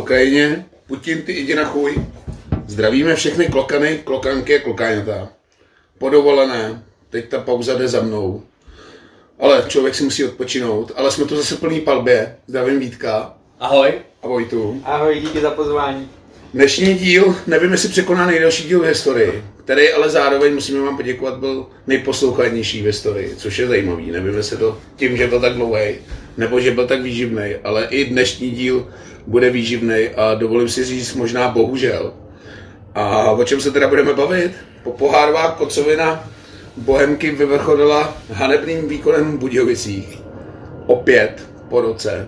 kokaině, Putin ty jdi na chuj. Zdravíme všechny klokany, klokanky a klokáňata. Podovolené, teď ta pauza jde za mnou. Ale člověk si musí odpočinout, ale jsme tu zase plný palbě. Zdravím Vítka. Ahoj. A Vojtu. Ahoj, díky za pozvání. Dnešní díl, nevím, jestli překoná nejdelší díl v historii, který ale zároveň, musíme vám poděkovat, byl nejposlouchanější v historii, což je zajímavý. Nevím, jestli to tím, že byl tak dlouhý, nebo že byl tak výživný, ale i dnešní díl bude výživný a dovolím si říct možná bohužel. A o čem se teda budeme bavit? Pohárová kocovina Bohemky vyvrcholila hanebným výkonem v Budějovicích. Opět po roce.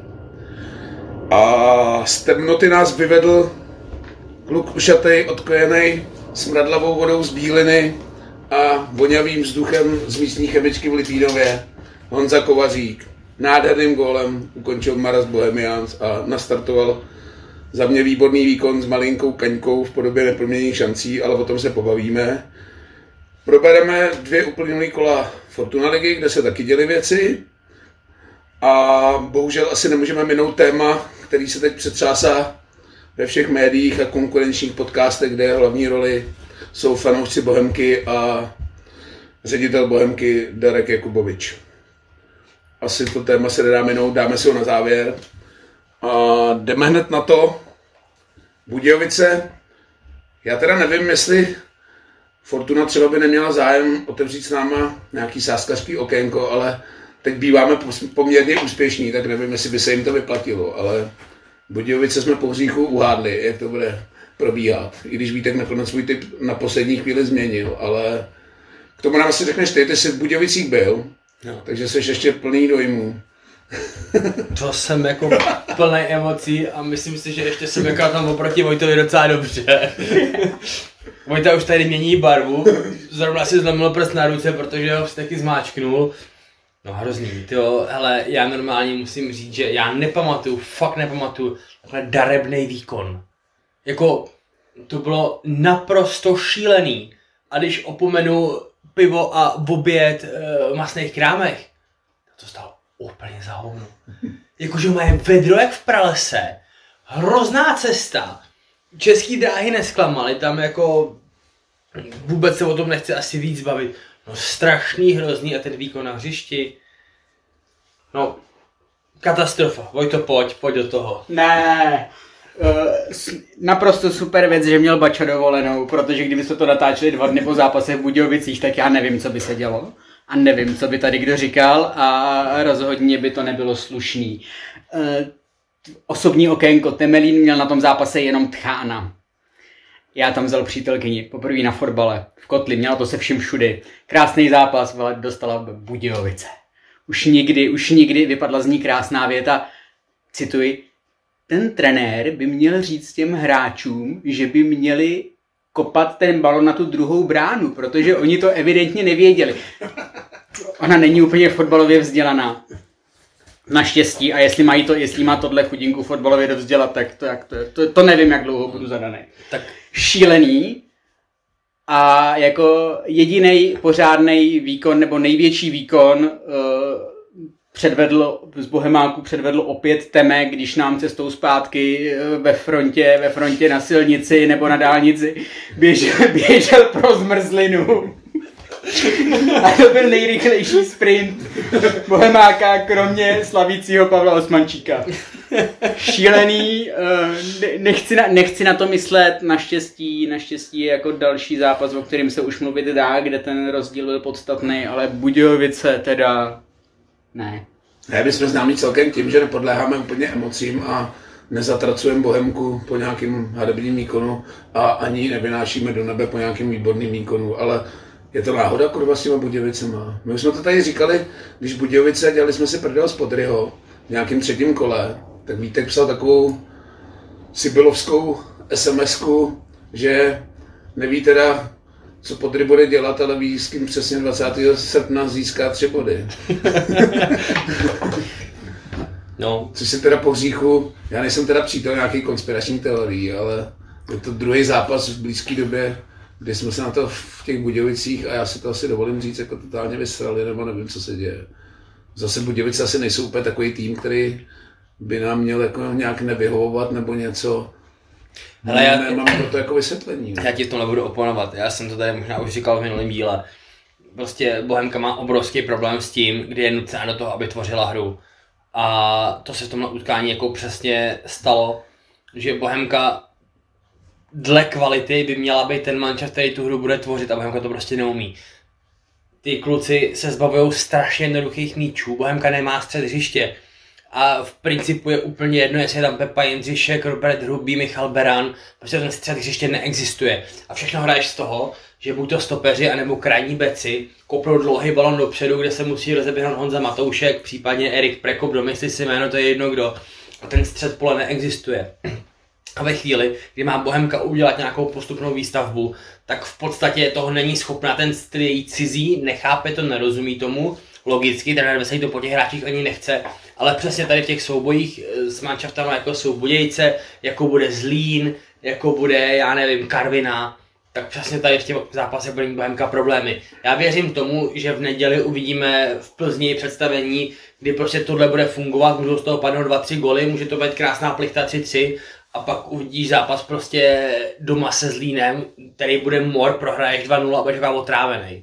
A z temnoty nás vyvedl kluk ušatej, odkojenej, smradlavou vodou z Bíliny a vonavým vzduchem z místní chemičky v Litvínově. Honza Kovařík nádherným gólem ukončil Maras Bohemians a nastartoval za mě výborný výkon s malinkou kaňkou v podobě neproměnných šancí, ale o tom se pobavíme. Probereme 2 uplynulý kola Fortuna ligy, kde se taky děly věci. A bohužel asi nemůžeme minout téma, který se teď přetřásá ve všech médiích a konkurenčních podcastech, kde hlavní roli jsou fanoušci Bohemky a ředitel Bohemky Darek Jakubovič. Asi to téma se nedá minout, dáme si ho na závěr. A jdeme hned na to. Budějovice. Já teda nevím, jestli Fortuna třeba by neměla zájem otevřít s náma nějaký sázkařský okénko, ale teď býváme poměrně úspěšní, tak nevím, jestli by se jim to vyplatilo, ale Budějovice jsme po hříchu uhádli, jak to bude probíhat. I když Vítek nakonec svůj tip na poslední chvíli změnil, ale k tomu nám asi řekneš ty jsi v Budějovicích byl, no. Takže jsi ještě plný dojmů. To jsem jako plný emocí a myslím si, že ještě jsem jako tam oproti Vojtovi docela dobře. Vojta už tady mění barvu, zrovna si zlomil prst na ruce, protože ho taky zmáčknul. No hrozný, tyjo, hele, já normálně musím říct, že já fakt nepamatuju takhle darebnej výkon. Jako, to bylo naprosto šílený. A když opomenu pivo a oběd v masných krámech, to stalo úplně za hovno. Jakože mají vedro jak v pralese, hrozná cesta. Český dráhy nesklamaly, tam jako vůbec se o tom nechci asi víc bavit. No strašný, hrozný a ten výkon na hřišti. No, katastrofa. Vojto, pojď do toho. Ne, naprosto super věc, že měl Bača dovolenou, protože kdyby se to natáčeli 2 dny po zápase v Budějovicích, tak já nevím, co by se dělo. A nevím, co by tady kdo říkal a rozhodně by to nebylo slušný. Osobní okénko, Temelín měl na tom zápase jenom Tchána. Já tam vzal přítelkyni, poprvé na fotbale, v Kotli, měla to se vším všudy. Krásný zápas, ale dostala Budějovice. Už nikdy vypadla z ní krásná věta, cituji, ten trenér by měl říct těm hráčům, že by měli kopat ten balon na tu druhou bránu, protože oni to evidentně nevěděli. Ona není úplně fotbalově vzdělaná. Naštěstí, a jestli má tohle chudinku fotbalově dovzdělat, tak to nevím, jak dlouho budu zadaný. Tak šílený a jako jediný pořádný výkon nebo největší výkon z Bohemáku předvedl opět Teme, když nám cestou zpátky ve frontě na silnici nebo na dálnici běžel pro zmrzlinu. A to byl nejrychlejší sprint Bohemáka, kromě slavícího Pavla Osmančíka. Šílený, nechci na to myslet, naštěstí je jako další zápas, o kterém se už mluvit dá, kde ten rozdíl byl podstatný, ale Budějovice teda ne. Ne, my jsme známí celkem tím, že nepodléháme úplně emocím a nezatracujeme Bohemku po nějakým hradebním výkonu a ani nevynášíme do nebe po nějakým výborným výkonu, ale je to náhoda, kurva, s těma Budějovicema. My jsme to tady říkali, když Budějovice dělali jsme si prdel z Podryho v nějakém 3. kole, tak Vítek psal takovou sibylovskou SMS-ku, že neví teda, co Podry bude dělat, ale ví, s kým přesně 20. srpna získá 3 body. No. Což se teda po hříchu, já nejsem teda přítel nějakých konspiračních teorií, ale je to druhý zápas v blízké době, kdy jsme se na to v těch Budějovicích, a já si to asi dovolím říct, jako totálně vysrali, nebo nevím, co se děje. Zase Budějovice asi nejsou úplně takový tým, který by nám měl jako nějak nevyhovovat nebo něco. Hele, Nemám pro to jako vysvětlení. Já ti v tom nebudu oponovat, já jsem to tady možná už říkal v minulém díle. Prostě Bohemka má obrovský problém s tím, kdy je nucená do toho, aby tvořila hru. A to se v tomhle utkání jako přesně stalo, že Bohemka dle kvality by měla být ten mančaft, který tu hru bude tvořit a Bohemka to prostě neumí. Ty kluci se zbavují strašně jednoduchých míčů, Bohemka nemá střed hřiště. A v principu je úplně jedno, jestli je tam Pepa Jindřišek, Robert Hrubý, Michal Beran, prostě ten střed hřiště neexistuje. A všechno hraješ z toho, že buď to stopeři, anebo krajní beci koplou dlouhý balon dopředu, kde se musí rozeběhnout Honza Matoušek, případně Erik Prekop, domyslí si jméno, to je jedno kdo. A ten střed pole neexistuje. A ve chvíli, kdy má Bohemka udělat nějakou postupnou výstavbu, tak v podstatě toho není schopná, ten styl je jí cizí, nechápe to, nerozumí tomu. Logicky, trenér Veselý to po těch hráčích ani nechce, ale přesně tady v těch soubojích s manšaftama jako jsou Budějce, jako bude Zlín, jako bude, já nevím, Karviná, tak přesně tady v těch zápasech bude mít Bohemka problémy. Já věřím tomu, že v neděli uvidíme v Plzni představení, kdy prostě tohle bude fungovat, můžou z toho padnout 2-3 goly, může to být krásná plichta 3-3 a pak uvidíš zápas prostě doma se Zlínem, který bude mor, prohraješ 2-0 a budeš otrávený.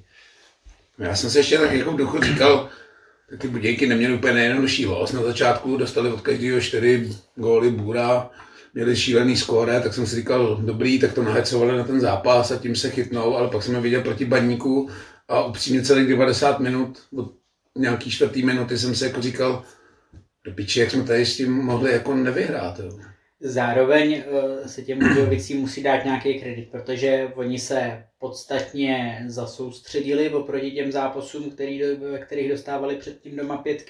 Já jsem se ještě tak jako v duchu říkal, tak ty Budějky neměly úplně nejjednodušší los. Na začátku dostali od každého 4 góly Bůra, měli šílený skóre, tak jsem si říkal, dobrý, tak to nahecovali na ten zápas a tím se chytnou, ale pak jsem je viděl proti Baníku a upřímně celých 90 minut, od nějaký 4. minuty jsem si jako říkal, do piči, jak jsme tady s tím mohli jako nevyhrát. Jo. Zároveň se těm Budějovicím musí dát nějaký kredit, protože oni se podstatně zasoustředili oproti těm zápasům, kterých dostávali předtím doma 5.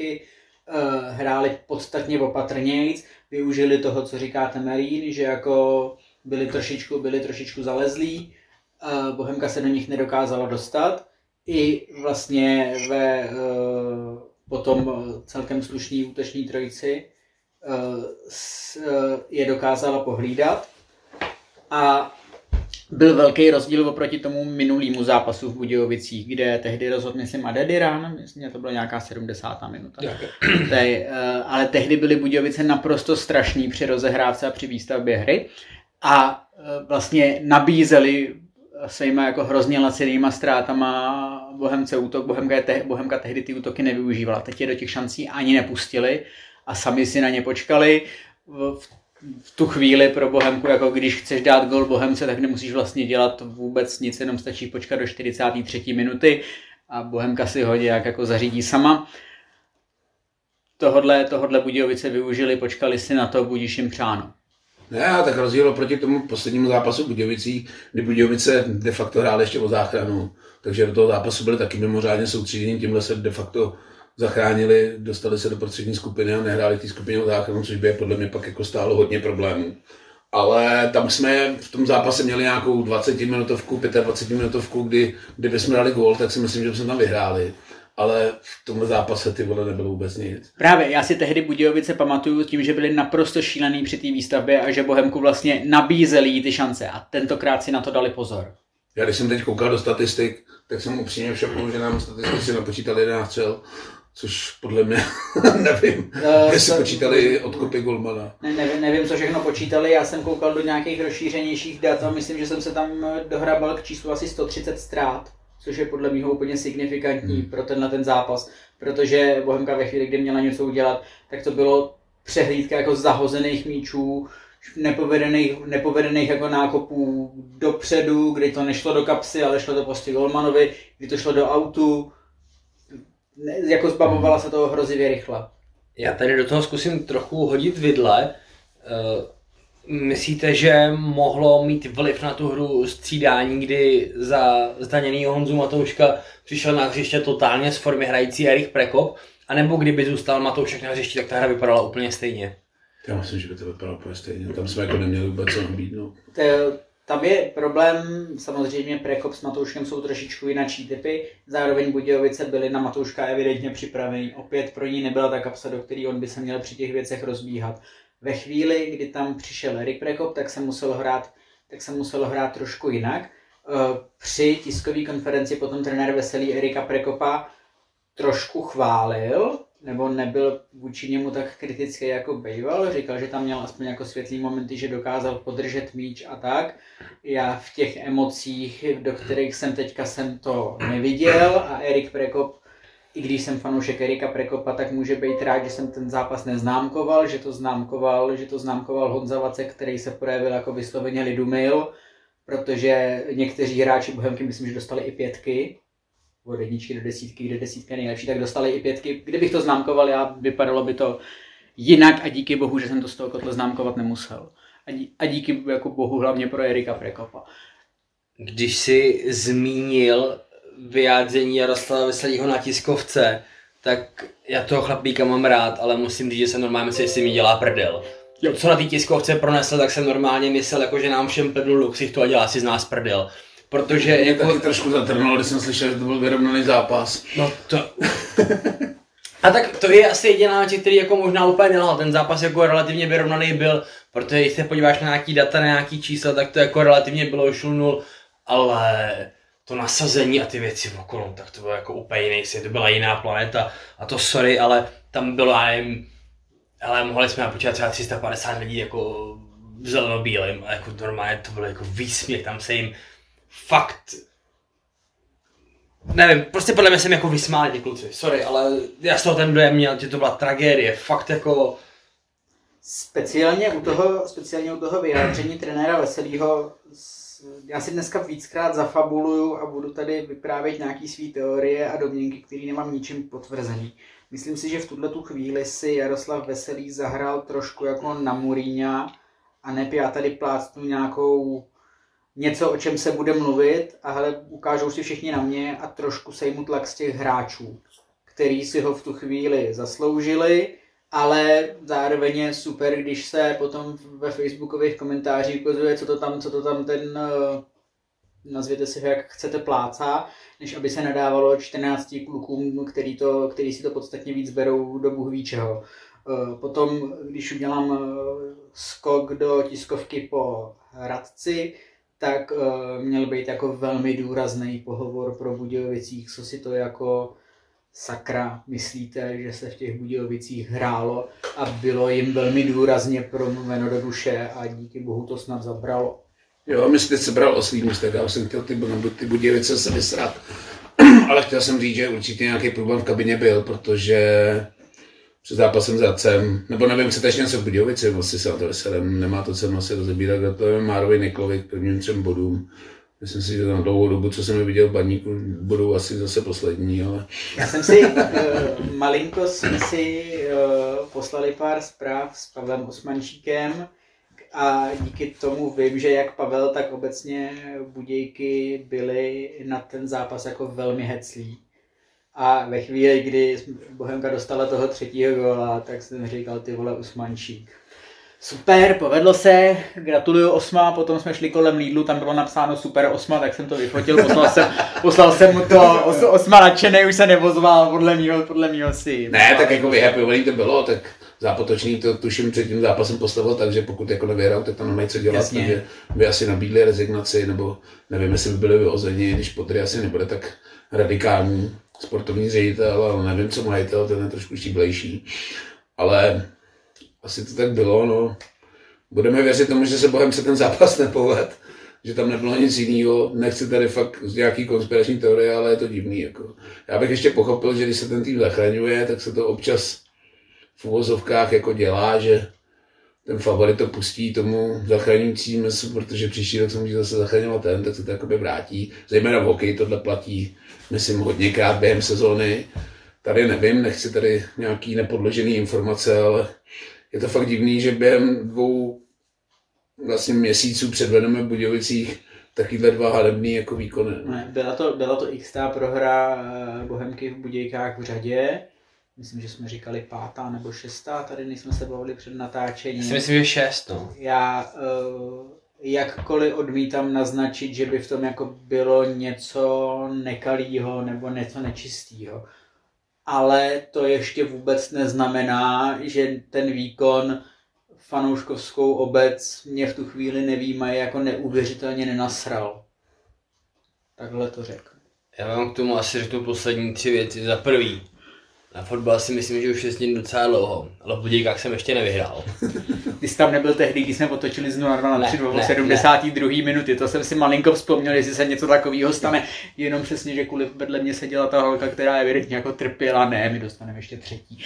Hráli podstatně opatrnějc, využili toho, co říkáte Marín, že jako byli trošičku zalezlí, Bohemka se do nich nedokázala dostat. I vlastně ve potom celkem slušný útoční trojici je dokázala pohlídat a byl velký rozdíl oproti tomu minulýmu zápasu v Budějovicích, kde tehdy rozhodl, myslím, Adediran, myslím, že to byla nějaká 70. minuta. Ale tehdy byly Budějovice naprosto strašný při rozehrávce a při výstavbě hry a vlastně nabízeli svýma jako hrozně lacinýma ztrátama Bohemce útok. Bohemka tehdy ty útoky nevyužívala. Teď je do těch šancí ani nepustili a sami si na ně počkali. V tu chvíli pro Bohemku, jako když chceš dát gol Bohemce, tak nemusíš vlastně dělat vůbec nic, jenom stačí počkat do 43. minuty a Bohemka si ho nějak jako zařídí sama. Tohodle Budějovice využili, počkali si na to, budíš jim přáno. Ne, tak rozdíl proti tomu poslednímu zápasu Budějovicí, kdy Budějovice de facto hráli ještě o záchranu, takže do toho zápasu byli taky mimořádně soustředění, tímhle se de facto zachránili, dostali se do prostřední skupiny a nehráli v té skupině o záchranu, což by je podle mě pak jako stálo hodně problémů. Ale tam jsme v tom zápase měli nějakou 20-minutovku, 25-minutovku, kdyby jsme dali gól, tak si myslím, že bychom tam vyhráli. Ale v tomhle zápase ty vole nebylo vůbec nic. Právě, já si tehdy Budějovice pamatuju tím, že byli naprosto šílený při té výstavbě a že Bohemku vlastně nabízeli jí ty šance a tentokrát si na to dali pozor. Já když jsem teď koukal do statistik, tak jsem upřímně šoknul, že nám statistici napočítali 11 střel, což podle mě nevím, jestli počítali odkopy golmana. Nevím, co všechno počítali, já jsem koukal do nějakých rozšířenějších dat a myslím, že jsem se tam dohrabal k číslu asi 130 ztrát, což je podle mého úplně signifikantní pro ten zápas, protože Bohemka ve chvíli, kdy měla něco udělat, tak to bylo přehlídka jako zahozených míčů, nepovedených jako nákopů dopředu, kdy to nešlo do kapsy, ale šlo to prostě golmanovi, kdy to šlo do autu, jako zbavovala se toho hrozivě rychle. Já tady do toho zkusím trochu hodit vidle. Myslíte, že mohlo mít vliv na tu hru střídání, kdy za zdaněnýho Honzu Matouška přišel na hřiště totálně z formy hrající Erik Prekop, anebo kdyby zůstal Matoušek na hřišti, tak ta hra vypadala úplně stejně? Já myslím, že by to vypadalo úplně stejně. Tam jsme jako neměli vůbec co nabídnout. Tam je problém, samozřejmě Prekop s Matouškem jsou trošičku jinačí typy, zároveň Budějovice byly na Matouška evidentně připravený. Opět pro ní nebyla ta kapsa, do které on by se měl při těch věcech rozbíhat. Ve chvíli, kdy tam přišel Erik Prekop, tak se muselo hrát trošku jinak. Při tiskové konferenci potom trenér Veselý Erika Prekopa trošku chválil, nebo nebyl vůči němu tak kritický jako bejval, říkal, že tam měl aspoň jako světlý momenty, že dokázal podržet míč a tak. Já v těch emocích, do kterých jsem to neviděl a Erik Prekop, i když jsem fanoušek Erika Prekopa, tak může být rád, že jsem ten zápas neznámkoval, že to známkoval Honza Vacek, který se projevil jako vysloveně lidumil, protože někteří hráči Bohemky, myslím, že dostali i 5, od 1 do 10, kde 10 je nejlepší, tak dostali i 5. Kdybych to známkoval, vypadalo by to jinak a díky bohu, že jsem to z toho kotle známkovat nemusel. A díky jako bohu hlavně pro Erika Prekopa. Když jsi zmínil vyjádření Jaroslava Veselýho na tiskovce, tak já toho chlapíka mám rád, ale musím říct, že jsem normálně myslel, že si mi dělá prdel. Co na té tiskovce pronesl, tak jsem normálně myslel, jako, že nám všem plnul luxich to a dělá si z nás prdel. Protože mě jako... taky trošku zatrnulo, když jsem slyšel, že to byl vyrovnaný zápas. No to... A tak to je asi jediná věc, který jako možná úplně nelhal. Ten zápas jako relativně vyrovnaný byl, protože když se podíváš na nějaký data, na nějaký čísla, tak to jako relativně bylo 0-0, ale to nasazení a ty věci okolo, tak to bylo jako úplně jiný svět, to byla jiná planeta. A to sorry, ale tam bylo, já nevím, ale mohli jsme napočítat třeba 350 lidí jako v zelenobílém a jako normálně to bylo jako výsměch, tam se jim fakt, nevím, prostě podle mě jsem jako vysmál ty kluci, sorry, ale já z toho ten dojem měl, že to byla tragédie, fakt jako... Speciálně u toho vyjádření trenéra Veselýho, já si dneska víckrát zafabuluju a budu tady vyprávět nějaký svý teorie a domněnky, které nemám ničím potvrzený. Myslím si, že v tuto chvíli si Jaroslav Veselý zahrál trošku jako na Mourinha a neb já tady plácnu něco, o čem se bude mluvit a hele, ukážou si všichni na mě a trošku sejmu tlak z těch hráčů, který si ho v tu chvíli zasloužili, ale zároveň je super, když se potom ve facebookových komentářích ukazuje, co to tam ten, nazvěte si ho jak chcete, plácá, než aby se nadávalo 14 klukům, který si to podstatně víc berou do bůh ví čeho. Potom, když udělám skok do tiskovky po Hradci, tak měl být jako velmi důrazný pohovor pro Budějovicích, co si to jako sakra myslíte, že se v těch Budějovicích hrálo a bylo jim velmi důrazně promluveno do duše a díky bohu to snad zabralo. Jo, my jste se bral o svým místech, já jsem chtěl ty Budějovice se vysrat, ale chtěl jsem říct, že určitě nějaký problém v kabině byl, protože před zápasem s Hradcem, nebo nevím, chcete ještě něco v Budějovici, vlastně se na to veselem, nemá to cenu asi rozebírat, gratulujeme Márovi Niklovi k prvním 3 bodům. Myslím si, že na dlouhou dobu, co jsem viděl v Baníku, budou asi zase poslední, ale... Já jsem si, malinko jsme si poslali pár zpráv s Pavlem Osmančíkem a díky tomu vím, že jak Pavel, tak obecně Budějky byly na ten zápas jako velmi heclí. A ve chvíli, kdy Bohemka dostala toho 3. góla, tak jsem říkal, ty vole, Usmančík. Super, povedlo se, gratuluju 8, potom jsme šli kolem Lidlu, tam bylo napsáno super 8, tak jsem to vyfotil, poslal jsem mu to 8 nadšenej, už se nevozval, podle mýho si. Ne, tak jako vyhappyovaný to bylo, tak Zápotočný to tuším před tím zápasem postavil, takže pokud jako nevyhrál, tak tam nemají co dělat, jasně. Takže by asi nabídli rezignaci, nebo nevím, jestli by byli vyhozeni, když Podry asi nebude tak radikální sportovní ředitel, ale nevím, co majitel, ten je trošku štíblejší, ale asi to tak bylo, no. Budeme věřit tomu, že se Bohemce ten zápas nepovedl, že tam nebylo nic jiného. Nechci tady fakt nějaký konspirační teorie, ale je to divný. Jako. Já bych ještě pochopil, že když se ten tým zachraňuje, tak se to občas v uvozovkách jako dělá, že ten favorit to pustí tomu zachraňujícímu, protože příští rok se může zase zachraňovat ten, tak se to jakoby vrátí. Zejména v hokeji tohle platí, myslím, hodněkrát během sezóny. Tady nevím, nechci tady nějaký nepodložený informace, ale je to fakt divný, že během 2 vlastně měsíců předvedeme v Budějovicích takovýhle 2 hanebný jako výkony. Ne, byla to xtá prohra Bohemky v Budějkách v řadě. Myslím, že jsme říkali 5. nebo 6. Tady nejsme se bavili před natáčením. Myslím, že 6. No. Já jakkoliv odmítám naznačit, že by v tom jako bylo něco nekalýho nebo něco nečistýho. Ale to ještě vůbec neznamená, že ten výkon fanouškovskou obec mě v tu chvíli nevýmaje jako neuvěřitelně nenasral. Takhle to řeknu. Já vám k tomu asi řeknu poslední 3 věci. Za prvý, Na fotbal si myslím, že už je s ním docela dlouho, ale v Budějkách jsem ještě nevyhrál. Ty jsi tam nebyl tehdy, když jsme otočili z 0-2 na 3 v 72. minuty, to jsem si malinko vzpomněl, jestli se něco takového stane, jenom přesně, že kvůli vedle mě seděla ta holka, která evidentně jako trpěla, ne, my dostaneme ještě třetí.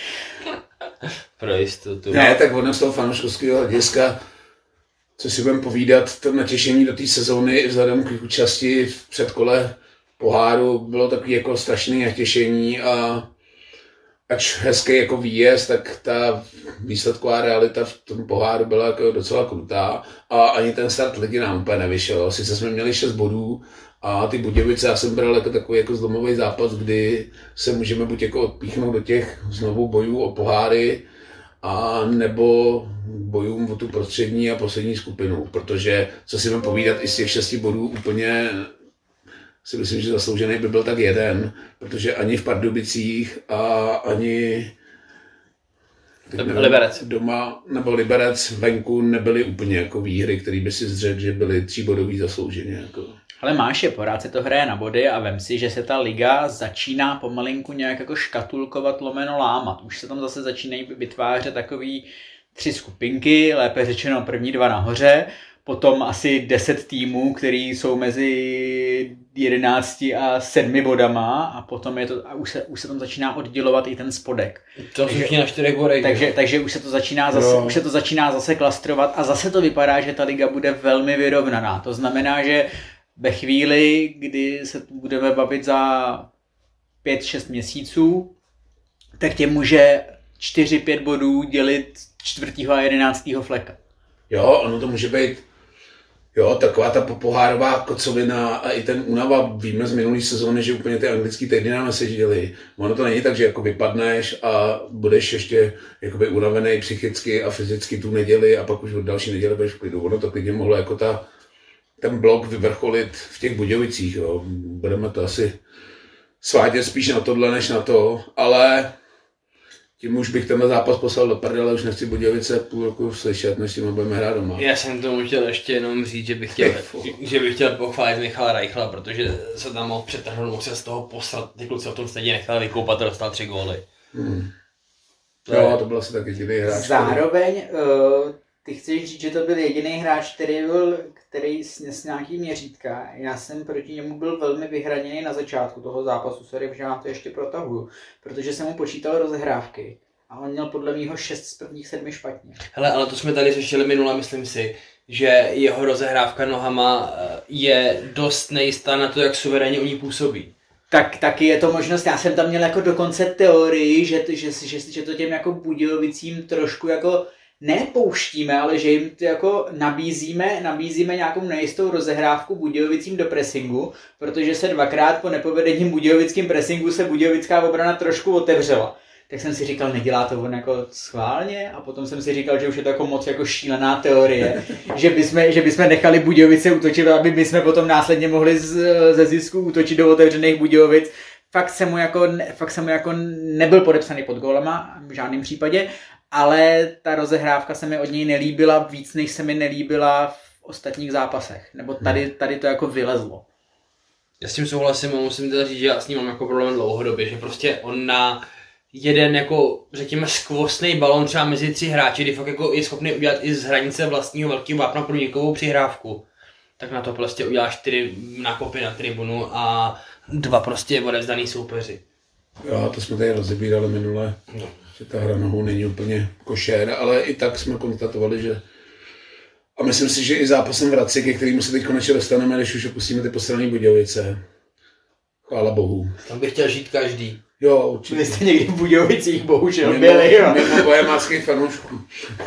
Pro jistotu. Ne, tak ono z toho fanouškovského hlediska, co si budeme povídat, to natěšení do té sezóny vzhledem k účasti v předkole poháru bylo takový jako strašný natěšení a ač hezký jako výjezd, tak ta výsledková realita v tom poháru byla jako docela krutá a ani ten start ligy nám úplně nevyšel. Sice jsme měli 6 bodů a ty Budějovice já jsem bral jako takový jako zlomový zápas, kdy se můžeme buď jako odpíchnout do těch znovu bojů o poháry a nebo bojům o tu prostřední a poslední skupinu, protože co si mám povídat, i z těch 6 bodů úplně si myslím, že zasloužený by byl tak jeden, protože ani v Pardubicích a ani Liberec doma nebo Liberec venku nebyly úplně jako výhry, které by si zřekl, že byly 3bodový zaslouženě. Jako. Ale máš je, pořád se to hraje na body a vem si, že se ta liga začíná pomalinku nějak jako škatulkovat lomeno lámat. Už se tam zase začínají vytvářet takový 3 skupinky, lépe řečeno první 2 nahoře, potom asi 10 týmů, který jsou mezi 11 a 7 bodama a potom je to, a už se tam začíná oddělovat i ten spodek. To jsou na 4 bodech. Takže už se to začíná zase klastrovat a zase to vypadá, že ta liga bude velmi vyrovnaná. To znamená, že ve chvíli, kdy se budeme bavit za 5-6 měsíců, tak tě může 4-5 bodů dělit 4. a 11. fleka. Jo, ono to může být taková ta pohárová kocovina a i ten únava, víme z minulý sezóny, že úplně ty anglický týdny nám nesežděli. Ono to není tak, že jako vypadneš a budeš ještě jakoby unavený psychicky a fyzicky tu neděli a pak už od další neděle budeš v klidu. Ono to klidně mohlo jako ten blok vyvrcholit v těch Budějovicích. Jo. Budeme to asi svádět spíš na tohle, než na to, ale tím už bych tenhle zápas poslal do prdele, už nechci Budějovice půl roku slyšet, než si budeme hrát doma. Já jsem tomu chtěl ještě jenom říct, že bych chtěl pochválit Michala Reichla, protože se tam mohl přetrhnout, mohl se z toho poslat, ty kluci o tom stejně nechali vykoupat a dostal 3 góly. Jo, to byl asi taky divný hráč. Zároveň ty chceš říct, že to byl jediný hráč, který sněs nějaký měřítka. Já jsem proti němu byl velmi vyhraněný na začátku toho zápasu, sorry, že vám to ještě protahuju, protože jsem mu počítal rozehrávky a on měl podle mýho 6 z prvních 7 špatně. Hele, ale to jsme tady řešili minule, myslím si, že jeho rozehrávka nohama je dost nejistá na to, jak suverénně u ní působí. Tak taky je to možnost, já jsem tam měl jako dokonce teorii, že to těm jako Budějovicím trošku jako nepouštíme, ale že jim to jako nabízíme nějakou nejistou rozehrávku Budějovicím do pressingu, protože se 2krát po nepovedením budějovickým pressingu se budějovická obrana trošku otevřela. Tak jsem si říkal, nedělá to on jako schválně a potom jsem si říkal, že už je to jako moc jako šílená teorie, že bychom nechali Budějovice útočit, aby my jsme potom následně mohli ze zisku útočit do otevřených Budějovic. Fakt jsem mu jako nebyl podepsaný pod gólema v žádném případě, ale ta rozehrávka se mi od něj nelíbila víc, než se mi nelíbila v ostatních zápasech. Nebo tady to jako vylezlo. Já s tím souhlasím a musím teda říct, že já s ním mám jako problém dlouhodobě, že prostě on na jeden jako, řekněme, skvostný balon třeba mezi 3 hráči, kdy fakt jako je schopný udělat i z hranice vlastního velkého vápna průnikovou přihrávku, tak na to prostě udělá 4 nákopy na tribunu a 2 prostě odevzdaný soupeři. Jo, to jsme tady rozebírali minule, že ta hra nohou není úplně košer, ale i tak jsme konstatovali, že a myslím si, že i zápasem v Hradci, ke kterému se teď konečně dostaneme, když už opustíme ty postranné Budějovice. Chvála Bohu. Tam bych chtěl žít každý. Jo, určitě. Vy jste někdy v Budějovicích bohužel byli, jo. Mimo bohemáckých fanoušků.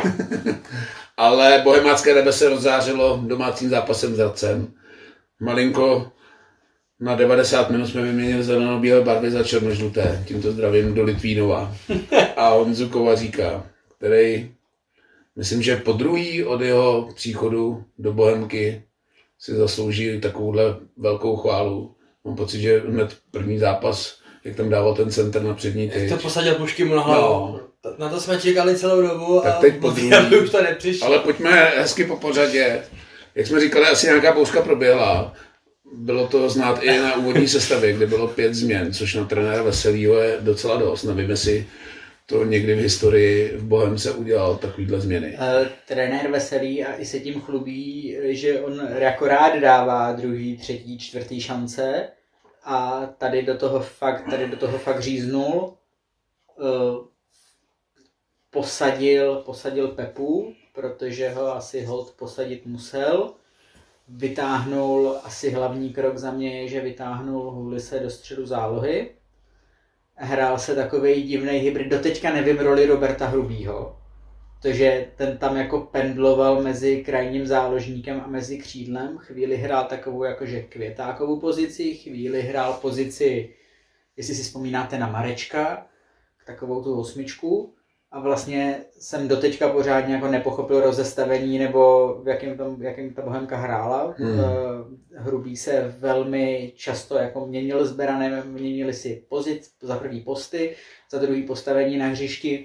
Ale bohemácké nebe se rozzářilo domácím zápasem s Hradcem. Malinko na 90 minut jsme vyměnili zeleno-bílé barvy za černožluté. Tímto zdravím do Litvínova. A Honzu Kovaříka, který myslím, že po druhý od jeho příchodu do Bohemky si zaslouží takovouhle velkou chválu. Mám pocit, že hned první zápas, jak tam dával ten center na přední tyč. Jak to posadil pušky mu na hlavu. No. Na to jsme čekali celou dobu tak a teď po už to nepřišlo. Ale pojďme hezky po pořadě. Jak jsme říkali, asi nějaká bouřka proběhla. bylo to znát i na úvodní sestavě, kde bylo 5 změn, což na trenéra Veselýho je docela dost. Nevím, jestli to někdy v historii v Bohemce udělal takovýhle změny. Trenér Veselý a i se tím chlubí, že on jako rád dává druhý, třetí, čtvrtý šance a tady do toho fakt říznul. Posadil Pepu, protože ho asi hold posadit musel. Vytáhnul, asi hlavní krok za mě je, že vytáhnul Hulise do středu zálohy. Hrál se takovej divnej hybrid, doteďka nevím roli Roberta Hrubýho, protože ten tam jako pendloval mezi krajním záložníkem a mezi křídlem. Chvíli hrál takovou jakože květákovou pozici, chvíli hrál pozici, jestli si vzpomínáte na Marečka, takovou tu 8. A vlastně jsem doteďka pořádně jako nepochopil rozestavení nebo v jakým ta Bohemka hrála. Hrubý se velmi často jako měnil s Beranem, měnili si za první posty, za druhý postavení na hřišti.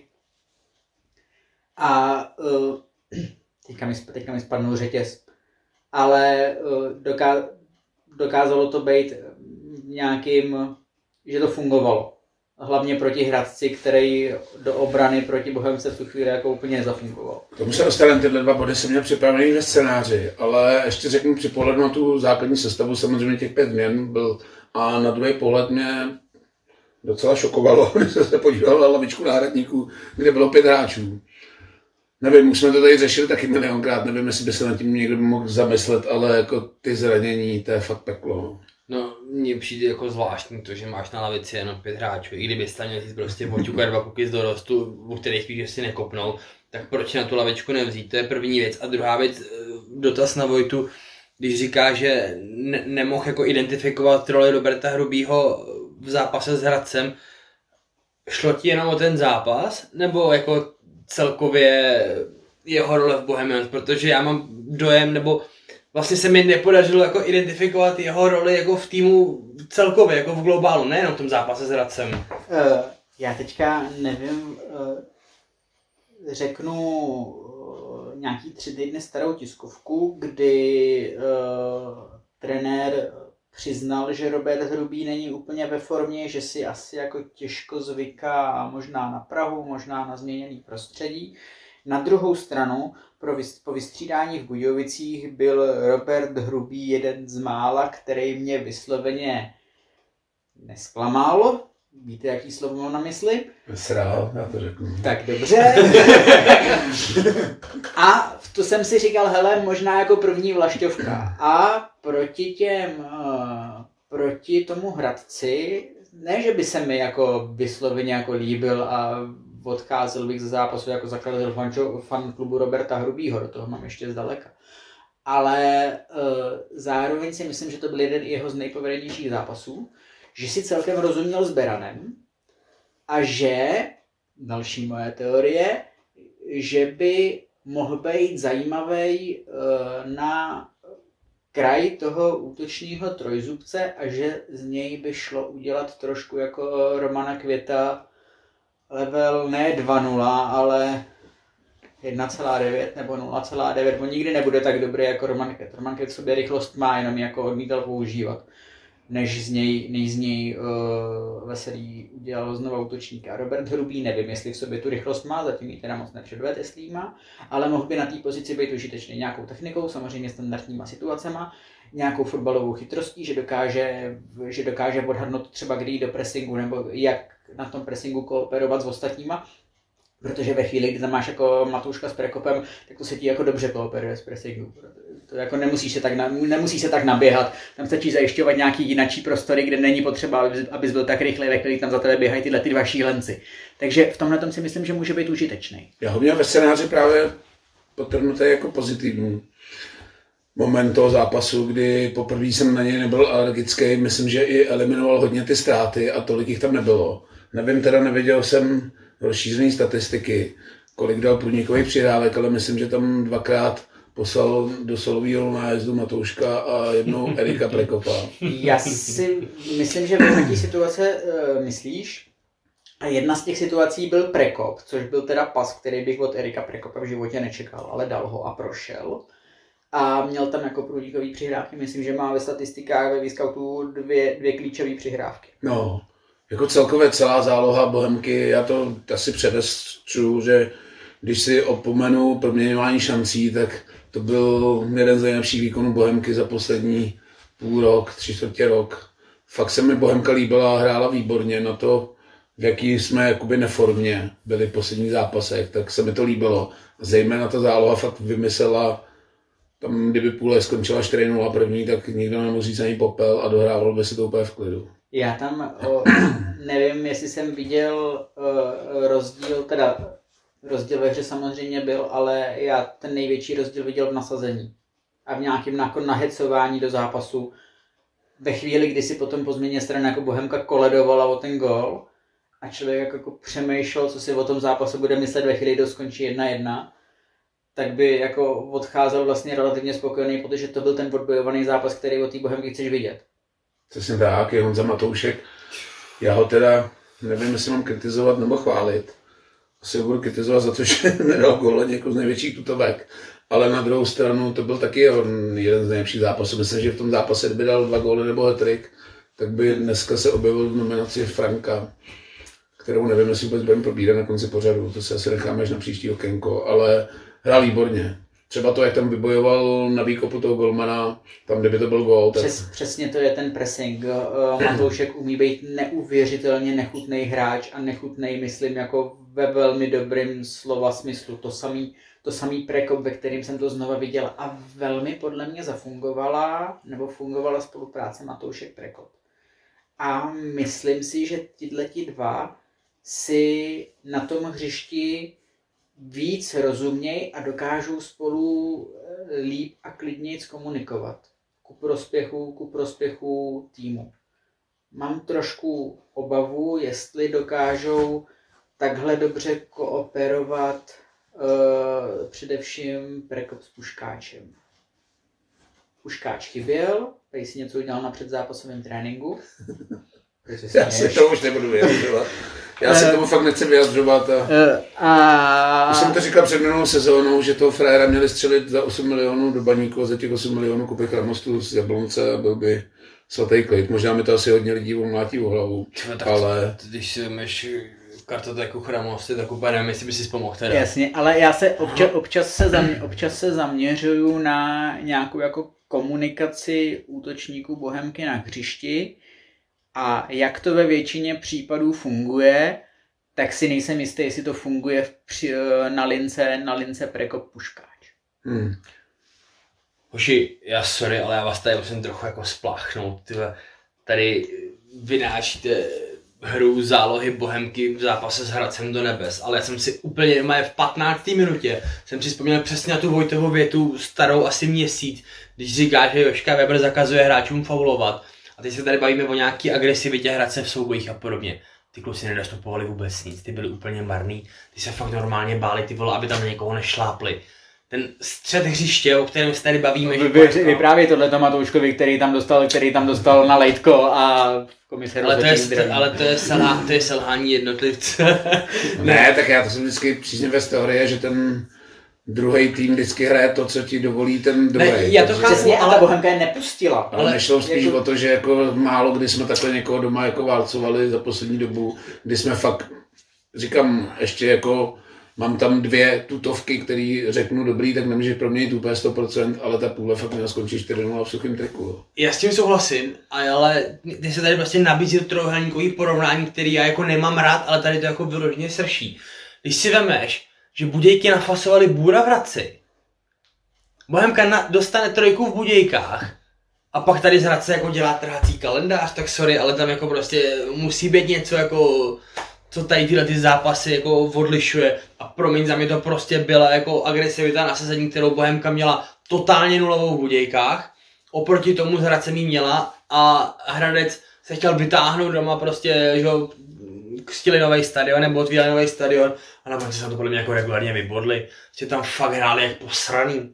A teďka mi spadnul řetěz. Ale dokázalo to být nějakým, že to fungovalo. Hlavně proti Hradci, který do obrany proti Bohemce v tu chvíli jako úplně nezafungoval. K tomu se dostaneme, tyhle 2 body jsem měl připravený ve scénáři, ale ještě řeknu při pohledu na tu základní sestavu, samozřejmě těch 5 změn byl a na druhý pohled mě docela šokovalo, když jsem se podíval na lavičku náhradníků, kde bylo 5 hráčů. Nevím, už jsme to tady řešili taky milionkrát, nevím, jestli by se nad tím někdo mohl zamyslet, ale jako ty zranění, to je fakt peklo. No, mně přijde jako zvláštní to, že máš na lavici jenom 5 hráčů. I kdyby tam měl prostě Voťuka 2 puky z dorostu, o kterých víš, že si nekopnou, tak proč na tu lavičku nevzít? To je první věc. A druhá věc, dotaz na Vojtu, když říká, že nemohl jako identifikovat roli Roberta Hrubýho v zápase s Hradcem, šlo ti jenom o ten zápas? Nebo jako celkově jeho role v Bohemians? Protože já mám dojem, nebo vlastně se mi nepodařilo jako identifikovat jeho roli jako v týmu celkově, jako v globálu, nejenom v tom zápase s Hradcem. Já teďka nevím, řeknu nějaký 3 týdny starou tiskovku, kdy trenér přiznal, že Robert Hrubý není úplně ve formě, že si asi jako těžko zvyká možná na Prahu, možná na změněný prostředí. Na druhou stranu, po vystřídání v Budějovicích byl Robert Hrubý jeden z mála, který mě vysloveně nesklamal. Víte, jaký slovo mám na mysli? Srál, já to řeknu. Tak dobře. A to jsem si říkal, hele, možná jako první vlašťovka. A proti tomu Hradci, ne, že by se mi jako vysloveně jako líbil a odcházel bych ze zápasu jako zakladatel fanklubu Roberta Hrubýho, do toho mám ještě zdaleka. Ale zároveň si myslím, že to byl jeden jeho z nejpovedenějších zápasů, že si celkem rozuměl s Beranem a že, další moje teorie, že by mohl být zajímavý na kraj toho útočního trojzubce a že z něj by šlo udělat trošku jako Romana Květa level ne 2.0, ale 1.9 nebo 0.9. On nikdy nebude tak dobrý jako Roman Květ. Roman Květ sobě rychlost má, jenom jako odmítal používat, než z něj Veselý udělal znovu útočníka. A Robert Hrubý nevím, jestli v sobě tu rychlost má, zatím ji teda moc nepředved, jestli ji má, ale mohl by na té pozici být užitečný nějakou technikou, samozřejmě standardníma situacema, nějakou fotbalovou chytrostí, že dokáže odhadnout třeba kdy jít do pressingu nebo jak na tom pressingu kooperovat s ostatníma. Protože ve chvíli, kdy tam máš jako Matouška s Prekopem, tak to se ti jako dobře kooperuje s pressingu. To jako nemusí se tak naběhat, tam stačí zajišťovat nějaký jinačí prostory, kde není potřeba, abys byl tak rychlej, ve chvíli tam za tebe běhají ty 2 šílenci. Takže v tomhle tom si myslím, že může být užitečný. Já ho měl ve scénáři právě potrhnutý jako pozitivní moment toho zápasu, kdy poprvé jsem na něj nebyl alergický, myslím, že i eliminoval hodně ty ztráty a tolik jich tam nebylo. Nevím, teda neviděl jsem rozšířené statistiky, kolik dal průnikových přidávek, ale myslím, že tam 2krát poslal do solového nájezdu Matouška a jednou Erika Prekopa. Já si myslím, že v nějaké situace myslíš. A jedna z těch situací byl Prekop, což byl teda pas, který bych od Erika Prekopa v životě nečekal, ale dal ho a prošel. a měl tam jako průnikový přihrávky. Myslím, že má ve statistikách ve Vscoutu dvě klíčové přihrávky. No, jako celkově celá záloha Bohemky, já to asi předestřu, že když si opomenu proměňování šancí, tak to byl jeden z nejlepších výkonů Bohemky za poslední půl rok, 3/4 rok. Fakt se mi Bohemka líbila, hrála výborně na to, v jaký jsme jakoby neformě byli v posledních zápasech, tak se mi to líbilo. Zejména ta záloha fakt vymyslela, tam kdyby půle skončila 4-0 první, tak nikdo nemohl říct ani popel a dohrával by si to úplně v klidu. Já tam nevím, jestli jsem viděl rozdíl ve hře samozřejmě byl, ale já ten největší rozdíl viděl v nasazení a v nějakém nahecování do zápasu. Ve chvíli, kdy si potom po změně strany jako Bohemka koledovala o ten gól a člověk jako přemýšlel, co si o tom zápasu bude myslet ve chvíli, kdy skončí 1-1, tak by jako odcházel vlastně relativně spokojený, protože to byl ten odbojovaný zápas, který od té Bohemky chceš vidět. Přesně tak, je Honza Matoušek. Já ho teda nevím, jestli mám kritizovat nebo chválit. Asi ho budu kritizovat za to, že nedal gól jako z největších tutovek. Ale na druhou stranu to byl taky jeden z nejlepších zápasů. Myslím, že v tom zápase, kdyby dal 2 góly nebo hat-trick, tak by dneska se objevil v nominaci Franka, kterou nevím, jestli vůbec budeme probírat na konci pořadu. To se asi necháme až na příští okénko, ale hrál výborně. Třeba to, jak tam vybojoval na výkopu toho golmana, tam, kdyby to byl gól. Tak... Přesně to je ten pressing. Matoušek umí být neuvěřitelně nechutný hráč a nechutný, myslím, jako ve velmi dobrým slova smyslu. To samý prekop, ve kterým jsem to znova viděl a velmi podle mě fungovala spolupráce Matoušek-Prekop. A myslím si, že tihleti dva si na tom hřišti víc rozumějí a dokážou spolu líp a klidněji komunikovat ku prospěchu týmu. Mám trošku obavu, jestli dokážou takhle dobře kooperovat především Prekop s Puškáčem. Puškáč chyběl, tady si něco udělal na předzápasovém tréninku. Já si to už nebudu vyjadřovat. Já si tomu fakt nechci vyjadřovat. Už jsem to říkal před minulou sezónou, že toho fréra měli střelit za 8 milionů do baníku a za těch 8 milionů koupit Chramostu z Jablonce a byl by svatý klid. Možná mi to asi hodně lidí umlátí o hlavu, ale... Když si jdeš kartotéku Chramosty, tak úplně nevím, jestli by si pomohl teda. Jasně, ale já se občas se zaměřuju na nějakou jako komunikaci útočníků Bohemky na hřišti a jak to ve většině případů funguje, tak si nejsem jistý, jestli to funguje na lince Prekop Puškáč. Hoši, sorry, ale já vás tady musím trochu jako spláchnout. Tady vynášíte hru zálohy Bohemky v zápase s Hradcem do nebes, ale já jsem si úplně v 15. minutě jsem si vzpomněl přesně na tu Vojtovu větu starou asi měsíc, když říká, že Joška Weber zakazuje hráčům faulovat. A teď se tady bavíme o nějaký agresivitě Hradce v soubojích a podobně. Ty kluci nedostupovali vůbec nic, ty byli úplně marný, ty se fakt normálně báli, ty vole, aby tam někoho nešlápli. Ten střed hřiště, o kterém se tady bavíme, vyprávěj tohleto Matouškovi, který tam dostal na lejtko a komise ale to je selhání jednotlivce. Ne, tak já to jsem vždycky příznivě z teorie, že ten druhý tým vždycky hraje to, co ti dovolí ten druhý. Já to chápu, ale Bohemka je nepustila. Ale nešlo spíš jako... o to, že jako málo kdy jsme takhle někoho doma jako válcovali za poslední dobu, kdy jsme fakt, říkám, ještě jako mám tam 2 tutovky, který řeknu dobrý, tak nemůžeš proměnit úplně 100%, ale ta půle fakt měla skončit 4-0 v suchém triku. Já s tím souhlasím, ale ty se tady prostě nabízí trojuhelníkový porovnání, který já jako nemám rád, ale tady to jako vyloženě srší. Když si vemeš, že Budějky nafasovali Bůra v Hradci, Bohemka dostane 3 v Budějkách a pak tady z Hradce jako dělá trhací kalendář, tak sorry, ale tam jako prostě musí být něco jako, co tady tyhle ty zápasy jako odlišuje. A promiň, za mě to prostě byla jako agresivita nasazení, kterou Bohemka měla totálně nulovou v Budějkách. Oproti tomu z Hradce jí měla a Hradec se chtěl vytáhnout doma prostě, že křtili nový stadion nebo otvírali nový stadion a na konci se to podle mě jako regulárně vybodli, že tam fakt hráli jak posraný.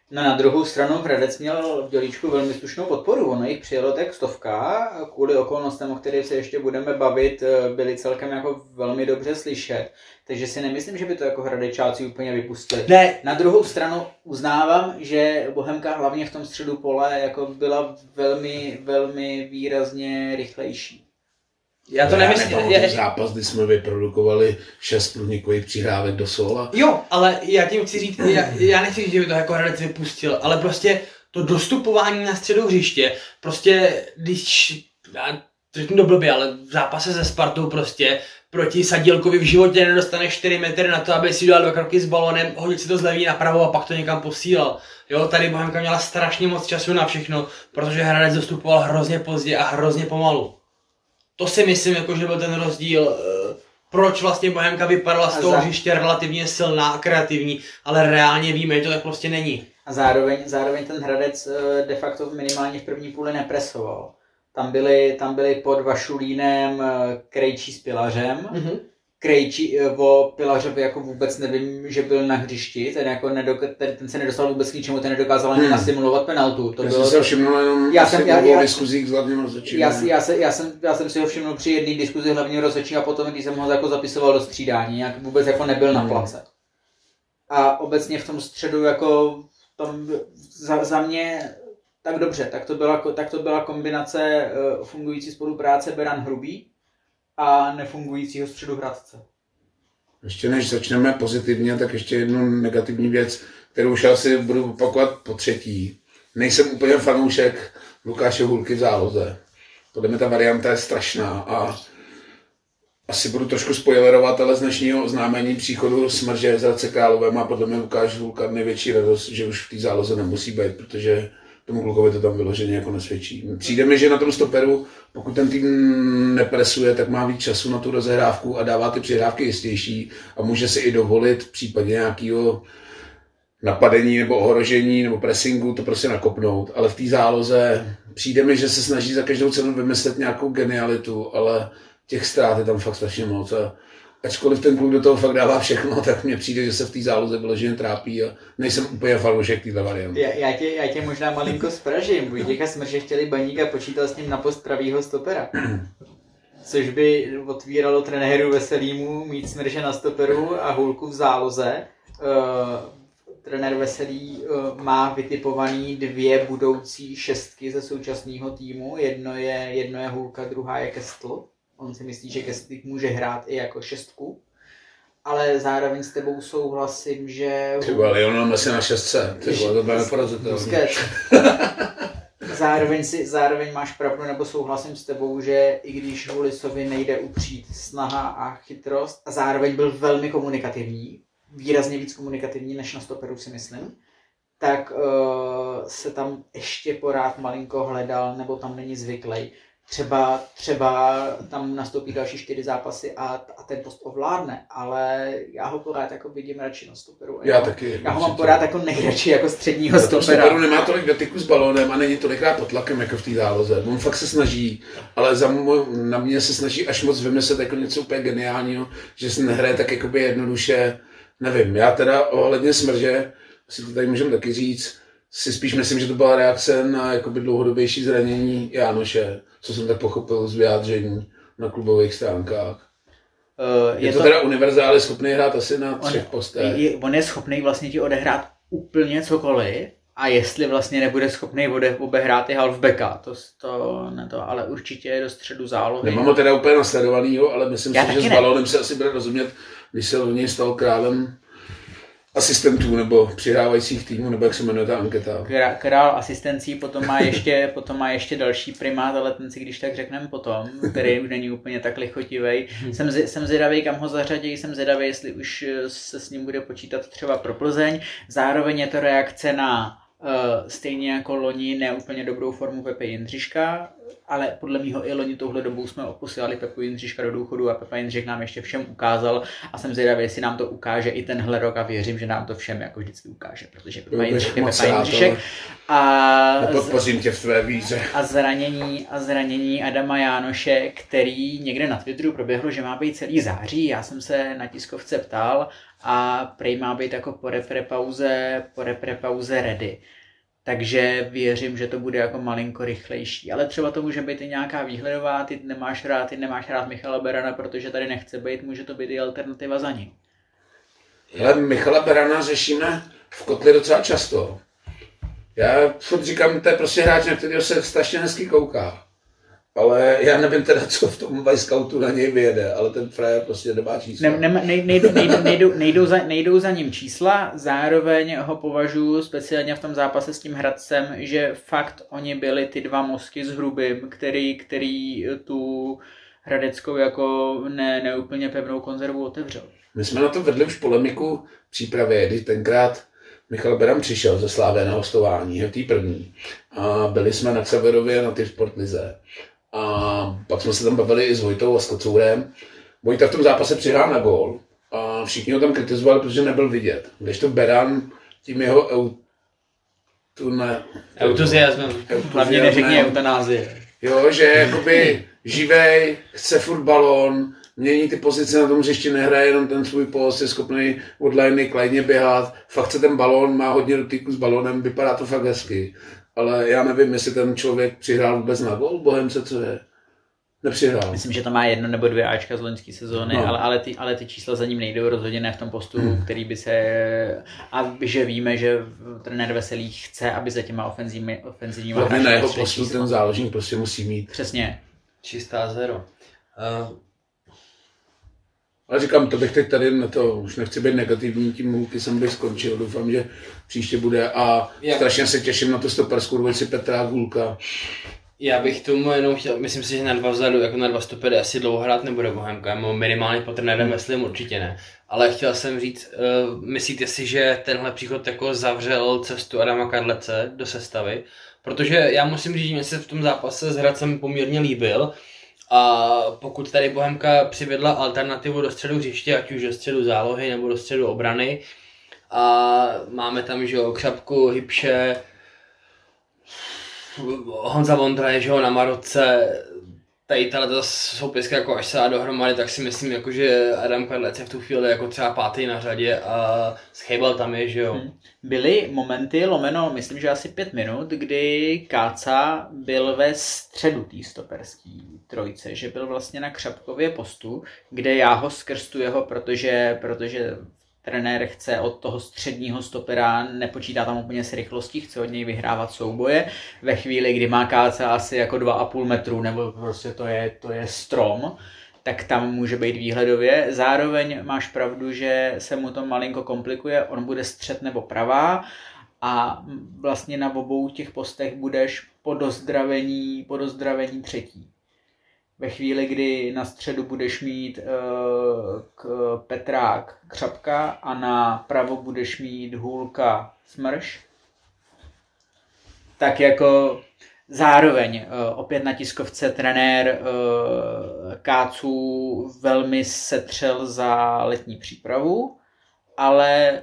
No na druhou stranu Hradec měl v Dělíčku velmi slušnou podporu, ono jich přijelo tak 100, kvůli okolnostem, o kterých se ještě budeme bavit, byli celkem jako velmi dobře slyšet, takže si nemyslím, že by to jako Hradečáci úplně vypustili. Ne. Na druhou stranu uznávám, že Bohemka hlavně v tom středu pole jako byla velmi, velmi výrazně rychlejší. Já to nemyslím. Zápas, kdy jsme vyprodukovali 6 průnikových přihrávek do sola. Jo, ale já tím chci říct, já nechci říct, že by to jako Hradec vypustil, ale prostě to dostupování na středu hřiště, prostě když, já to řeknu do blbě, ale v zápase se Spartou prostě proti Sadílkovi v životě nedostane 4 metry na to, aby si udělal 2 kroky s balonem, hodil si to z levý napravo a pak to někam posílal. Jo, tady Bohemka měla strašně moc času na všechno, protože Hradec dostupoval hrozně pozdě a hrozně pomalu. To si myslím, jako, že byl ten rozdíl, proč vlastně Bohemka vypadala z toho hřiště relativně silná a kreativní, ale reálně víme, že to tak prostě není. A zároveň ten Hradec de facto minimálně v první půli nepresoval. Tam byli pod Vašulínem Krejčí s Pilařem. Mm-hmm. Krejčí o Pilařovi jako vůbec nevím, že byl na hřišti, ten se nedostal vůbec k ničemu, ten nedokázal ani nasimulovat penaltu. Já jsem se všimnul jenom v diskuzích s hlavním rozhodčím. Já jsem si ho všimnul při jedné diskuzi hlavního rozhodčího a potom, když jsem ho jako zapisoval do střídání, jak vůbec jako nebyl na place. A obecně v tom středu jako tam za mě tak dobře, tak to byla kombinace fungující spolupráce Beran Hrubý a nefungujícího středu Hradce. Ještě než začneme pozitivně, tak ještě jednu negativní věc, kterou už asi budu opakovat po třetí. Nejsem úplně fanoušek Lukáše Hůlky v záloze. Podle mě ta varianta je strašná a asi budu trošku spoilerovat, ale z dnešního oznámení příchodu Smrže z Hradce Králové má podle mě Lukáš Hůlka největší radost, že už v té záloze nemusí být, protože tomu klukovi to tam vyloženě jako nesvědčí. Přijde mi, že na tom stoperu, pokud ten tým nepresuje, tak má víc času na tu rozehrávku a dává ty přihrávky jistější a může si i dovolit v případě nějakého napadení nebo ohrožení nebo pressingu to prostě nakopnout. Ale v té záloze přijde mi, že se snaží za každou cenu vymyslet nějakou genialitu, ale těch ztrát je tam fakt strašně moc. A ačkoliv ten kluk do toho fakt dává všechno, tak mně přijde, že se v té záloze vyloženě trápí a nejsem úplně fanoušek téhle varianty. Já tě možná malinko spražím. Vojtěcha Smrže chtěli Baník a počítal s ním na post pravýho stopera. Což by otvíralo trenéru Veselýmu mít Smrže na stoperu a Hůlku v záloze. Trenér Veselý má vytipovaný 2 budoucí šestky ze současného týmu. Jedno je Hůlka, druhá je Kestl. On si myslí, že Kestlík může hrát i jako šestku, ale zároveň s tebou souhlasím, že... Třeba Lionel Messi na šestce, to bude neporazitelné. Zároveň máš pravdu, nebo souhlasím s tebou, že i když Hulisovi nejde upřít snaha a chytrost, a zároveň byl velmi komunikativní, výrazně víc komunikativní než na stoperu si myslím, tak se tam ještě porád malinko hledal, nebo tam není zvyklý. Třeba tam nastoupí další 4 zápasy a ten post ovládne, ale já ho pořád jako vidím radši na stoperu. Já taky. Já ho mám pořád jako nejradši jako středního stopera. Stoperu nemá tolik dotyku s balónem a není tolikrát pod tlakem jako v té záloze. On fakt se snaží, ale na mě se snaží až moc vymyslet jako něco úplně geniálního, že se nehraje tak jakoby jednoduše, nevím. Já teda ohledně Smrže, si to tady můžeme taky říct, si spíš myslím, že to byla reakce na jakoby dlouhodobější zranění Jánoše, co jsem tak pochopil z vyjádření na klubových stránkách. Je to teda univerzál, schopný hrát asi na 3 postech. On je schopný vlastně ti odehrát úplně cokoliv a jestli vlastně nebude schopný obehrát i halfbacka, ale určitě je do středu zálohy. Nemám ho teda úplně nasledovanýho, ale myslím si, že s balónem se asi bude rozumět, když se loni stal králem asistentů nebo přihrávajících týmů, nebo jak se jmenuje ta anketa. Král asistencí, potom má ještě další primát, ale ten si když tak řekneme potom, který už není úplně tak lichotivej. Jsem zvědavý, kam ho zařadí, jsem zvědavý, jestli už se s ním bude počítat třeba pro Plzeň. Zároveň je to reakce na stejně jako loni neúplně dobrou formu Pepe Jindřiška, ale podle mýho i loni touhle dobou jsme posílali Pepu Jindřiška do důchodu a Pepa Jindřišek nám ještě všem ukázal a jsem zvědavý, jestli nám to ukáže i tenhle rok a věřím, že nám to všem jako vždycky ukáže, protože Pepa Jindřišek je Pepa Jindřišek. Podpořím tě v tvé víře. A zranění Adama Jánoše, který někde na Twitteru proběhlo, že má být celý září. Já jsem se na tiskovce ptal a prej má být jako po reprepauze ready. Takže věřím, že to bude jako malinko rychlejší. Ale třeba to může být i nějaká výhledová, ty nemáš rád Michala Berana, protože tady nechce být, může to být i alternativa za ním. Ale Michala Berana řešíme v Kotli docela často. Já furt říkám, to je prostě hráč, na kterého se strašně hezky kouká. Ale já nevím teda, co v tom Vyscoutu na něj vyjede, ale ten frajer prostě nemá čísla. Nejdou za ním čísla, zároveň ho považuji speciálně v tom zápase s tím Hradcem, že fakt oni byli ty dva mozky s Hrubým, který tu hradeckou jako neúplně pevnou konzervu otevřel. My jsme na to vedli už polemiku v přípravě, když tenkrát Michal Beran přišel ze Slávy na hostování, v té první. A byli jsme na Xaverově na té Sportlize. A pak jsme se tam bavili i s Vojtou a s Kocourem. Vojta v tom zápase přihrál na gól a všichni ho tam kritizovali, protože nebyl vidět. Kdežto Beran tím jeho Eutuziasmem. Hlavně neřekni eutanázie. Jo, že jakoby živej, chce furt balón, mění ty pozice na tom hřišti, nehraje jenom ten svůj post, je schopný od liney klidně běhat, fakt chce ten balón, má hodně dotýku s balónem, vypadá to fakt hezky. Ale já nevím, jestli ten člověk přihrál vůbec na gól, Bohemce, co je. Nepřihrál. Myslím, že to má 1 nebo 2 Ačka z loňské sezóny, no. ale ty čísla za ním nejdou rozhodně ne v tom postu, který by se... A že víme, že trenér Veselý chce, aby za těma ofenzivníma hráči na jeho postu čísla. Ten záložník prostě musí mít. Přesně. Čistá zero. Ale říkám, to bych teď tady na to, už nechci být negativní, tím Hulky bych skončil, doufám, že příště bude a strašně se těším na tu stoperskou dvojici Petra a Gulka. Já bych tomu jenom chtěl, myslím si, že na 2 vzadu, jako na 2 stopery asi dlouho hrát nebude Bohemka, minimálně pod trenérem Veselým určitě ne. Ale chtěl jsem říct, myslíte si, že tenhle příchod jako zavřel cestu Adama Kadlece do sestavy? Protože já musím říct, že mě se v tom zápase s Hradcem poměrně líbil. A pokud tady Bohemka přivedla alternativu do středu hřiště, ať už do středu zálohy nebo do středu obrany, a máme tam, že jo, Křapku, Hybše, Honza Vondra, že jo, na Maroce, tady tato soupiska jako až se dá dohromady, tak si myslím, jako, že Adam Kadlec je v tu chvíli jako třeba 5. na řadě a Schejbal tam je, že jo. Byly momenty, myslím, že asi 5 minut, kdy Káca byl ve středu té stoperské trojce, že byl vlastně na Křapkově postu, kde já ho skrstuji, protože trenér chce od toho středního stopera, nepočítá tam úplně s rychlostí, chce od něj vyhrávat souboje. Ve chvíli, kdy má Káca asi jako 2,5 metru, nebo prostě to je strom, tak tam může být výhledově. Zároveň máš pravdu, že se mu to malinko komplikuje, on bude střed nebo pravá a vlastně na obou těch postech budeš po dozdravení třetí. Ve chvíli, kdy na středu budeš mít Petrák Křapka a na pravo budeš mít Hůlka Smrš, tak jako zároveň opět na tiskovce trenér Káců velmi setřel za letní přípravu, ale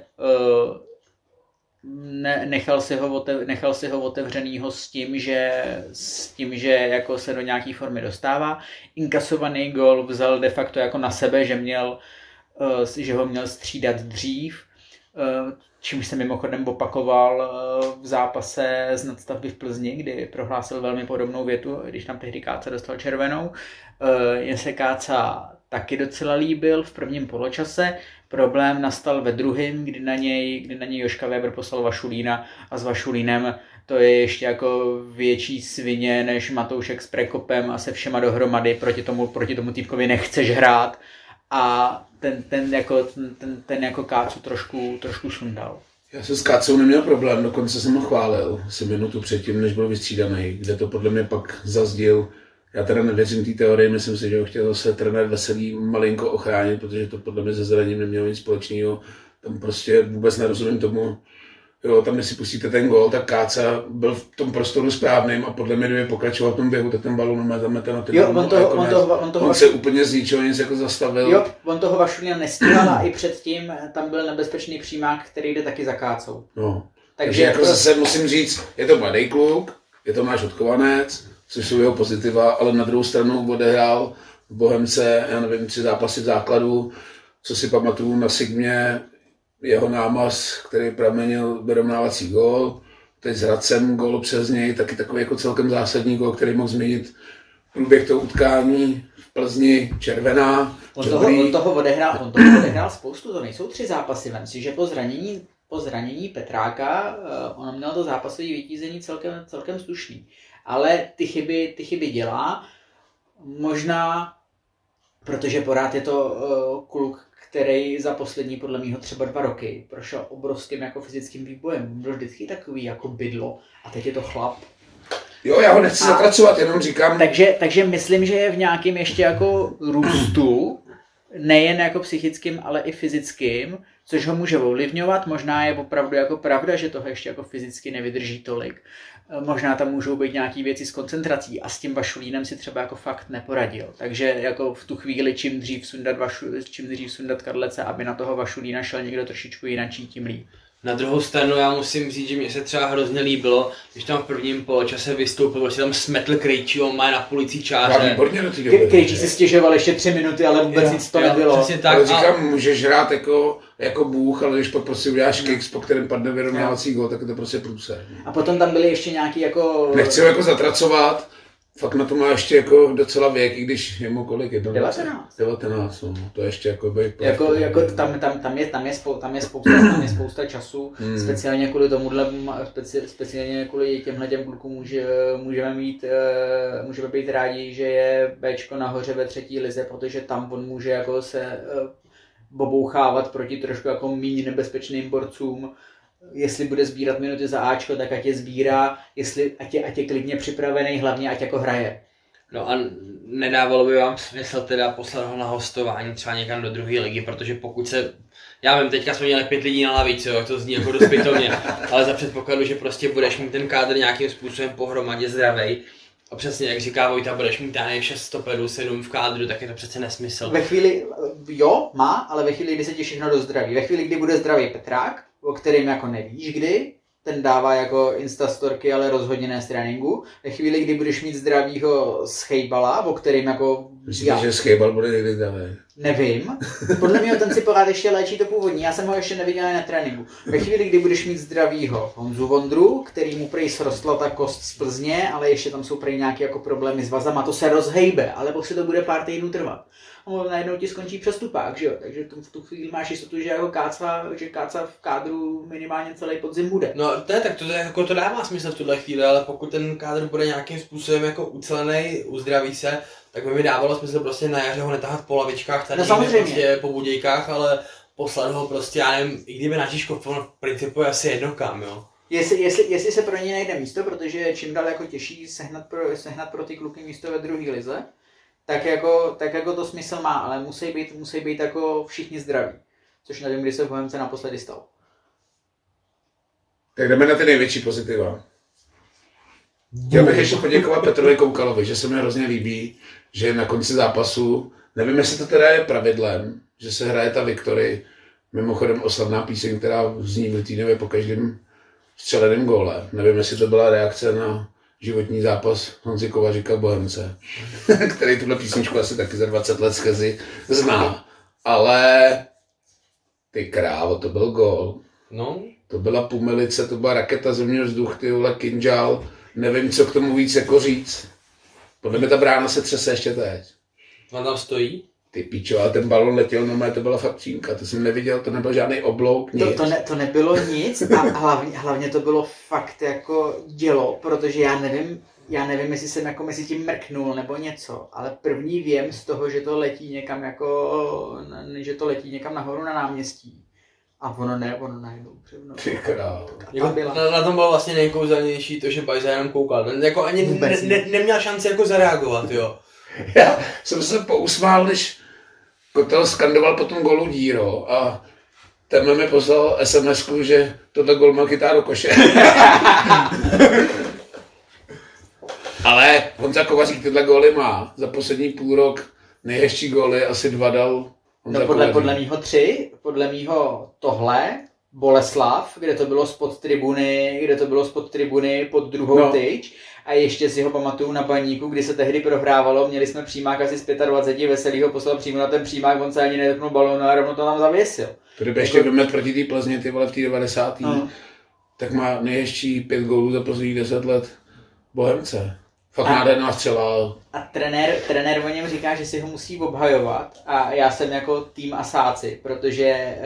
nechal si ho otevřenýho s tím, že jako se do nějaký formy dostává. Inkasovaný gól vzal de facto jako na sebe, že ho měl střídat dřív, čímž se mimochodem opakoval v zápase z Nadstavby v Plzni, kdy prohlásil velmi podobnou větu, když tam tehdy Káca dostal červenou. Jen se Káca taky docela líbil v prvním poločase. Problém nastal ve druhém, kdy na něj Joška Weber poslal Vašulína a s Vašulínem to je ještě jako větší svině než Matoušek s Prekopem a se všema dohromady, proti tomu týpkovi nechceš hrát a ten jako Kácu trošku sundal. Já se s Kácou neměl problém, dokonce jsem ho chválil asi minutu předtím, než byl vystřídaný, kde to podle mě pak zazdil. Já teda nevěřím té teorii, myslím si, že ho chtěl se trenér Veselý malinko ochránit, protože to podle mě se zraněním nemělo nic společného. Tam prostě vůbec nerozumím tomu. Jo, tam když si pustíte ten gól, tak Káca byl v tom prostoru správným a podle mě, kdyby pokračoval v tom běhu, tak ten balón zamete na ty on se úplně z ničeho nic jako zastavil. Jo, on toho Vašulina nestíhal a i předtím tam byl nebezpečný přímák, který jde taky za Kácou. No. Takže jako zase musím říct, je to mladý kluk, je to náš odchovanec, což jsou jeho pozitiva, ale na druhou stranu odehrál v Bohemce, já nevím, 3 zápasy v základu, co si pamatuju na Sigmě, jeho námaz, který pramenil vyrovnávací gól. Teď s Hradcem gól přes něj, taky takový jako celkem zásadní gól, který mohl změnit průběh toho utkání. V Plzni červená. On toho odehrál spoustu, to nejsou 3 zápasy. Vem si, že po zranění Petráka on měl to zápasové vítězení celkem slušný. Ale ty chyby dělá. Možná, protože pořád je to kluk, který za poslední podle mého třeba 2 roky prošel obrovským jako fyzickým výbojem. Byl vždycky takový jako bydlo a teď je to chlap. Jo, já ho nechci zatracovat, jenom říkám. Takže myslím, že je v nějakém ještě jako růstu, nejen jako psychickým, ale i fyzickým, což ho může ovlivňovat. Možná je opravdu jako pravda, že toho ještě jako fyzicky nevydrží tolik. Možná tam můžou být nějaké věci s koncentrací a s tím Vašulínem si třeba jako fakt neporadil. Takže jako v tu chvíli čím dřív sundat Kadlece, aby na toho Vašulína šel někdo trošičku jinačí, tím líp. Na druhou stranu já musím říct, že mě se třeba hrozně líbilo, když tam v prvním poločase vystoupil, protože tam smetl Krejčího, má na policí čáře. Krejčí si stěžoval ještě 3 minuty, ale vůbec nic to nebylo. Přesně tak. Ale říkám, můžeš hrát jako bůh, ale když pak prostě uděláš kicks, po kterém padne vyrovnávací gól, tak je to prostě průser. A potom tam byly ještě nějaký jako... Nechci ho jako zatracovat, fakt na to má ještě jako docela věk, i když je mu kolik? 19, no, to ještě jako být... Jako tam je spousta času, speciálně kvůli tomuhle, speciálně kvůli těmhletěm klukům můžeme být rádi, že je Bčko nahoře ve 3. lize, protože tam on může jako se bobouchávat proti trošku jako méně nebezpečným borcům. Jestli bude sbírat minuty za Ačko, tak ať je sbírá, ať je klidně připravený, hlavně ať jako hraje. No a nedávalo by vám smysl teda poslat ho na hostování třeba někam do 2. ligy, protože pokud se, já vím, teďka jsme měli 5 lidí na lavici, jo, to zní jako dost pitomně, ale za předpokladu, že prostě budeš mít ten kádr nějakým způsobem pohromadě zdravej, a přesně jak říká Vojta, budeš mít tady 6 stoperů, 7 v kádru, tak je to přece nesmysl. Ve chvíli, jo, má, ale ve chvíli, kdy se ti všechno dozdraví. Ve chvíli, kdy bude zdravý Petrák, o kterým jako nevíš kdy, ten dává jako instastorky, ale rozhodně ne z tréninku. Ve chvíli, kdy budeš mít zdravýho Schejbala, o kterým jako... Myslíte, že Schejbal bude někdy zdravý? Nevím. Podle mě ten si pořád ještě léčí to původní. Já jsem ho ještě neviděl na tréninku. Ve chvíli, kdy budeš mít zdravýho Honzu Vondru, který mu prej srostla ta kost z Plzně, ale ještě tam jsou prej nějaké jako problémy s vazama, to se rozhejbe, ale pokud si to bude pár týdnů trvat. A najednou ti skončí přestupák, že jo? Takže v tu chvíli máš jistotu, že jako Káca v kádru minimálně celý podzim bude. No tak to jako to dává smysl v tuhle chvíli, ale pokud ten kádr bude nějakým způsobem jako ucelený, uzdraví se, tak by mi dávalo smysl prostě na jaře ho netahat po lavičkách, tady prostě po budějkách, ale poslat ho prostě, já nevím, i kdyby na Žižkov, v principu je asi jedno kam, jo. Jestli se pro ně najde místo, protože je čím dál jako těžší sehnat pro ty kluky místo ve 2. lize, tak jako to smysl má, ale musí být jako všichni zdraví. Což nevím, kdy se v Bohemce naposledy stalo. Tak jdeme na ty největší pozitiva. Chtěl bych ještě poděkovat Petrovi Koukalovi, že se mi hrozně líbí, že na konci zápasu, nevím, jestli to teda je pravidlem, že se hraje ta Victory, mimochodem oslavná píseň, která zní v Litvínově po každém střeleném góle. Nevím, jestli to byla reakce na životní zápas Honzy Kovaříka v Bohemce, který tuhle písničku asi taky za 20 let zkazy zná. Ale ty krávo, to byl gól. No. To byla pumelice, to byla raketa země vzduch, ty vole, kinžál. Nevím, co k tomu víc jako říct. Podle mě ta brána se třese ještě teď. On tam stojí? Ty pičo, ale ten balon letěl, no to byla fakt přímka, to jsem neviděl, to nebyl žádný oblouk, nic. To nebylo nic a hlavně to bylo fakt jako dělo, protože já nevím, jestli jsem jako mezi tím mrknul nebo něco, ale první věm z toho, že to letí někam nahoru na náměstí. A ono najednou převno. Ty král. Na tom bylo vlastně nejkouzelnější to, že Bajza jenom koukal. Ten jako ani neměl šanci jako zareagovat, jo. Já jsem se pousmál, když Kotel skandoval po tom golu díro a tenhle mi poslal SMS-ku, že tohle gol chytá do koše. Ale Honza Kovařík tyhle góly má. Za poslední půl rok nejhezčí góly asi 2 dal. No podle mýho 3, podle mýho tohle, Boleslav, kde to bylo spod tribuny pod druhou tyč. A ještě si ho pamatuju na Baníku, kdy se tehdy prohrávalo, měli jsme přímák asi z 25, Veselýho poslal přímo na ten přímák, on se ani nedotknul balónu a rovno to tam zavěsil. To kdyby ještě vymet proti té Plzni, ty vole v té 90. Tak má nejhezčí 5 gólů za posledních 10 let Bohemce. Fakt nádherná střela. A trenér o něm říká, že si ho musí obhajovat a já jsem jako tým Asáci, protože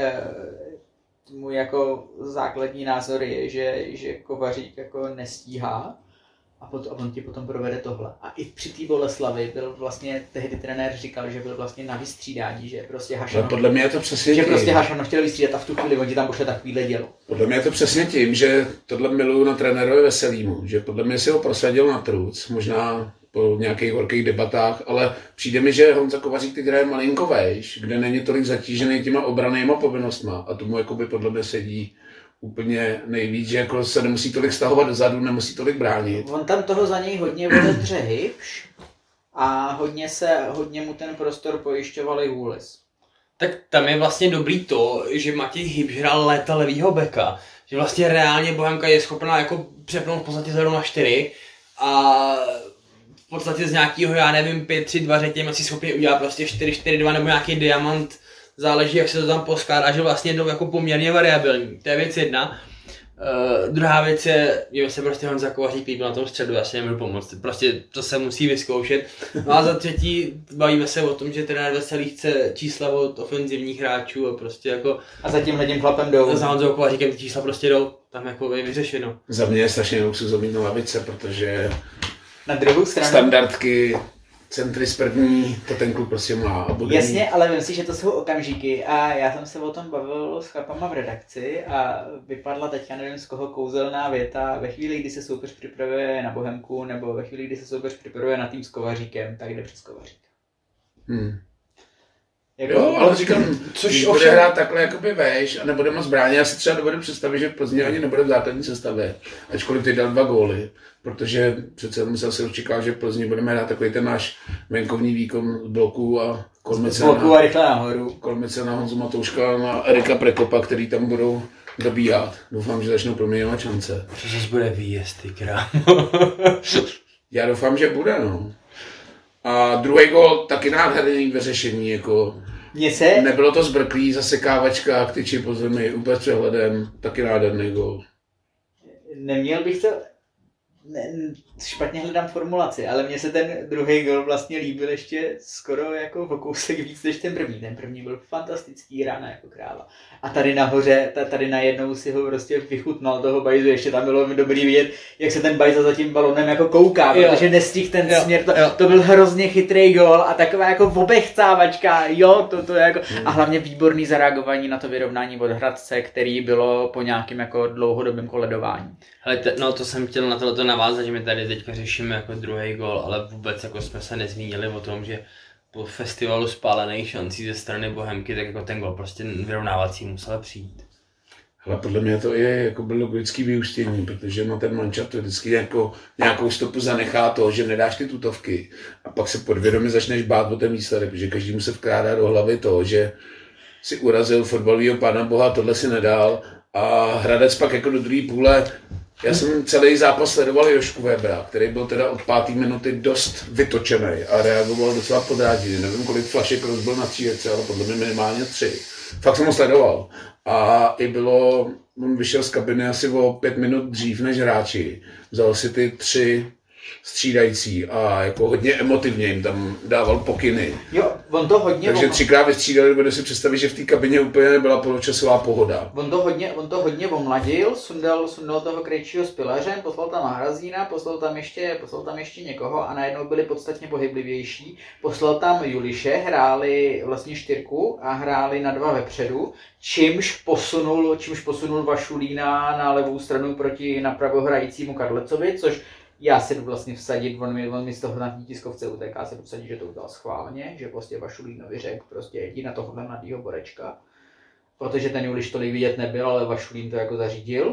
můj jako základní názor je, že Kovařík jako nestíhá a on ti potom provede tohle. A i při té Boleslavi byl vlastně, tehdy trenér říkal, že byl vlastně na vystřídání, že prostě Hašano, podle mě je to přesně že tím. prostě Hašano chtěl vystřídat a v tu chvíli on ti tam pošle takovýhle dělo. Podle mě je to přesně tím, že tohle miluju na trenérovi Veselýmu, že podle mě si ho prosadil na truc, možná po nějakých horkých debatách, ale přijde mi, že Honza Kovařík teď hraje malinko vejš, kde není tolik zatížený těma obranýma povinnostma a tomu jakoby podle mě sedí úplně nejvíc, že jako se nemusí tolik stahovat dozadu, nemusí tolik bránit. On tam toho za něj hodně odedře Hybš a hodně mu ten prostor pojišťoval i Hulis. Tak tam je vlastně dobrý to, že Matěj Hybš hrál léta levýho beka, že vlastně reálně Bohemka je schopná jako přepnout v podstatě 0-4 a v podstatě z nějakého, já nevím, 5-3-2 řekněme si schopně udělat prostě 4-4-2 nebo nějaký diamant, záleží, jak se to tam poskládá, že vlastně je to jako poměrně variabilní. To je věc jedna. Druhá věc je, že se prostě Honza Kovařík líbil na tom středu, já si nemůžu pomoct. Prostě to se musí vyzkoušet. No a za třetí bavíme se o tom, že trenér Veselý chce čísla od ofenzivních hráčů a prostě jako... A za tímhletím chlapem jdou. Za Honzou Kovaříkem ty čísla prostě jdou. Tam jako je vyřešeno. Za mě je strašně luxusový na lavice, protože na druhou stranu standardky, centry z první, to ten klub prostě má. Jasně, ale vím si, že to jsou okamžiky a já jsem se o tom bavil s chlapama v redakci a vypadla teďka nevím z koho kouzelná věta, ve chvíli, kdy se soupeř připravuje na Bohemku nebo ve chvíli, kdy se soupeř připravuje na tým s Kovaříkem, tak jde přes Kovaříka. Jako, jo, ale říkám, což bude hrát takhle jakoby vejš a nebude moc bránit. Já si třeba dovedu představit, že v Plzni ani nebude v základní sestavě, ačkoliv ty dal 2 góly, protože přece jsem si očekával, že v Plzni budeme hrát takový ten náš venkovní výkon z bloků a Kolmice na Honzu Matouška, na Erika Prekopa, který tam budou dobíhat. Doufám, že začnou proměňovat šance. Co zase bude výjezd, ty krámo? Já doufám, že bude, no. A druhý gól taky nádherný vyřešení, jako nebylo to zbrklý, zasekávačka, k tyči po zemi, úplně s přehledem, taky nádherný gól. Neměl bych to, špatně hledám formulaci, ale mně se ten druhý gól vlastně líbil ještě skoro jako o kousek víc než ten první. Ten první byl fantastický, rána jako kráva. A tady nahoře, tady najednou si ho prostě vychutnal toho Bajzu, ještě tam bylo dobrý vidět, jak se ten Bajza za tím balonem jako kouká, protože nestihl ten směr, to byl hrozně chytrý gól a taková jako obechcávačka, to jako, a hlavně výborný zareagování na to vyrovnání od Hradce, který bylo po nějakým jako dlouhodobém koledování. Hele, to jsem chtěl na tohleto navázat, že my tady teďka řešíme jako druhý gól, ale vůbec jako jsme se nezmínili o tom, že po festivalu spálených šancí ze strany Bohemky, tak jako ten gól prostě vyrovnávací musel přijít. Ale podle mě to je jako bylo logický vyústění, protože na ten manšaft to vždycky jako nějakou stopu zanechá to, že nedáš ty tutovky a pak se podvědomě začneš bát o ten výsledek, protože každý mu se vkládá do hlavy to, že si urazil fotbalového pána boha, tohle si nedal a Hradec pak jako do druhé půle. Já jsem celý zápas sledoval Jošku Webera, který byl teda od 5. minuty dost vytočený a reagoval docela podrážděně. Nevím, kolik flašek rozbil na střílece, ale podle mě minimálně 3. Fakt jsem ho sledoval. A i bylo, on vyšel z kabiny asi o 5 minut dřív než hráči. Vzal si ty 3 střídající a jako hodně emotivně jim tam dával pokyny. Jo, on to hodně... Takže 3krát vystřídali, budu si představit, že v té kabině úplně nebyla poločasová pohoda. On to hodně omladil, sundal toho Krejčího s pilařem, poslal tam Hrazína, poslal tam ještě někoho a najednou byli podstatně pohyblivější. Poslal tam Juliše, hráli vlastně 4 a hráli na 2 vepředu, čímž posunul Vašulína na levou stranu proti napravo hrajícímu Kadlecovi, což já se jdu vlastně vsadit, on mi z toho na tiskovce uteká, se jdu vsadit, že to udělal schválně, že prostě Vašulínovi řekl, prostě jdi na tohohle mladýho Borečka, protože ten Juliš tolik vidět nebyl, ale Vašulín to jako zařídil.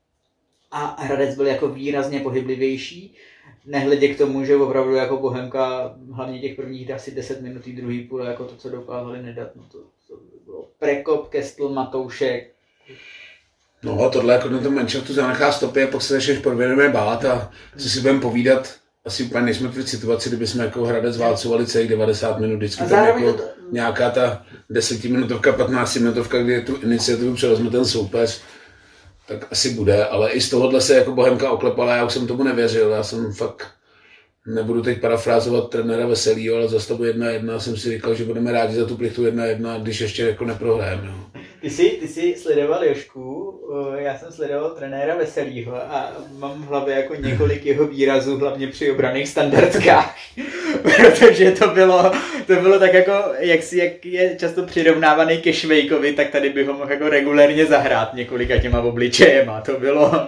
A Hradec byl jako výrazně pohyblivější, nehledě k tomu, že opravdu jako Bohemka, hlavně těch prvních asi 10 minut druhý půle, jako to, co dokázali nedat, no to bylo Prekop, Kestl, Matoušek. No a tohle jako na tom Manchesteru zanechá stopy a pak se začneš podvědomě bát a co si budeme povídat, asi úplně nejsme v situaci, kdyby jsme jako Hradec válcovali celých 90 minut, vždycky tam jako nějaká ta 10minutovka, 15minutovka, kdy tu iniciativu převezme ten soupeř, tak asi bude, ale i z tohohle se jako Bohemka oklepala, já už jsem tomu nevěřil, já jsem fakt, nebudu teď parafrázovat trenéra Veselýho, ale za stavu 1-1 jsem si říkal, že budeme rádi za tu plichtu 1-1, když ještě jako neprohrajeme. No. Ty jsi sledoval Jošku, já jsem sledoval trenéra Veselýho a mám v hlavě jako několik jeho výrazů, hlavně při obranných standardkách. Protože to bylo tak jako, jak je často přirovnávaný ke Švejkovi, tak tady by ho mohl jako regulérně zahrát několika těma obličejema. To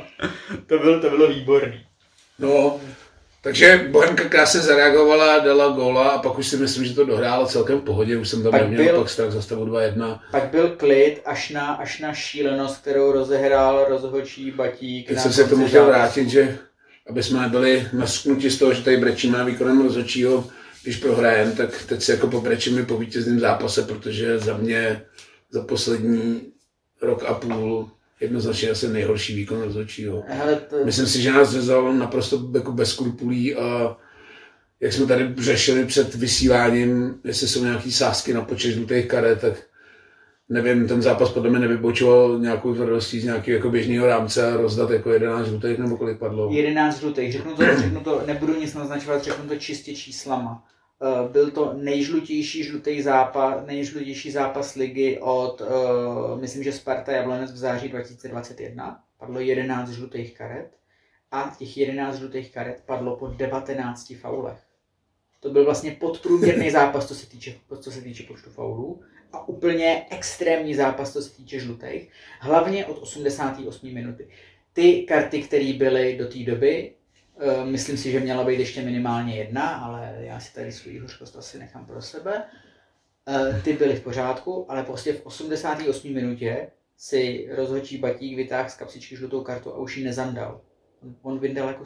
bylo výborný. No, takže Bohemka krásně zareagovala, dala góla a pak už si myslím, že to dohrálo celkem v pohodě, už jsem tam neměl pak strach za stavu 2-1. Pak byl klid až na šílenost, kterou rozehrál rozhodčí Batík. Teď jsem se k tomu chtěl vrátit, že aby jsme nebyli nasknuti z toho, že tady brečíme výkonem rozhodčího, když prohrajeme, tak teď se jako pobrečíme po vítězném zápase, protože za mě za poslední rok a půl jednoznačně asi nejhorší výkon rozhodčího. Myslím si, že nás řezal naprosto jako bez skrupulí a jak jsme tady řešili před vysíláním, jestli jsou nějaký sázky na počet žlutých karet, tak nevím, ten zápas podle mě nevybočoval nějakou tvrdostí z nějakého jako běžného rámce a rozdat jako 11 žlutých nebo kolik padlo. 11 žlutých, řeknu to, nebudu nic naznačovat, řeknu to čistě číslama. Byl to nejžlutější zápas ligy od, myslím, že Sparta Jablonec v září 2021. Padlo 11 žlutých karet a těch 11 žlutých karet padlo po 19 faulech. To byl vlastně podprůměrný zápas, co se týče počtu faulů a úplně extrémní zápas, co se týče žlutých, hlavně od 88 minuty. Ty karty, které byly do té doby, myslím si, že měla být ještě minimálně jedna, ale já si tady svůj hořkost asi nechám pro sebe. Ty byly v pořádku, ale prostě v 88 minutě si rozhodčí Batík vytáhl z kapsičky žlutou kartu a už ji nezandal. On vydal jako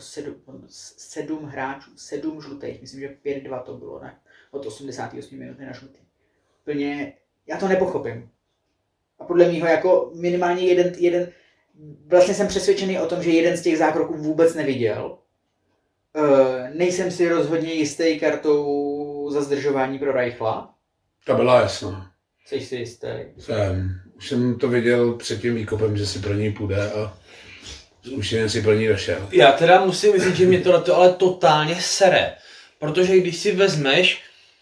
7 hráčů, 7 žlutých, myslím, že 5-2 to bylo, ne? Od 88 minuty na žlutý. Plně, já to nepochopím. A podle mýho jako minimálně jeden, vlastně jsem přesvědčený o tom, že jeden z těch zákroků vůbec neviděl. Nejsem si rozhodně jistý kartou za zdržování pro Reichla. Ta byla jasná. Jsi si jistý? Už jsem to viděl před tím výkopem, že si pro ní půjde a už jen si pro ní došel. Já teda musím říct, že mě to ale totálně sere. Protože když si vezmeš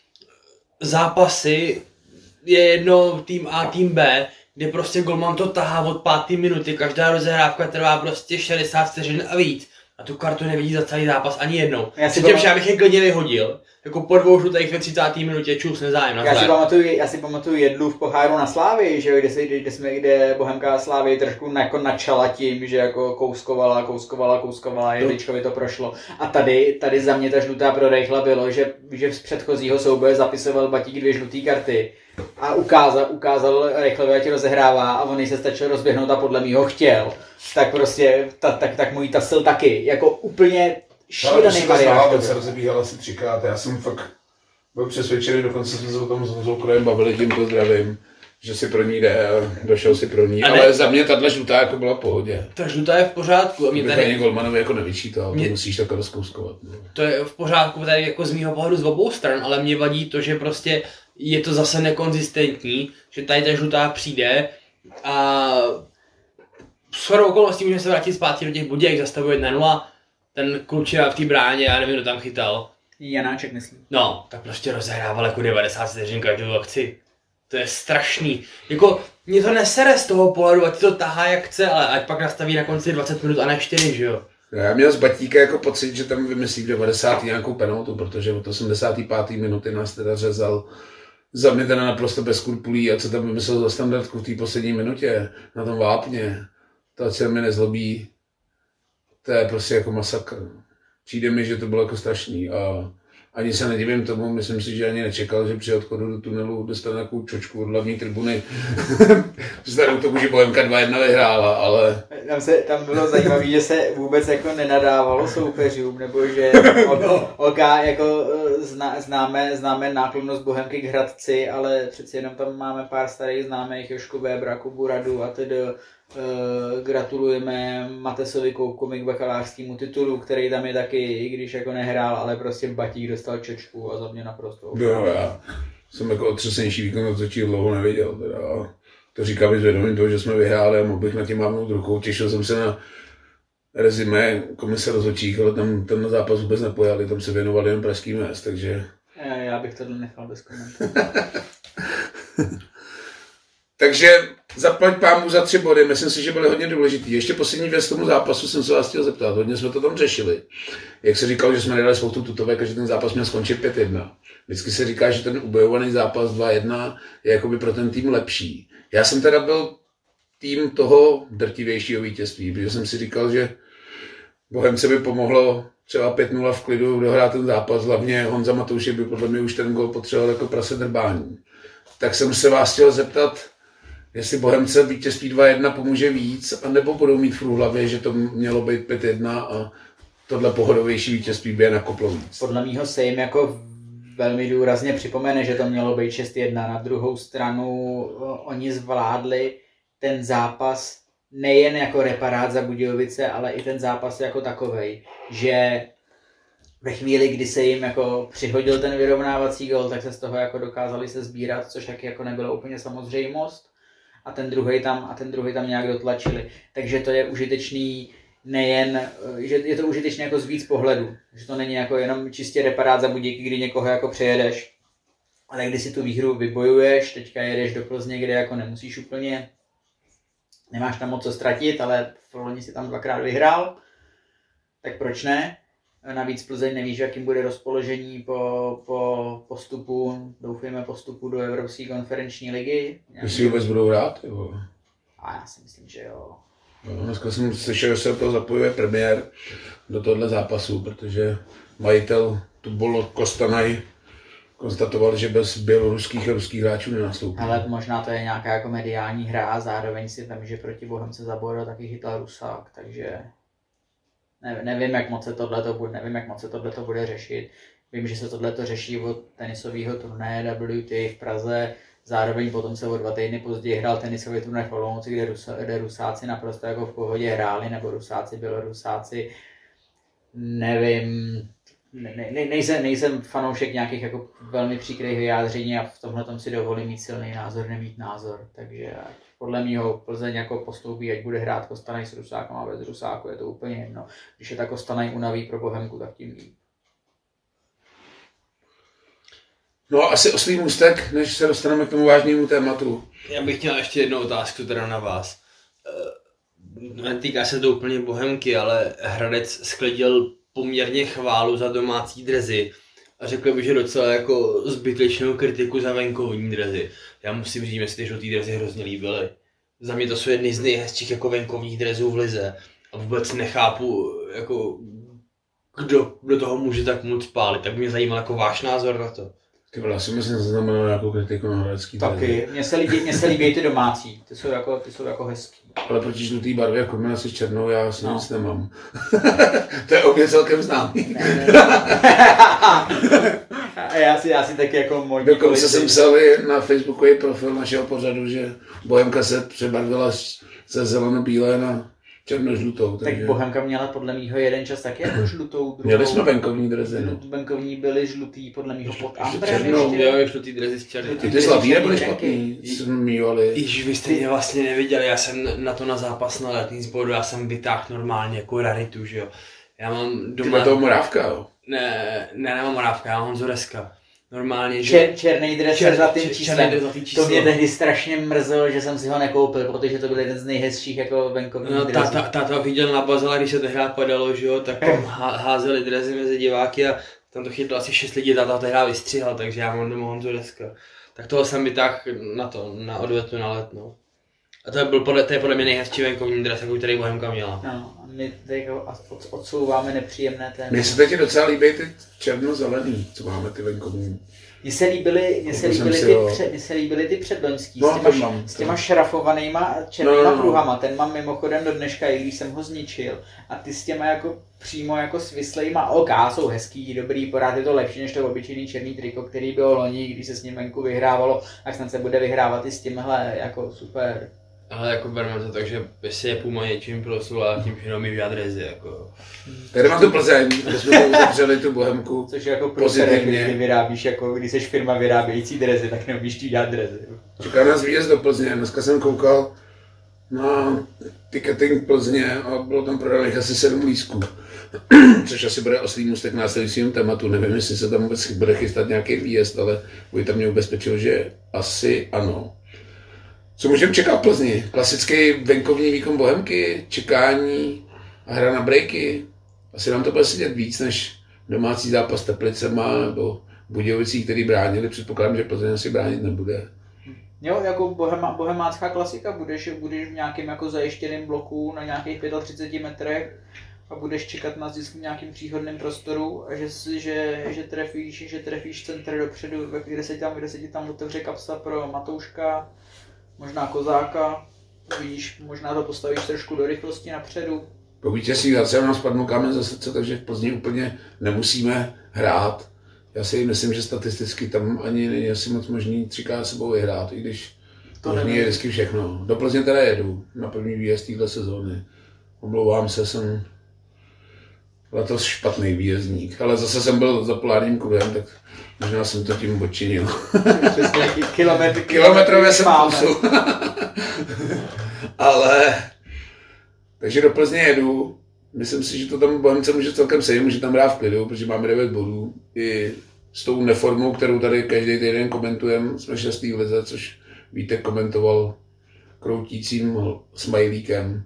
zápasy, je jedno tým A, tým B, kde prostě golman to tahá od 5. minuty, každá rozehrávka trvá prostě 60 vteřin a víc. A tu kartu nevidí za celý zápas ani jednou. Já bych je klidně vyhodil. Jako po 2 žlutých ve 30. minutě čus nezájem. Já si pamatuju jednu v poháru na Slávii, že kde Bohemka Slávii trošku jako načala tím, že jako kouskovala, Jedličkovi to prošlo. A tady za mě ta žlutá pro Reichla bylo, že z předchozího souboje zapisoval Batík 2 žluté karty. A ukázal Reichlovi, ať rozehrává a on se stačil rozběhnout a podle mýho chtěl. Tak prostě, tak můj tasil taky. Jako úplně šílený variant. Ale se rozebíhal asi 3krát. Já jsem fakt byl přesvědčený, dokonce jsme se o tom s Honzou Krojem bavili, tím pozdravím, že si pro ní jde a došel si pro ní. Ale za mě tahle žlutá jako byla v pohodě. Ta žlutá je v pořádku. Mě tady ani golmanovi jako nevyčítal, to musíš takhle rozkouskovat. No. To je v pořádku tady jako z mýho pohledu z obou stran, ale mě vadí to, že prostě je to zase nekonzistentní, že tady ta žlutá přijde a shodou okolností můžeme se vrátit zpátky do těch Budějek, zastavuje 1-0, ten Klučina v té bráně, já nevím, kdo tam chytal. Janáček, myslím. No, tak prostě rozehrával jako 90 vteřin každou akci. To je strašný. Jako, mě to nesere z toho pohledu, ať to tahá jak chce, ale ať pak nastaví na konci 20 minut a ne 4, že jo? Já měl z Batíka jako pocit, že tam vymyslí v 90. nějakou penaltu, protože od 85. minuty nás teda řezal za mě teda naprosto bez skrupulí a co tam vymyslel za standardku v té poslední minutě na tom vápně. To se mi nezlobí, to je prostě jako masakr. Přijde mi, že to bylo jako strašný a ani se nedivím tomu, myslím si, že ani nečekal, že při odchodu do tunelu dostane nějakou čočku od hlavní tribuny. Vzhledem k tomu, že Bohemka 2-1 vyhrála, ale... Tam bylo zajímavé, že se vůbec jako nenadávalo soupeřům, nebo že jako známe náklonnost Bohemky k Hradci, ale přeci jenom tam máme pár starých známých, Jošku Vébra, Kubu Radu a tedy. Gratulujeme Matesovi Koukovi k bakalářskému titulu, který tam je taky, i když jako nehrál, ale prostě Batík dostal čočku a za mě naprosto. Jo, já jsem jako otřesenější výkon rozhodčí dlouho neviděl. Teda. To říkám i s vědomím toho, že jsme vyhráli a mohl bych na tím mávnout rukou. Těšil jsem se na rezime komise rozhodčích, ale tam ten zápas vůbec nepojali, tam se věnovali jen pražský měst, takže... Já bych to nechal bez komentu. Takže zaplať pámu za 3 body, myslím si, že byly hodně důležitý. Ještě poslední věc k tomu zápasu jsem se vás chtěl zeptat, hodně jsme to tam řešili. Jak se říkalo, že jsme nedali spoustu tutovek a že ten zápas měl skončit 5-1. Vždycky se říká, že ten ubojovaný zápas 2-1 je jakoby pro ten tým lepší. Já jsem teda byl tým toho drtivějšího vítězství, protože jsem si říkal, že Bohemce by pomohlo třeba 5-0 v klidu dohrát ten zápas, hlavně Honza Matoušek by podle mě už ten gol potřeboval jako prase drbání. Tak jsem se vás chtěl zeptat, jestli Bohemce vítězství 2-1 pomůže víc, anebo budou mít v hlavě, že to mělo být 5-1 a tohle pohodovější vítězství by je nakoplo víc. Podle mýho se jim jako velmi důrazně připomene, že to mělo být 6-1. Na druhou stranu oni zvládli ten zápas nejen jako reparát za Budějovice, ale i ten zápas jako takovej, že ve chvíli, kdy se jim jako přihodil ten vyrovnávací gol, tak se z toho jako dokázali se sbírat, což taky jako nebylo úplně samozřejmost. A ten druhý tam nějak dotlačili. Takže to je užitečný nejen, že je to užitečné jako z víc pohledu. Že to není jako jenom čistě reparát za Budějky, kdy někoho jako přejedeš. Ale když si tu výhru vybojuješ, teďka jedeš do Plzně, kde jako nemusíš úplně, nemáš tam moc co ztratit, ale v loni si tam 2krát vyhrál, tak proč ne? Navíc Plzeň nevíš, jakým bude rozpoložení po postupu, doufujeme postupu do Evropské konferenční ligy. Jestli vůbec budou hrát? Jo. A já si myslím, že jo. Dneska jsem slyšel, že se to zapojuje premiér do tohle zápasu, protože majitel Tubolo Kostanaj konstatoval, že bez běloruských a ruských hráčů nenastoupí. Ale možná to je nějaká jako mediální hra a zároveň si tam, že proti Bohemce za Boro taky chytal Rusák, takže nevím, jak moc se tohleto bude řešit. Vím, že se tohleto řeší od tenisového turnaje WTA v Praze, zároveň potom se o 2 týdny později hrál tenisový turnaj v Olomouci, kde Rusáci naprosto jako v pohodě hráli, nebo Rusáci, Bělorusáci, nevím, nejsem fanoušek nějakých jako velmi příkrých vyjádření a v tomhle si dovolím mít silný názor, nemít názor, takže podle mýho Plzeň jako postoupí, ať bude hrát Kostanaj s Rusákem a bez Rusáku, je to úplně jedno. Když je ta Kostanaj unaví pro Bohemku, tak tím líp. No asi oslý můstek, než se dostaneme k tomu vážnému tématu. Já bych měl ještě jednu otázku teda na vás. Netýká se to úplně Bohemky, ale Hradec sklidil poměrně chválu za domácí dresy a řekl bych, že docela jako zbytečnou kritiku za venkovní dresy. Já musím říct, že si ty žlutý dresy hrozně líbily. Za mě to jsou jedny z nejhezčích jako venkovních dresů v lize a vůbec nechápu, jako kdo do toho může tak moc pálit. Tak mě zajímal jako váš názor na to. Ty vole, já si myslím, že zaznamenal nějakou kritiku na hradecký dresy. Taky, mně se líbí ty domácí, ty jsou jako hezký. Ale proti žlutý barvě a kombinaci s černou já s nic nemám. To je obě celkem známý. Já si taky jako možná... Dokonce jsem psal na Facebookový profil našeho pořadu, že Bohemka se přebarvila ze zeleno-bílé na černo-žlutou. Tak Bohemka měla podle mýho jeden čas taky jako žlutou. Druhou. Měli jsme venkovní dresy. Venkovní byly žlutý podle mýho pod ambrem ještě. Jo, žlutý dresy s černou. Ty zlatý nebyly špatný, jsme mývali. Již vy jste mě vlastně neviděli, já jsem na to na zápas na letní sboru, já jsem vytáhl normálně jako raritu, že jo. Já mám doma... Ty toho Morávka, jo? Ne, nemám Morávka, já mám Honzoreska. Normálně, že... Černý dres se za tím číslem. To mě tehdy strašně mrzelo, že jsem si ho nekoupil, protože to byl jeden z nejhezčích jako venkovních dresů. Táta viděl na bazale, když se tehdy padalo, že jo, tak tam házeli dresy mezi diváky a tam to chytlo asi 6 lidí, táta tehdy vystříhal, takže já mám doma Honzoreska. Tak toho jsem vytáhl na odvetu na letnou. A to je podle mě nejhezčí venkovní dres, který Bohemka měla. No, a my teď odsouváme nepříjemné téma. Mně se teď docela líbí ty černo-zelený, co máme ty venkovní. Mně se líbily ty předloňský, s těma šrafovanýma černýma pruhama. Ten mám mimochodem do dneška, i když jsem ho zničil. A ty s těma jako přímo jako svislejma jsou hezký, dobrý, pořád je to lepší než to obyčejný černý triko, který bylo loni, když se s ním venku vyhrávalo, tak snad se bude vyhrávat i s tímhle jako super. Ale jako bereme to tak, že jestli je Puma něčím proslula, tím jenom i adresy, jako. Tady mám tu Plzeň, kde jsme to uzavřeli tu Bohemku. Což je jako pozitivně. kdy vyrábíš, jako když jsi firma vyrábějící drezy, tak neumíš ti dělat drezy. Čeká nás výjezd do Plzně, dneska jsem koukal na ticketing Plzně a bylo tam prodaných asi 7 lístků. Což asi bude oslý můstek k následujícímu tématu, nevím, jestli se tam vůbec bude chystat nějaký výjezd, ale Vojta mě ubezpečil, že asi ano. Co můžeme čekat v Plzni? Klasický venkovní výkon Bohemky, čekání a hra na breaky. Asi nám to bude sedět víc než domácí zápas s Teplicema nebo Budějovicí, který bránili. Předpokládám, že Plzeň asi bránit nebude. Jo, jako bohemácká klasika, budeš v nějakém jako zajištěném bloku na nějakých 35 metrech a budeš čekat na zisk v nějakém příhodném prostoru a že trefíš centr dopředu, kde se tam otevře kapsa pro Matouška, možná Kozáka, víš, možná to postavíš trošku do rychlosti napředu. Po vítězství zase nám spadnou kámen za srdce, takže v Plzni úplně nemusíme hrát. Já si myslím, že statisticky tam ani není asi moc možný 3x sebou vyhrát, i když to možný je vždycky všechno. Do Plzně teda jedu na první výjezd téhle sezóny. Omlouvám se, jsem letos špatný výjezdník, ale zase jsem byl za polárním kruhem, tak možná jsem to tím odčinil. Přesně, kilometrově jsem plusu. Ale, takže do Plzně jedu. Myslím si, že to tam Bohemce může celkem sejít, může tam hrát v klidu, protože máme 9 bodů. I s tou neformou, kterou tady každý týden komentujeme, jsme 6. v lize, což Vítek komentoval kroutícím smajlíkem.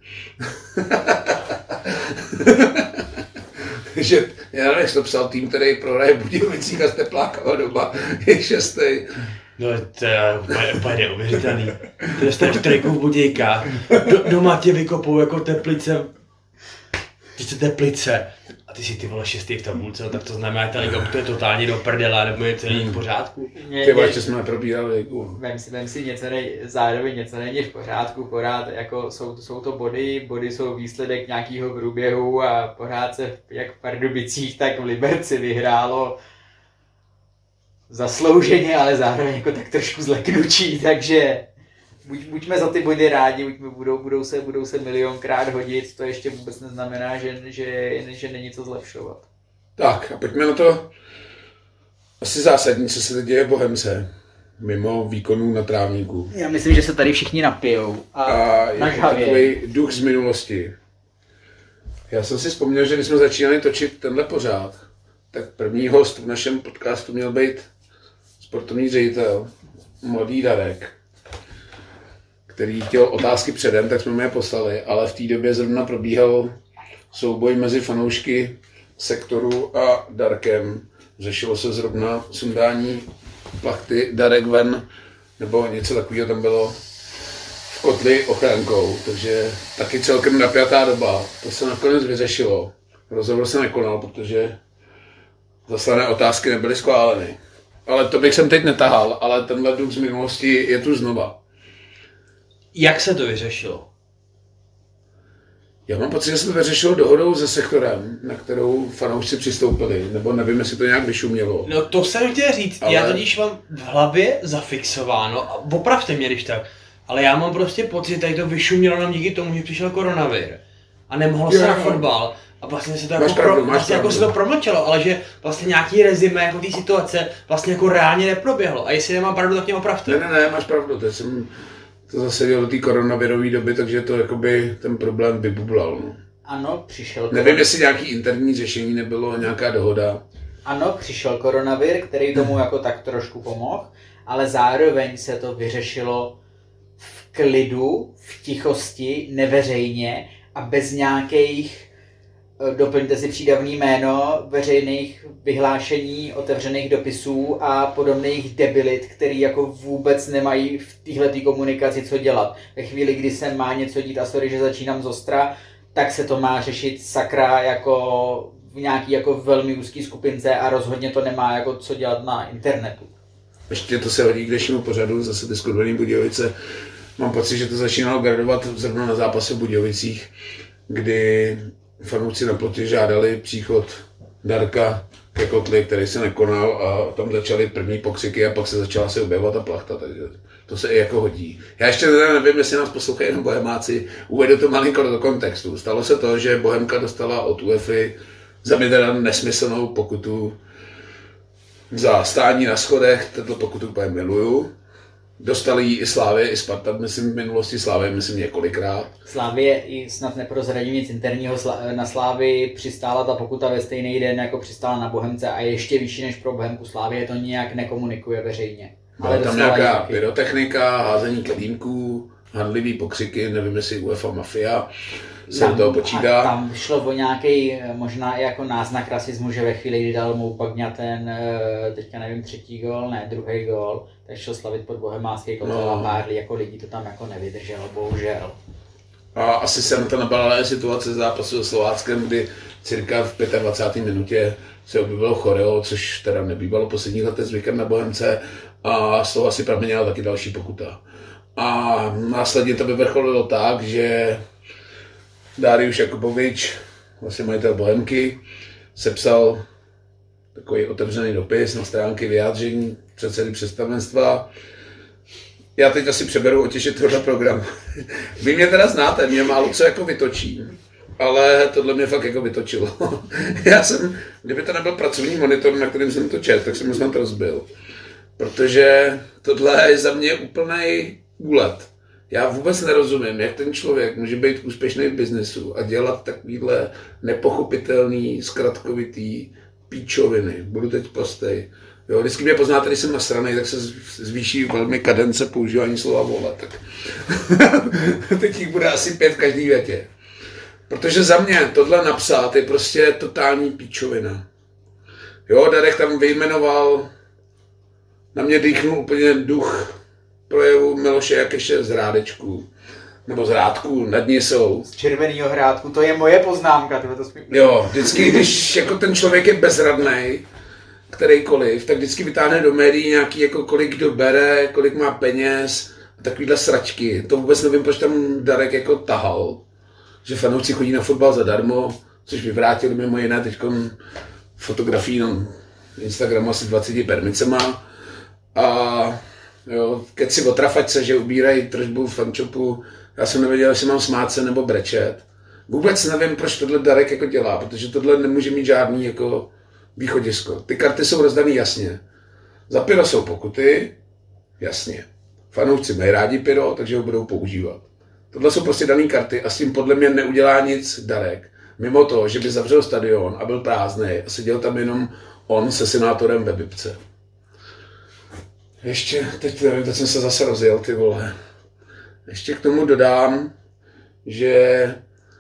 Že já nevím, jestli to psal tým, který prohraje v Budějovicích a z Teplákova doba je 6. No to je úplně neuvěřitelný. To dostaneš trejku v Budějkách, doma tě vykopou jako Teplice. Teplice. A ty si ty vole 6. v tabulce, no tak to znamená, že ta liga to je totálně do prdela, nebo je celý v pořádku. Ty vole, že jsme neprobírali ligu. Vem si zároveň něco není v pořádku, pořád jako jsou to body jsou výsledek nějakého průběhu a pořád se jak v Pardubicích, tak v Liberci vyhrálo zaslouženě, ale zároveň jako tak trošku zleknutí, takže buďme za ty body rádi, budou se milionkrát hodit, to ještě vůbec neznamená, že není co zlepšovat. Tak a pojďme na to asi zásadní, co se teď děje v Bohemce, mimo výkonů na trávníku. Já myslím, že se tady všichni napijou a je takový duch z minulosti. Já jsem si vzpomněl, že když jsme začínali točit tenhle pořád, tak první host v našem podcastu měl být sportovní ředitel, mladý Darek, který chtěl otázky předem, tak jsme mu je poslali, ale v té době zrovna probíhal souboj mezi fanoušky Sektoru a Darkem. Řešilo se zrovna sundání plachty Darek ven, nebo něco takového tam bylo v kotli ochrankou, takže taky celkem napjatá doba. To se nakonec vyřešilo. Rozhovor se nekonal, protože zaslané otázky nebyly schváleny. Ale to bych sem teď netahal, ale tenhle duch z minulosti je tu znova. Jak se to vyřešilo? Já mám pocit, že se to vyřešilo dohodou se Sektorem, na kterou fanoušci přistoupili, nebo nevím, jestli to nějak vyšumělo. No to jsem chtěl říct, ale... já totiž mám v hlavě zafixováno, a opravte mě, když tak, ale já mám prostě pocit, že tady to vyšumělo nám díky tomu, že přišel koronavir a nemohlo se na fotbal. A vlastně se to jako se to promlčelo, ale že vlastně nějaký rezime jako té situace vlastně jako reálně neproběhlo. A jestli nemám pravdu, tak mě opravte. Ne, máš pravdu, teď jsem to zase dělal do té koronavirové doby, takže to jakoby ten problém vybublal. No. Ano, přišel Nevím, jestli nějaký interní řešení nebylo, nějaká dohoda. Ano, přišel koronavir, který tomu jako tak trošku pomohl, ale zároveň se to vyřešilo v klidu, v tichosti, neveřejně a bez nějakých, doplňte si přídavný jméno, veřejných vyhlášení, otevřených dopisů a podobných debilit, který jako vůbec nemají v téhletý komunikaci co dělat. Ve chvíli, kdy se má něco dít, a sorry, že začínám zostra, tak se to má řešit sakra jako v nějaký jako velmi úzký skupince a rozhodně to nemá jako co dělat na internetu. Ještě to se hodí k dnešnímu pořadu, zase ty skurvený Budějovice. Mám pocit, že to začínalo gradovat zrovna na zápase v Budějovicích, kdy fanoušci na plotě žádali příchod Darka ke kotli, který se nekonal a tam začaly první pokřiky a pak se začala se objevovat ta plachta, takže To se i jako hodí. Já ještě teda nevím, jestli nás poslouchají jenom bohemáci, uvedu to malinko do kontextu. Stalo se to, že Bohemka dostala od UEFA za mě teda nesmyslnou pokutu za stání na schodech, tato pokutu úplně miluju. Dostali ji i Slavie, i Sparta, myslím v minulosti Slavie, myslím několikrát. Slavie, i snad neprozradím nic interního, na Slavii přistála ta pokuta ve stejný den, jako přistála na Bohemce a ještě vyšší než pro Bohemku. Slavie to nijak nekomunikuje veřejně. Ale tam nějaká pyrotechnika, házení kladínků, handlivý pokřiky, nevím jestli UEFA mafia se do toho počítá. Tam šlo o nějaký možná i jako náznak rasismu, že ve chvíli, kdy dal mu Pagňa ten, teďka nevím, třetí gól, ne, druhý gól, tak šel slavit pod bohemácký kotel a pár jako lidí to tam jako nevydrželo, bohužel. A asi se na to nabalila situace zápasu se Slováckem, kdy cirka v 25. minutě se objevilo choreo, což teda nebývalo posledních letech zvykem na Bohemce a z toho asi pramenila taky další pokuta. A následně to vyvrcholilo tak, že Dariuš Jakubovič, vlastně majitel Bohemky, sepsal takový otevřený dopis na stránky vyjádření předsedy představenstva. Já teď asi přeberu otěžit tohle programu. Vy mě teda znáte, mě málo co jako vytočím, ale tohle mě fakt jako vytočilo. Já jsem, kdyby to nebyl pracovní monitor, na kterým jsem to četl, tak jsem ho snad rozbil. Protože tohle je za mě úplnej úlet. Já vůbec nerozumím, jak ten člověk může být úspěšný v biznesu a dělat takovýhle nepochopitelný, zkratkovitý píčoviny. Budu teď prostej. Jo, vždycky mě poznáte, když jsem nasranej, tak se zvýší velmi kadence používání slova vole. Tak teď jich bude asi 5 v každý větě. Protože za mě tohle napsat je prostě totální píčovina. Jo, Darek tam vyjmenoval, na mě dýchnul úplně duch projevu Miloše Jakeše z Hrádečků. Nebo z Hrádků, nad ní jsou. Z Červenýho Hrádku, to je moje poznámka. Jo, vždycky, když jako ten člověk je bezradnej, kterejkoliv, tak vždycky vytáhne do médií nějaký, jako kolik kdo bere, kolik má peněz a takovýhle sračky. To vůbec nevím, proč tam Darek jako tahal. Že fanoušci chodí na fotbal zadarmo, což vyvrátili mimo jiné teďkom fotografií na Instagramu asi 20 permicema. A jo, keci o trafačce, že ubírají tržbu v fanshopu, já jsem nevěděl, jestli mám smát se nebo brečet. Vůbec nevím, proč tohle Darek jako dělá, protože tohle nemůže mít žádný jako východisko. Ty karty jsou rozdaný jasně. Za pyro jsou pokuty, jasně. Fanoušci mají rádi pyro, takže ho budou používat. Tohle jsou prostě dané karty a s tím podle mě neudělá nic Darek. Mimo to, že by zavřel stadion a byl prázdný a seděl tam jenom on se senátorem ve Bibce. Ještě, teď jsem se zase rozjel, ty vole. Ještě k tomu dodám, že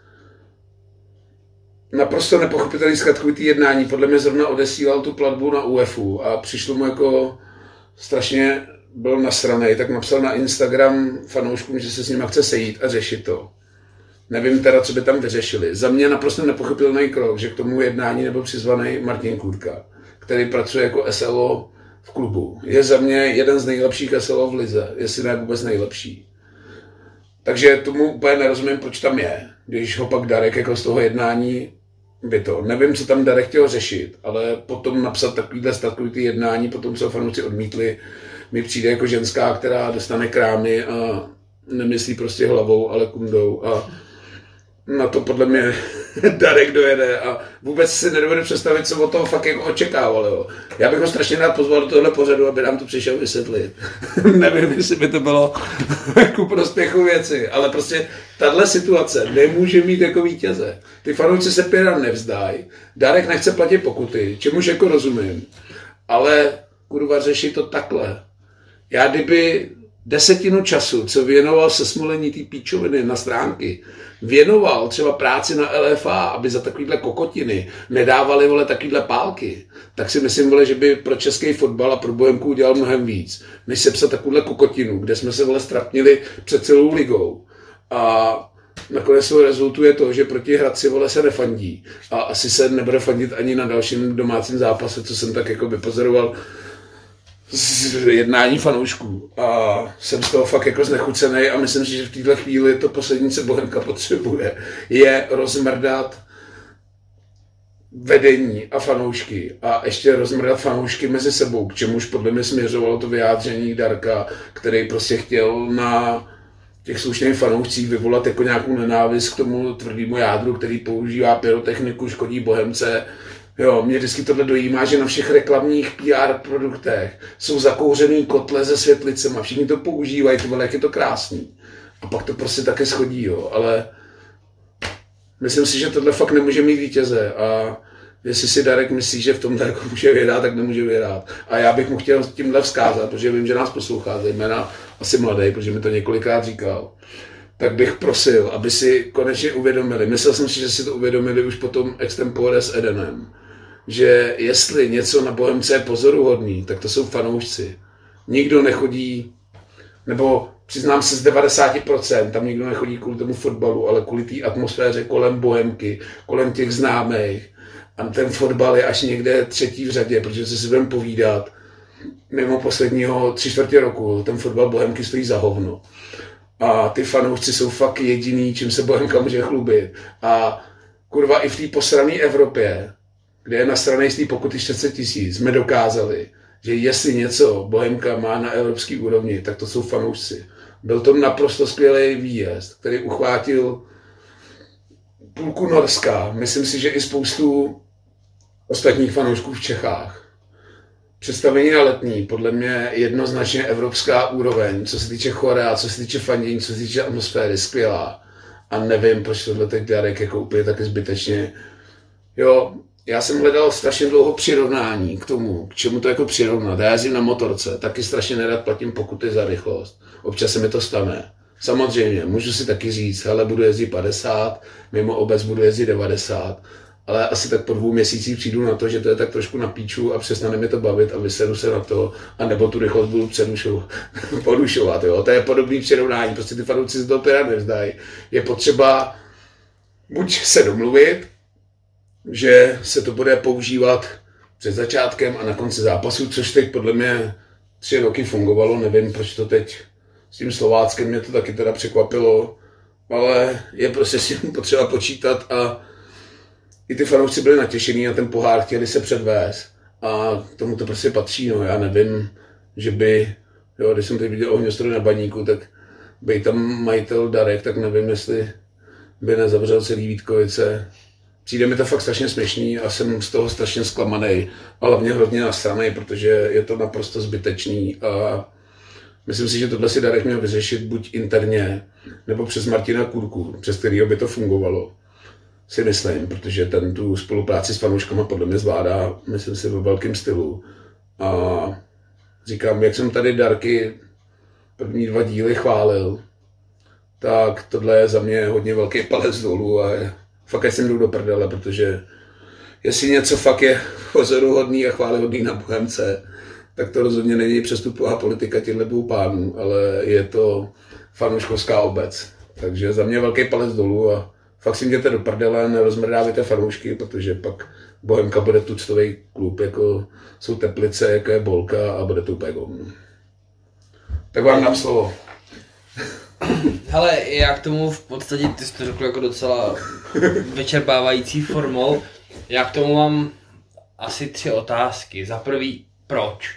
naprosto nepochopitelný zkratkovitý jednání podle mě zrovna odesílal tu platbu na UEFu a přišlo mu jako strašně byl nasranej, tak napsal na Instagram fanouškům, že se s nima chce sejít a řešit to. Nevím teda, co by tam vyřešili. Za mě naprosto nepochopitelný krok, že k tomu jednání nebyl přizvaný Martin Kůrka, který pracuje jako SLO v klubu. Je za mě jeden z nejlepších SLO v lize, jestli ne vůbec nejlepší. Takže tomu úplně nerozumím, proč tam je, když ho pak Darek jako z toho jednání by to. Nevím, co tam Darek chtěl řešit, ale potom napsat takový jednání, potom se fanoušci odmítli, mi přijde jako ženská, která dostane krámy a nemyslí prostě hlavou, ale kundou a na to podle mě Darek dojede a vůbec si nedovedu představit, co od toho fakt jako očekával. Jo. Já bych ho strašně rád pozval do tohle pořadu, aby nám to přišel vysvětlit. Nevím, jestli by to bylo ku prospěchu věci, ale prostě tahle situace nemůže mít jako vítěze. Ty fanoušci se pěra nevzdají, Darek nechce platit pokuty, čemuž jako rozumím, ale kurva řeší to takhle. Já kdyby 10 času, co věnoval se smolení té píčoviny na stránky, věnoval třeba práci na LFA, aby za takovýhle kokotiny nedávali, vole, takovýhle pálky, tak si myslím, vole, že by pro český fotbal a pro Bohemku udělal mnohem víc, než sepsat takovouhle kokotinu, kde jsme se, vole, strapnili před celou ligou. A nakonec rezultuje to, že proti Hradci, vole, se nefandí. A asi se nebude fandit ani na dalším domácím zápase, co jsem tak jako vypozoroval z jednání fanoušků a jsem z toho fakt jako znechucený a myslím si, že v této chvíli to poslední, co Bohemka potřebuje, je rozmrdat vedení a fanoušky a ještě rozmrdat fanoušky mezi sebou, k čemuž podle mě směřovalo to vyjádření Darka, který prostě chtěl na těch slušných fanoušcích vyvolat jako nějakou nenávist k tomu tvrdému jádru, který používá pyrotechniku, škodí Bohemce. Jo, mě vždycky tohle dojímá, že na všech reklamních PR produktech jsou zakouřený kotle se světlicema, všichni to používají, tyhle, jak je to krásný. A pak to prostě také schodí, jo, ale myslím si, že tohle fakt nemůže mít vítěze a jestli si Darek myslí, že v tomhle jako může vyhrát, tak nemůže vyhrát. A já bych mu chtěl tímhle vzkázat, protože vím, že nás poslouchá, zejména asi mladý, protože mi to několikrát říkal. Tak bych prosil, aby si konečně uvědomili, myslel jsem si, že si to uvědomili už potom extempore s Edenem, že jestli něco na Bohemce je pozoruhodný, tak to jsou fanoušci. Nikdo nechodí, nebo přiznám se z 90%, tam nikdo nechodí kvůli tomu fotbalu, ale kvůli té atmosféře kolem Bohemky, kolem těch známých. A ten fotbal je až někde třetí v řadě, protože se si budeme povídat, mimo posledního 3/4 roku, ten fotbal Bohemky stojí za hovno. A ty fanoušci jsou fakt jediný, čím se Bohemka může chlubit. A kurva i v té posrané Evropě, kde je nasranej z té pokuty 40 000, jsme dokázali, že jestli něco Bohemka má na evropské úrovni, tak to jsou fanoušci. Byl to naprosto skvělý výjezd, který uchvátil půlku Norska. Myslím si, že i spoustu ostatních fanoušků v Čechách. Představení na Letní, podle mě jednoznačně evropská úroveň, co se týče chorea, co se týče fandění, co se týče atmosféry, skvělá. A nevím, proč tohle teď Darek jako úplně taky zbytečně. Jo, já jsem hledal strašně dlouho přirovnání k tomu, k čemu to jako přirovnat. Já jezdím na motorce, taky strašně nerad platím pokuty za rychlost. Občas se mi to stane. Samozřejmě, můžu si taky říct, hele, budu jezdit 50, mimo obec budu jezdit 90, ale asi tak po 2 měsících přijdu na to, že to je tak trošku na píču a přestane mi to bavit a vysedu se na to, anebo tu rychlost budu porušovat. Jo. To je podobný přirovnání, prostě ty fanoušci si toho pěra nevzdají. Je potřeba buď se domluvit, že se to bude používat před začátkem a na konci zápasu, což teď podle mě 3 roky fungovalo, nevím, proč to teď s tím Slováckem mě to taky teda překvapilo, ale je prostě s tím potřeba počítat a i ty fanoušci byli natěšení na ten pohár, chtěli se předvést a tomu to prostě patří, no já nevím, že by, jo, když jsem teď viděl ohňostroj na Baníku, tak by tam majitel Darek, tak nevím, jestli by nezavřel celý Vítkovice. Přijde mi to fakt strašně směšný a jsem z toho strašně zklamaný, ale hlavně hrozně nasranej, protože je to naprosto zbytečný a myslím si, že tohle si Darek měl vyřešit buď interně, nebo přes Martina Kůrku, přes kterého by to fungovalo. Si myslím, protože ten tu spolupráci s fanouškama podle mě zvládá, myslím si, ve velkém stylu. A říkám, jak jsem tady Darky první 2 díly chválil, tak tohle je za mě hodně velký palec dolů a fakt ať se jdu do prdele, protože jestli něco fakt je pozoruhodný a chválihodný na Bohemce, tak to rozhodně není přestupová politika těchto 2 pánů, ale je to fanouškovská obec. Takže za mě velký palec dolů a fakt si jděte do prdele, nerozmrdávajte fanoušky, protože pak Bohemka bude tuctový klub, jako jsou Teplice, jako je Bolka a bude to úplně govno. Tak vám dám slovo. Hele, já k tomu v podstatě, ty jsi to řekl jako docela vyčerpávající formou. Já k tomu mám asi 3 otázky. Za prvý, proč?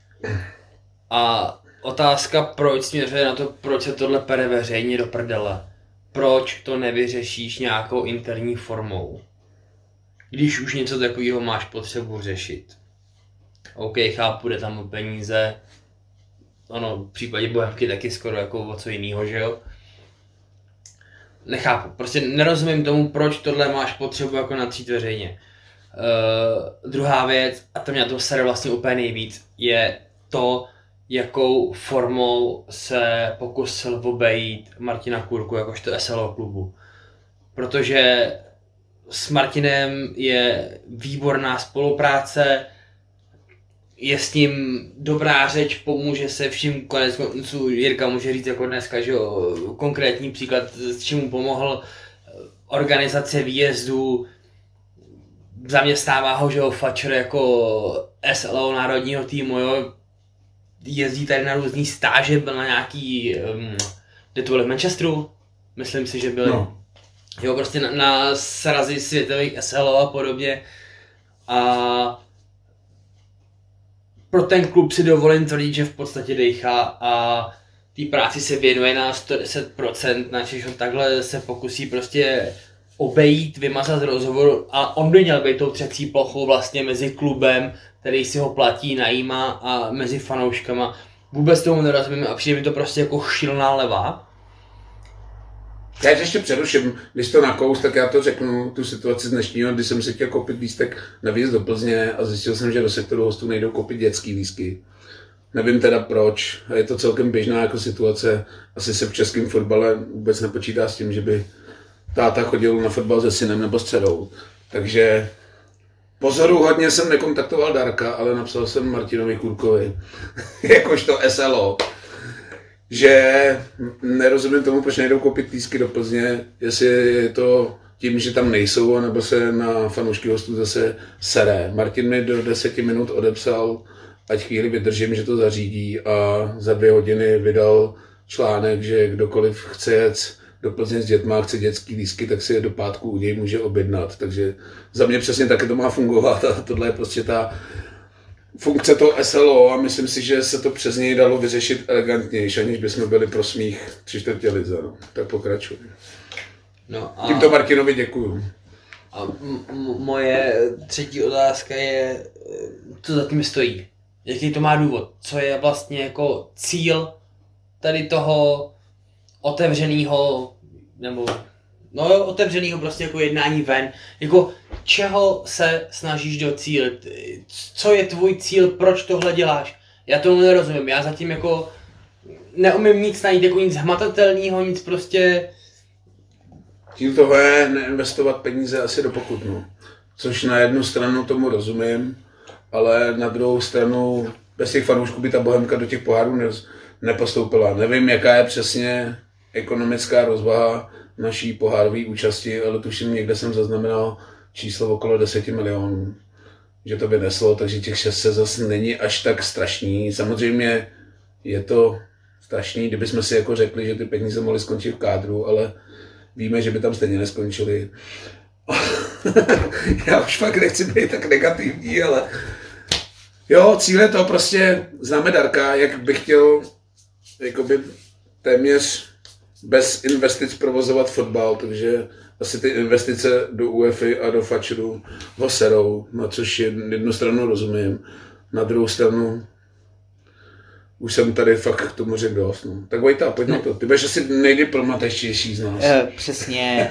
A otázka proč směřuje na to, proč se tohle pere veřejně do prdele. Proč to nevyřešíš nějakou interní formou? Když už něco takového máš potřebu řešit. OK, chápu, jde tam o peníze. Ono, v případě Bohemky taky skoro jako o co jinýho, že jo? Nechápu, prostě nerozumím tomu, proč tohle máš potřebu jako natřít veřejně. Druhá věc, a to mě na to sere vlastně úplně nejvíc, je to, jakou formou se pokusil obejít Martina Kůrku jakožto SLO klubu. Protože s Martinem je výborná spolupráce, je s ním dobrá řeč, pomůže se vším, konec konců Jirka může říct jako dneska, že jo, konkrétní příklad, s čím mu pomohl, organizace výjezdů, zaměstnává ho, že jo, Fatcher jako SLO národního týmu, jo, jezdí tady na různý stáže, byl na nějaký, kde to bylo v Manchesteru, myslím si, že byl. No. jo, prostě na srazy světových SLO a podobně. A pro ten klub si dovolím tvrdit, že v podstatě dejchá a té práci se věnuje na 110%, načež on takhle se pokusí prostě obejít, vymazat rozhovor a on by měl být tou třecí plochou vlastně mezi klubem, který si ho platí, najímá a mezi fanouškama. Vůbec tomu nerozumím a přijde mi to prostě jako šílená leva. Já ještě přeruším, když to nakous, tak já to řeknu, tu situaci z dnešního, kdy jsem si chtěl koupit lístek na výjezd do Plzně a zjistil jsem, že do sektoru hostů nejdou koupit dětský lístky. Nevím teda proč, je to celkem běžná jako situace, asi se v českém fotbale vůbec nepočítá s tím, že by táta chodil na fotbal se synem nebo s dcerou. Takže pozoruhodně jsem nekontaktoval Darka, ale napsal jsem Martinovi Kurkovi, jakožto SLO, že nerozumím tomu, proč nejdou koupit lístky do Plzně, jestli je to tím, že tam nejsou, nebo se na fanoušky hostů zase sere. Martin mi do 10 minut odepsal, ať chvíli vydržím, že to zařídí a za 2 hodiny vydal článek, že kdokoliv chce jet do Plzně s dětma, chce dětský lístky, tak si je do pátku u něj může objednat. Takže za mě přesně taky to má fungovat a tohle je prostě ta funkce toho SLO a myslím si, že se to přes něj dalo vyřešit elegantnější, aniž bychom byli pro smích 3/4 lize. No. Tak pokračuj. No a Tímto Martinovi děkuju. A moje třetí otázka je, co za tím stojí? Jaký to má důvod? Co je vlastně jako cíl tady toho otevřeného, nebo no otevřeného prostě jako jednání ven? Jako čeho se snažíš docílit? Co je tvůj cíl? Proč tohle děláš? Já tomu nerozumím. Já zatím jako neumím nic najít, jako nic hmatatelného, nic prostě. Tím toho je neinvestovat peníze asi do pokutnu. Což na jednu stranu tomu rozumím, ale na druhou stranu bez těch fanoušků by ta Bohemka do těch pohárů nepostoupila. Nevím, jaká je přesně ekonomická rozvaha naší pohárové účasti, ale tuším, někde jsem zaznamenal číslo okolo 10 milionů, že to by neslo, takže těch 600 zase není až tak strašný. Samozřejmě je to strašný, kdybychom si jako řekli, že ty peníze mohly skončit v kádru, ale víme, že by tam stejně neskončili. Já už fakt nechci být tak negativní, ale jo, cíl je to prostě, známe Darka, jak bych chtěl jakoby téměř bez investic provozovat fotbal, takže asi ty investice do UEFA a do Fatcheru ho serou, na což jednu stranu rozumím, na druhou stranu už jsem tady fakt k tomu řekl dost. No. Tak Vojta, pojď na to. Ty budeš asi nejdiplomatičtější z nás. Přesně.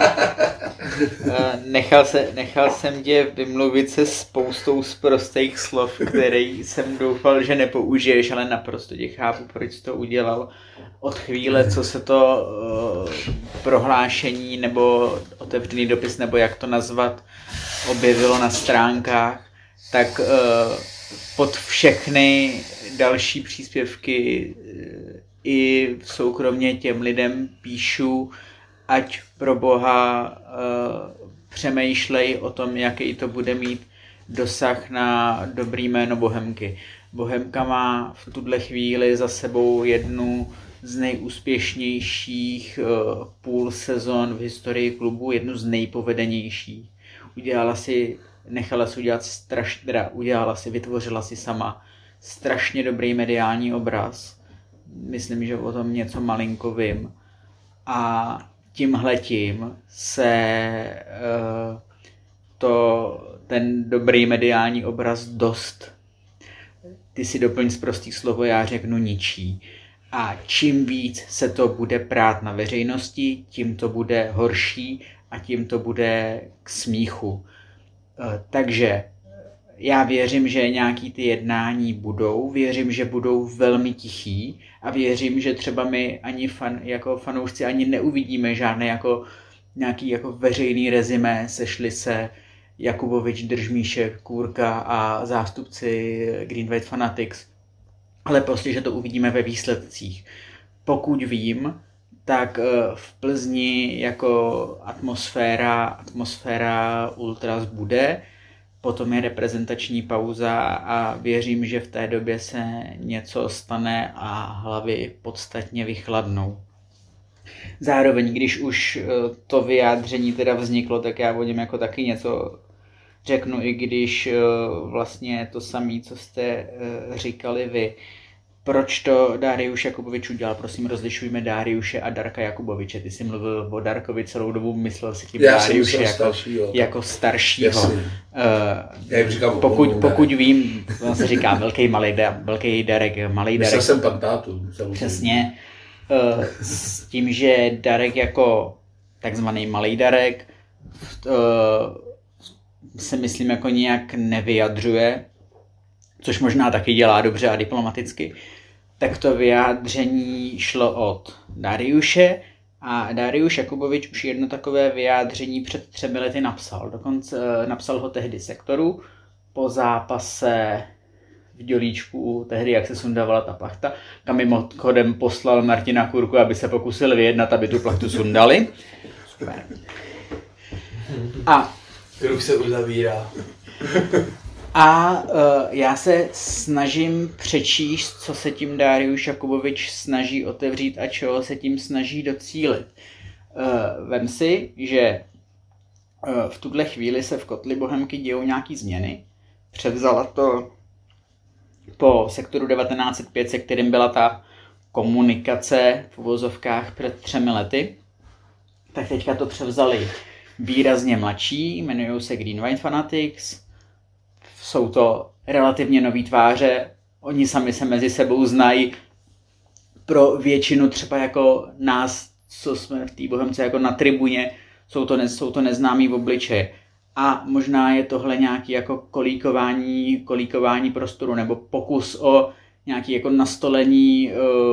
Nechal jsem tě vymluvit se spoustou sprostých slov, který jsem doufal, že nepoužiješ, ale naprosto tě chápu, proč jsi to udělal. Od chvíle, co se to prohlášení nebo otevřený dopis, nebo jak to nazvat, objevilo na stránkách, tak pod všechny další příspěvky i soukromně těm lidem píšu, ať pro Boha přemýšlej o tom, jaký to bude mít dosah na dobrý jméno Bohemky. Bohemka má v tuhle chvíli za sebou jednu z nejúspěšnějších půl sezon v historii klubu, jednu z nejpovedenějších. Vytvořila si sama strašně dobrý mediální obraz. Myslím, že o tom něco malinko vím. A tímhletím se ten dobrý mediální obraz dost, ty si doplň z prostých slovo, já řeknu ničí. A čím víc se to bude prát na veřejnosti, tím to bude horší a tím to bude k smíchu. Takže já věřím, že nějaký ty jednání budou, věřím, že budou velmi tichý a věřím, že třeba my ani jako fanoušci ani neuvidíme žádné nějaký veřejný rezimé, sešli se Jakubovič, Držmíšek, Kůrka a zástupci Green White Fanatics, ale prostě, že to uvidíme ve výsledcích. Pokud vím, tak v Plzni jako atmosféra Ultras bude, potom je reprezentační pauza a věřím, že v té době se něco stane a hlavy podstatně vychladnou. Zároveň, když už to vyjádření teda vzniklo, tak já o něm jako taky něco řeknu, i když vlastně to samé, co jste říkali vy. Proč to Dariuš Jakubovič udělal? Prosím, rozlišujme Dariuše a Darka Jakuboviče. Ty jsi mluvil o Darkovi celou dobu, myslel si tím Dariuše jako staršího. Pokud vím, on se říká velký Darek, malý Darek. Myslel jsem pantátu. Přesně. S tím, že Darek jako takzvaný malý Darek se myslím jako nějak nevyjadřuje, což možná taky dělá dobře a diplomaticky, tak to vyjádření šlo od Dariuše a Dariuš Jakubovič už jedno takové vyjádření před 3 lety napsal. Dokonce napsal ho tehdy Sektoru po zápase v Dělíčku, tehdy jak se sundávala ta plachta, kam mimochodem poslal Martina Kurku, aby se pokusil vyjednat, aby tu plachtu sundali. Super. A kruh se uzavírá. A já se snažím přečíst, co se tím Dariuš Jakubovič snaží otevřít a čeho se tím snaží docílit. Vem si, že v tuhle chvíli se v kotli Bohemky dějou nějaký změny. Převzala to po Sektoru 1905, se kterým byla ta komunikace v uvozovkách před 3 lety. Tak teďka to převzali výrazně mladší, jmenují se Green White Fanatics. Jsou to relativně nový tváře, oni sami se mezi sebou znají. Pro většinu třeba jako nás, co jsme v té Bohemce jako na tribuně, jsou to neznámý obličeje. A možná je tohle nějaký jako kolíkování prostoru nebo pokus o nějaký jako nastolení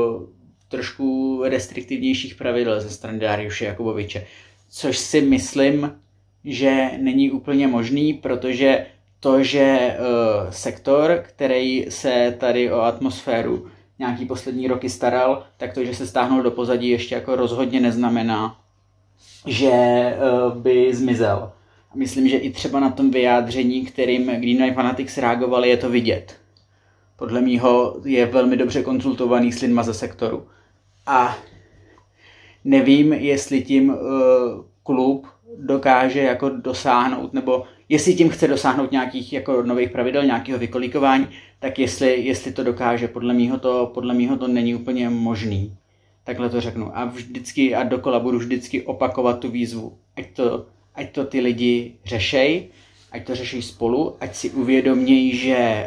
trošku restriktivnějších pravidel ze strany Dariuše Jakuboviče. Což si myslím, že není úplně možný, protože to, že Sektor, který se tady o atmosféru nějaký poslední roky staral, tak to, že se stáhnul do pozadí, ještě jako rozhodně neznamená, že by zmizel. Myslím, že i třeba na tom vyjádření, kterým Green White Fanatics reagovali, je to vidět. Podle mýho je velmi dobře konzultovaný s lidma ze Sektoru. A nevím, jestli tím klub dokáže jako dosáhnout, nebo jestli tím chce dosáhnout nějakých jako nových pravidel, nějakého vykolíkování, tak jestli to dokáže, podle mýho to není úplně možný. Takhle to řeknu. A vždycky a dokola budu vždycky opakovat tu výzvu. Ať to ty lidi řešej, ať to řeší spolu, ať si uvědomějí, že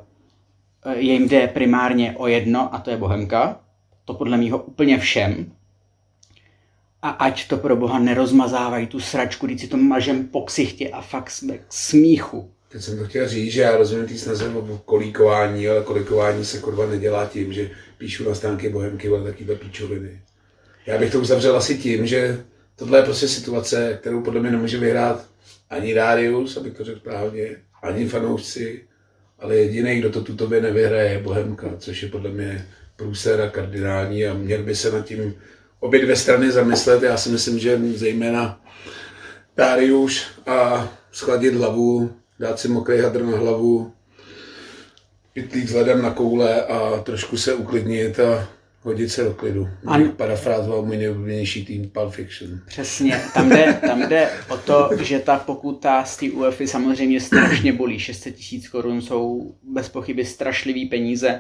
jim jde primárně o jedno, a to je Bohemka. To podle mýho úplně všem. A ať to pro boha nerozmazávají tu sračku, když si to mažem po ksichtě a fakt jsme k smíchu. Teď jsem to chtěl říct, že já rozumím tý snaze o kolíkování, ale kolíkování se kurva nedělá tím, že píšu na stránky Bohemky ale takové píčoviny. Já bych to uzavřel asi tím, že tohle je prostě situace, kterou podle mě nemůže vyhrát ani Darius, abych to řekl správně, ani fanoušci, ale jediný, kdo to tutově nevyhraje, je Bohemka, což je podle mě průser kardinální a měl by se nad tím obě dvě strany zamyslet. Já si myslím, že zejména Darius a schladit hlavu, dát si mokrý hadr na hlavu, pytlík vzhledem na koule a trošku se uklidnit a hodit se do klidu. Parafrázoval můj nejoblíbenější tým Pulp Fiction. Přesně, tam jde o to, že ta pokuta z té UEFA samozřejmě strašně bolí. 600 000 korun jsou bez pochyby strašlivý peníze.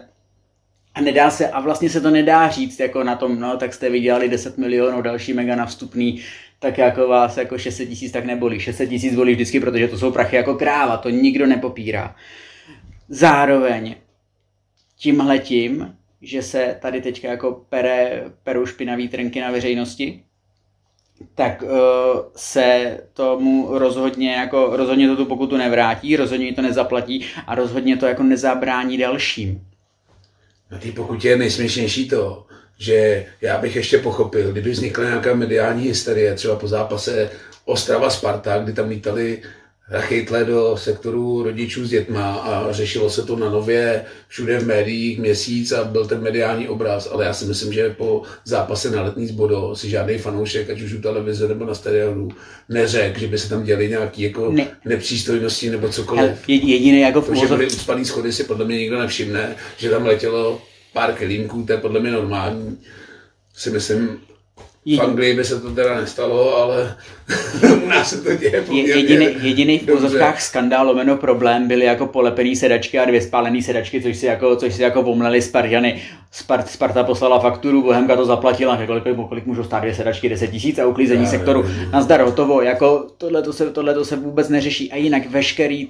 A vlastně se to nedá říct jako na tom, no tak jste vydělali 10 milionů, další mega na vstupný, tak jako vás jako 600 000 tak nebolí. 600 000 bolí vždycky, protože to jsou prachy jako kráva, to nikdo nepopírá. Zároveň tímhletím, že se tady teďka jako perou špinavý trnky na veřejnosti, tak se tomu rozhodně to tu pokutu nevrátí, rozhodně to nezaplatí a rozhodně to jako nezabrání dalším. Na té pokutě je nejsměšnější to, že já bych ještě pochopil, kdyby vznikla nějaká mediální hysterie, třeba po zápase Ostrava-Sparta, kdy tam lítali rachejtle do sektoru rodičů s dětma a řešilo se to na Nově, všude v médiích měsíc a byl ten mediální obraz, ale já si myslím, že po zápase na Letný z Bodo si žádný fanoušek, ať už u televize nebo na stadionu, neřekl, že by se tam děli nějaké jako nepřístojnosti nebo cokoliv. Jediný jako to, že byly ucpaný schody, si podle mě nikdo nevšimne, že tam letělo pár kelímků, to je podle mě normální. Si myslím, V Anglii by se to teda nestalo, ale u nás se to děje poměrně. Jediný v pozovkách skandál lomeno problém byly jako polepený sedačky a 2 spálený sedačky, což si jako omleli Spartany. Sparta poslala fakturu, Bohemka to zaplatila, kolik můžou stát 2 sedačky, 10 000 a uklízení sektoru. Nazdar, hotovo, jako tohle se vůbec neřeší. A jinak veškerý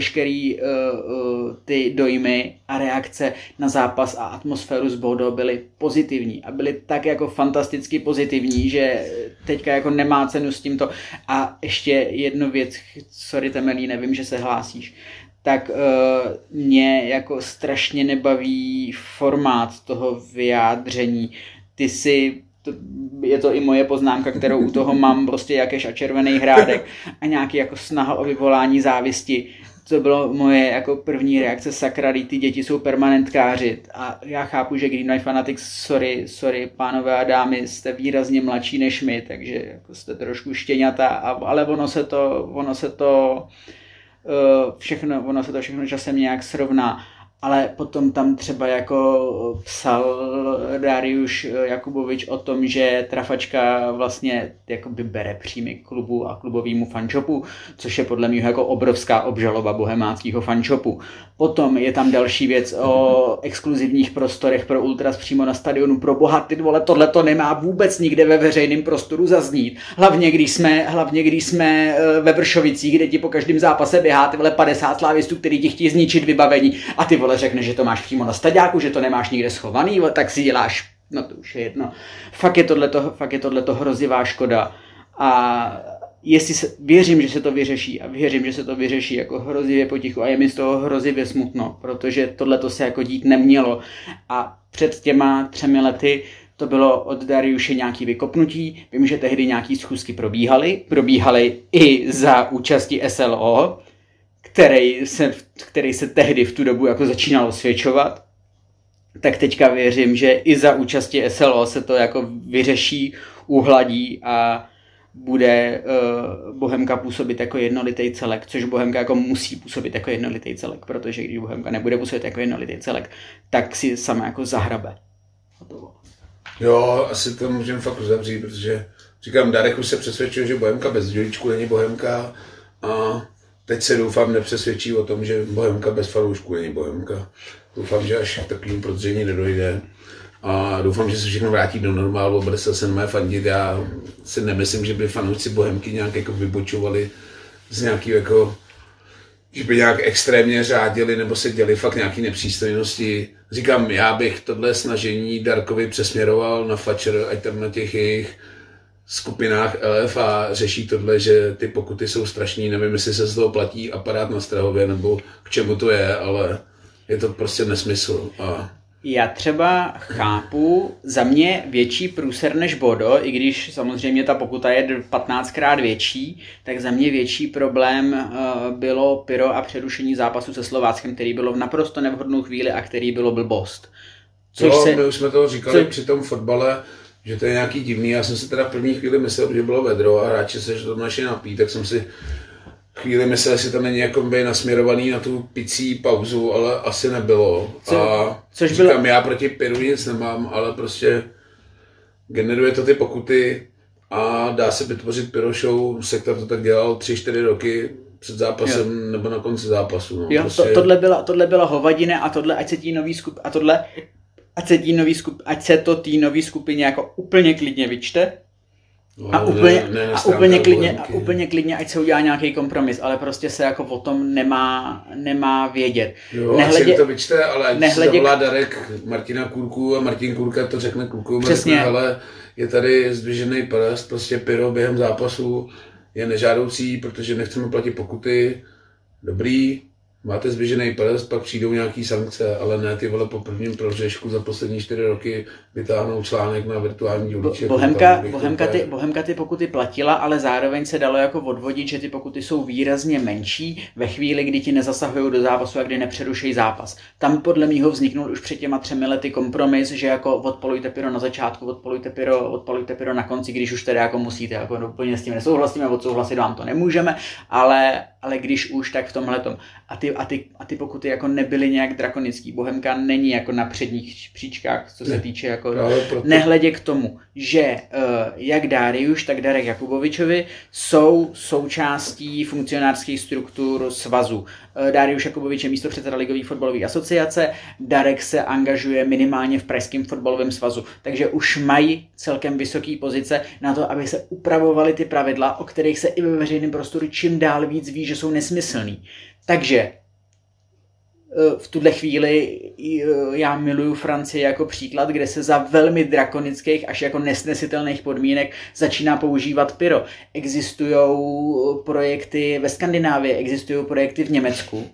ty dojmy a reakce na zápas a atmosféru z Bordeaux byly pozitivní a byly tak jako fantasticky pozitivní, že teďka jako nemá cenu s tímto. A ještě jednu věc, sorry Temelí, nevím, že se hlásíš, tak mě jako strašně nebaví formát toho vyjádření. Je to i moje poznámka, kterou u toho mám, prostě Jakeš a červený hrádek a nějaký jako snaha o vyvolání závisti. To bylo moje jako první reakce, sakra, ty děti jsou permanentkáři a já chápu, že Green Knight Fanatics, sorry pánové a dámy, jste výrazně mladší než my, takže jako jste trošku štěňata, ale ono se to všechno časem nějak srovná. Ale potom tam třeba jako psal Dariuš Jakubovič o tom, že Trafačka vlastně jakoby bere příjmy klubu a klubovýmu fanshopu, což je podle mě jako obrovská obžaloba bohemáckého fanshopu. Potom je tam další věc o exkluzivních prostorech pro ultras přímo na stadionu. Pro boha, ty vole, tohle to nemá vůbec nikde ve veřejném prostoru zaznít. Hlavně když jsme ve Vršovicích, kde ti po každém zápase běhá ty vole 50 slávistů, který ti chtějí zničit vybavení a ty vole řekne, že to máš přímo na stadiáku, že to nemáš nikde schovaný, tak si děláš, no to už je jedno. Fakt je tohleto hrozivá škoda a věřím, že se to vyřeší a věřím, že se to vyřeší jako hrozivě potichu a je mi z toho hrozivě smutno, protože tohleto se jako dít nemělo a před těma 3 lety to bylo od Dariuše nějaký vykopnutí, vím, že tehdy nějaký schůzky probíhaly i za účasti SLO, který se tehdy v tu dobu jako začínal osvědčovat, tak teďka věřím, že i za účasti SLO se to jako vyřeší, uhladí a bude Bohemka působit jako jednolitý celek, což Bohemka jako musí působit jako jednolitý celek, protože když Bohemka nebude působit jako jednolitý celek, tak si sama jako zahrabe. Hotovo. Jo, asi to můžeme fakt uzavřít, protože říkám, Darek už se přesvědčil, že Bohemka bez Dělíčku není Bohemka a teď se doufám nepřesvědčí o tom, že Bohemka bez fanoušků není Bohemka. Doufám, že až k takovým prozření nedojde. A doufám, že se všechno vrátí do normálu, bude se normálně fandit. Já si nemyslím, že by fanoušci Bohemky nějak jako vybočovali z nějaký jako, že by nějak extrémně řádili nebo se děli fakt nějaký nepřístojnosti. Říkám, já bych tohle snažení Darkovi přesměroval na Fatcher, ať tam na těch jejich skupinách LF a řeší tohle, že ty pokuty jsou strašný, nevím, jestli se z toho platí aparát na Strahově nebo k čemu to je, ale je to prostě nesmysl. Já třeba chápu, za mě větší průser než Bodo, i když samozřejmě ta pokuta je 15krát větší, tak za mě větší problém bylo pyro a přerušení zápasu se Slováckem, který bylo v naprosto nevhodnou chvíli a který bylo blbost. My už jsme to říkali při tom fotbale, že to je nějaký divný. Já jsem si teda v první chvíli myslel, že bylo vedro a hráči se že to našli napít, tak jsem si chvíli myslel, jestli tam není jakoby nasměrovaný na tu picí pauzu, ale asi nebylo. Což říkám, bylo... já proti Piru nic nemám, ale prostě generuje to ty pokuty a dá se vytvořit Pyro show. Sektor to tak dělal 3-4 roky před zápasem nebo na konci zápasu. No. Jo, prostě... tohle byla hovadina a tohle, ať se to té nový skupině jako úplně klidně vyčte. A úplně klidně, ať se udělá nějaký kompromis, ale prostě se jako o tom nemá vědět. Jo, ať si to vyčte, ale ať si zavolá Darek Martina Kůrku a Martin Kůrka to řekne klukům, ale je tady zdvižený prst, prostě Pyro během zápasu je nežádoucí, protože nechceme platit pokuty, dobrý, máte zdvižený prst, pak přijdou nějaký sankce, ale ne ty vole po prvním prohřešku za poslední 4 roky vytáhnou článek na virtuální dělíček. Bohemka ty pokuty platila, ale zároveň se dalo jako odvodit, že ty pokuty jsou výrazně menší ve chvíli, kdy ti nezasahují do zápasu a kdy nepřeruší zápas. Tam podle mýho vzniknul už před těma 3 lety kompromis, že jako odpolujte Pyro na začátku, odpolujte Pyro na konci, když už tedy jako musíte, jako úplně s tím nesouhlasíme, odsouhlasit vám to nemůžeme, ale ale když už, tak v tomhletom. A ty pokuty jako nebyly nějak drakonický. Bohemka není jako na předních příčkách, co se týče jako... Nehledě k tomu, že jak Dariuš, tak Darek Jakubovičovi jsou součástí funkcionářských struktur svazu. Dariuš Jakubovič je místopředseda Ligové fotbalové asociace, Darek se angažuje minimálně v Pražském fotbalovém svazu. Takže už mají celkem vysoké pozice na to, aby se upravovaly ty pravidla, o kterých se i ve veřejném prostoru čím dál víc ví, že jsou nesmyslný. Takže v tuhle chvíli já miluju Francii jako příklad, kde se za velmi drakonických až jako nesnesitelných podmínek začíná používat pyro. Existují projekty ve Skandinávii, existují projekty v Německu.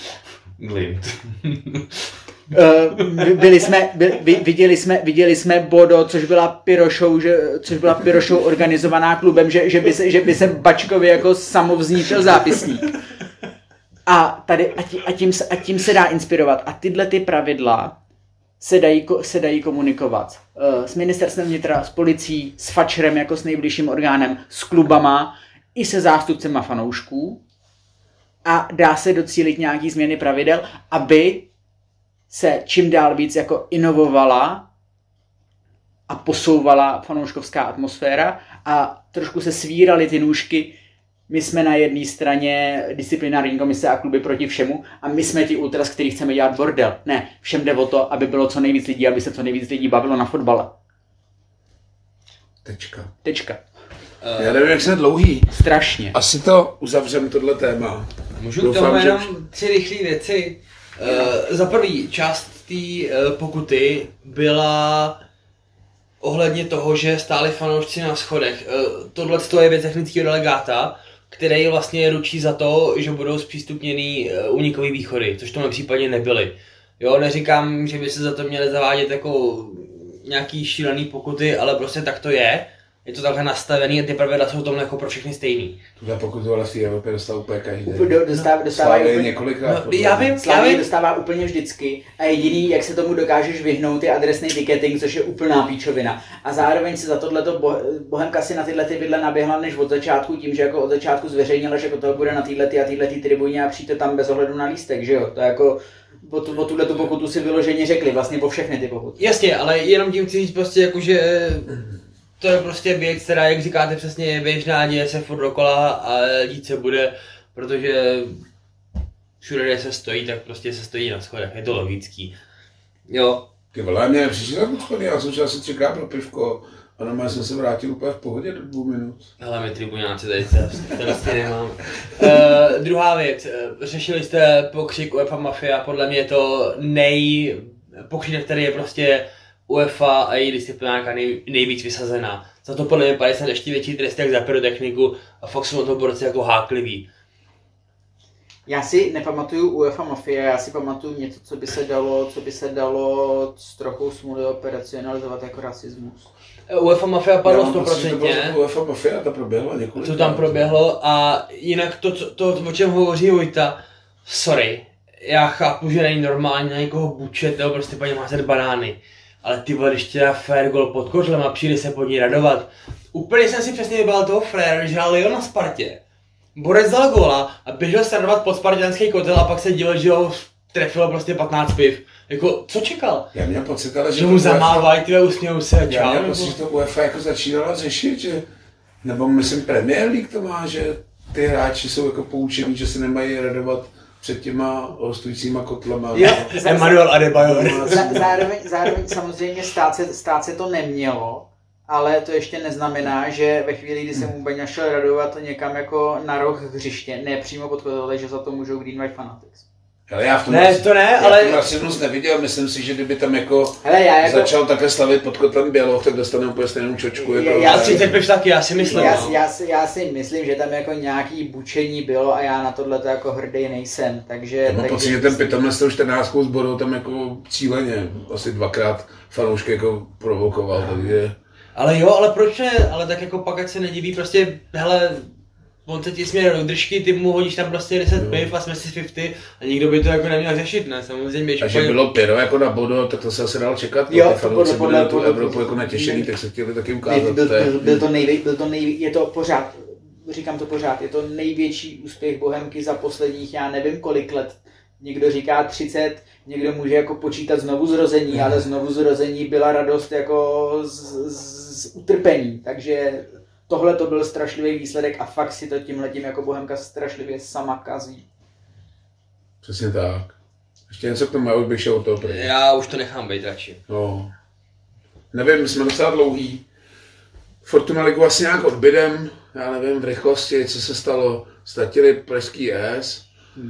Viděli jsme Bodo, což byla pyro show organizovaná klubem, že by se Bačkovi jako samovznítil zápisník. A tím se dá inspirovat. A tyhle ty pravidla se dají komunikovat s ministerstvem vnitra, s policií, s fačrem jako s nejbližším orgánem, s klubama i se zástupcema fanoušků. A dá se docílit nějaký změny pravidel, aby se čím dál víc jako inovovala a posouvala fanouškovská atmosféra a trošku se svíraly ty nůžky. My jsme na jedné straně disciplinární komise a kluby proti všemu a my jsme ti ultras, který chceme dělat bordel. Ne, všem jde o to, aby bylo co nejvíc lidí, aby se co nejvíc lidí bavilo na fotbale. Tečka. Já nevím, jak jsme dlouhý. Strašně. Asi to uzavřem tohle téma. Můžu k tomu jenom 3 rychlé věci. Za prvý, část té pokuty byla ohledně toho, že stáli fanoušci na schodech. Tohle je věc technického delegáta, který vlastně ručí za to, že budou zpřístupněný únikový východy, což v tomhle případě nebyly. Jo, neříkám, že by se za to měly zavádět jako nějaký šílený pokuty, ale prostě tak to je. Je to takhle nastavený a ty pravidla jsou tomhle jako pro všechny stejný. Tuhle pokutu ale v té Evropě dostává úplně každý. Dostává několikrát. No, já vím. Dostává úplně vždycky a jediný, jak se tomu dokážeš vyhnout, je adresný ticketing, což je úplná píčovina. A zároveň se za tohleto Bohemka si na tyhle ty vidle naběhla než od začátku, tím, že jako od začátku zveřejnila, že jako toho bude na této tribuně a přijďte tam bez ohledu na lístek, že jo? To jako o tuhletu pokutu si vyloženě řekli, vlastně po všechny ty pokuty. Jasně, ale jenom tím chci říct prostě jako, že to je prostě věc, která, jak říkáte přesně, je běžná, děje se furt dokola a dít se bude, protože všude, kde se stojí, tak prostě se stojí na schodech, je to logický. Jo. Ty vole, mě přišli na schody, já jsem šel asi 3krát pro pivko a normálně jsem se vrátil úplně v pohodě do 2 minut. Hele, my tribuňáci tady to vlastně nemáme. Druhá věc, řešili jste pokřik UEFA Mafia, podle mě je to pokřik, který je prostě UEFA a její disciplinárka nejvíc vysazená. Za to podle mě 50 ještě větší trest jak za pyrotechniku a fakt jsou na to borci jako hákliví. Já si nepamatuju UEFA Mafia, já si pamatuju něco, co by se dalo s trochou smůly operacionalizovat jako rasismus. UEFA Mafia padlo 100%. UEFA Mafia, to proběhlo několik. To tam proběhlo a jinak to o čem hovoří Vojta, sorry, já chápu, že není normálně na někoho bučet nebo prostě paní házet banány. Ale ty vole, když ti dá fair goal pod kořlem a přijde se pod ní radovat. Úplně jsem si přesně vybral toho fréra, když hrál Lyon na Spartě. Borec dal góla a běžel se radovat pod spartanský kotel a pak se díval, že ho trefilo prostě 15 piv. Jako, co čekal? Já měl pocit, ale že mu zamávají, ty usmějou se a čau. Já měl pocit, že to UEFA jako začínala řešit, že, nebo myslím Premier League to má, že ty hráči jsou jako poučení, že se nemají radovat před těma hostujícíma kotlama. Emmanuel Adebayor. Zároveň samozřejmě stát se to nemělo, ale to ještě neznamená, že ve chvíli, kdy se mu Beňa šel radovat někam jako na roh hřiště, ne přímo pod kotel, ale že za to můžou Green White Fanatics. Ale já v tom rasismus neviděl, myslím si, že kdyby tam jako začal takhle slavit pod kotlem Běloch, tak dostane úplně stejnou čočku. Já 30 piv taky, já si myslím. Já si myslím, že tam jako nějaký bučení bylo a já na tohleto jako hrdý nejsem, takže... Já mám pocit, že ten pitomec s tou 14 zborou tam jako cíleně asi 2krát fanoušky jako provokoval, takže... Ale jo, ale proč ne? Ale tak jako pak ať se nediví, prostě, hele, on se ti směje do držky, ty mu hodíš tam prostě 10 piv a jsme si 50 a nikdo by to jako neměl řešit, ne? Samozřejmě. A že bylo pyro jako na Bodo, tak to se asi dalo čekat, jo, ty fanoušci byli na tu Evropu jako natěšený, tak se chtěli taky ukázat. Je to pořád, říkám to pořád, je to největší úspěch Bohemky za posledních, já nevím kolik let. Někdo říká 30, někdo může jako počítat znovu zrození, ale znovu zrození byla radost jako z utrpení, takže tohle to byl strašlivý výsledek a fakt si to tímhletím jako Bohemka strašlivě sama kazí. Přesně tak. Ještě něco k tomu, já už bych šel od toho pryč. Já už to nechám být radši. No. Nevím, jsme docela dlouhý. Fortuna ligu asi nějak odbydem, já nevím, v rychlosti, co se stalo. Ztratili pražský S.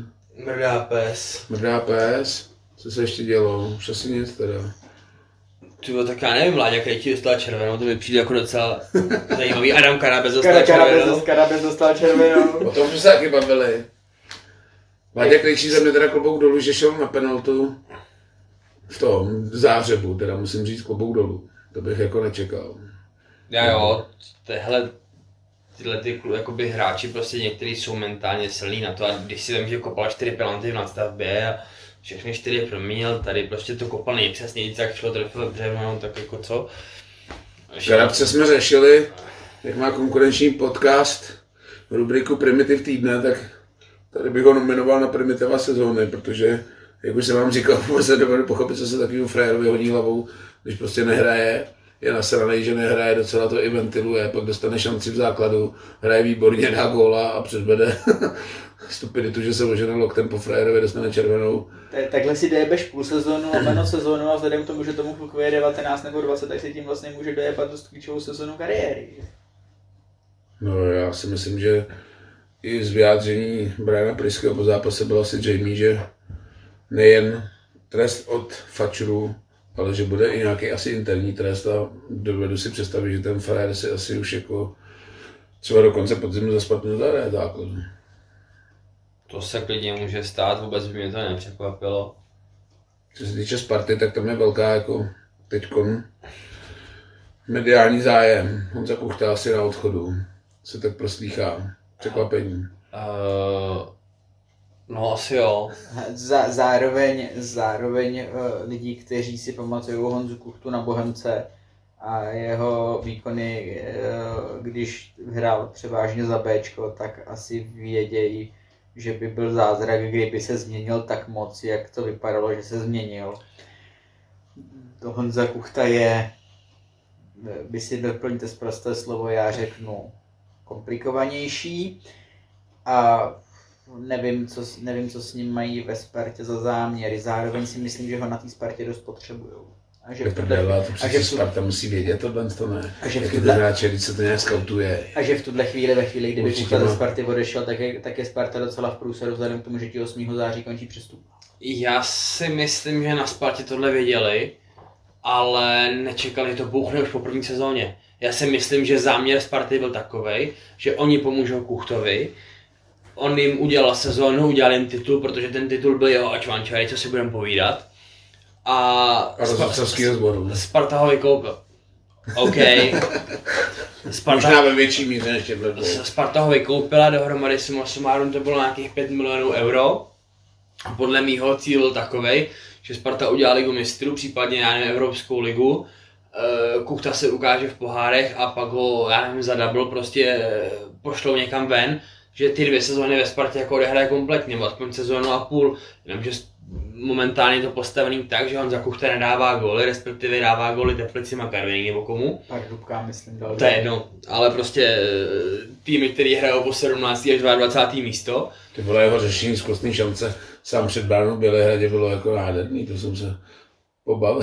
Mrdá pes. Co se ještě dělo? Už asi nic teda. Tyjo, tak já nevím, Láďa Krejčí dostal červenou, to mi přijde jako docela zajímavý. Adam Karabes dostal červenou. Karabes dostal červenou. O tom jsme se taky bavili. Láďa Krejčí za mě teda klobouk dolů, že šel na penaltu v tom Záhřebu, teda musím říct klobouk dolů. To bych jako nečekal. Já jo, tyhle jakoby hráči prostě někteří jsou mentálně silní na to a když si vím, že kopal 4 penalty v nadstavbě a všechny 4 proměnil, tady prostě to kopal nejpřesněji, jak šlo trefil břevno, tak jako co. Karabce jsme řešili, jak má konkurenční podcast rubriku Primitiv týdne, tak tady bych ho nominoval na primitiva sezóny, protože, jak už jsem vám říkal, vůbec se dovedu pochopit, co se takovýmu frajerovi hodí hlavou, když prostě nehraje, je nasranej, že nehraje, docela to i ventiluje, pak dostane šanci v základu, hraje výborně, dá góla a předvede stupiditu, že se ožene loktem po frajerovi, dostane červenou. Takhle si dojebeš půl sezónu, lomeno sezónu a vzhledem k tomu, že tomu kluku je 19 nebo 20, tak si tím vlastně může dojebat dost klíčovou sezónu kariéry. No já si myslím, že i z vyjádření Briana Priského po zápase byl asi zřejmý, že nejen trest od fačrů, ale že bude i nějaký asi interní trest a dovedu si představit, že ten frajer si asi už jako třeba do konce podzimu zaspat nezahraje základu. To se klidně může stát, vůbec by mě to nepřekvapilo. Co se týče Sparty, tak tam je velká jako teďkon mediální zájem. Honza Kuchta asi na odchodu, se tak proslýchá. Překvapení. No asi jo. Zároveň lidi, kteří si pamatují Honzu Kuchtu na Bohemce a jeho výkony, když hrál převážně za Bčko, tak asi vědějí, že by byl zázrak, kdyby se změnil tak moc, jak to vypadalo, že se změnil. To Honza Kuchta je, vy si doplňte sprosté slovo, já řeknu komplikovanější a nevím, co s ním mají ve Spartě za záměry. Zároveň si myslím, že ho na té Spartě dost potřebujou. A že Sparta musí vědět tohle, to ne. A že v tuhle hráče, když se to nějak skautuje. A že v tuhle chvíli, kdyby Kuchta ze Sparty odešel, tak je Sparta docela v průseru vzhledem k tomu, že ti 8. září končí přestup. Já si myslím, že na Spartě tohle věděli, ale nečekali, že to bouchne už po první sezóně. Já si myslím, že záměr Sparty byl takovej, že oni pomůžou Kuchtovi, on jim udělal sezónu, udělal jim titul, protože ten titul byl jeho ačvančary, co si budeme povídat. A Sparta ho vykoupil. OK. Možná ve větší míře než těhle. Sparta ho vykoupila, dohromady suma sumárum to bylo nějakých 5 milionů euro. A podle mýho cíl byl takovej, že Sparta udělá ligu mistrů, případně já nevím, Evropskou ligu. Kuchta se ukáže v pohárech a pak ho, já nevím, za double prostě pošlou někam ven, že ty 2 sezóny ve Spartě jako odehraje kompletně, nebo aspoň sezónu a půl. Jenomže momentálně je to postavený tak, že on za Kuchta nedává góly, respektive dává góly Teplicím a Karviní nebo komu. Pardubka, myslím, dal. To je jedno, ale prostě týmy, který hrajou po 17. až 22. místo. Ty vole, jeho řešení z kostní šance sám před bránou v Bělehradě bylo jako nádherný, to jsem se pobavil.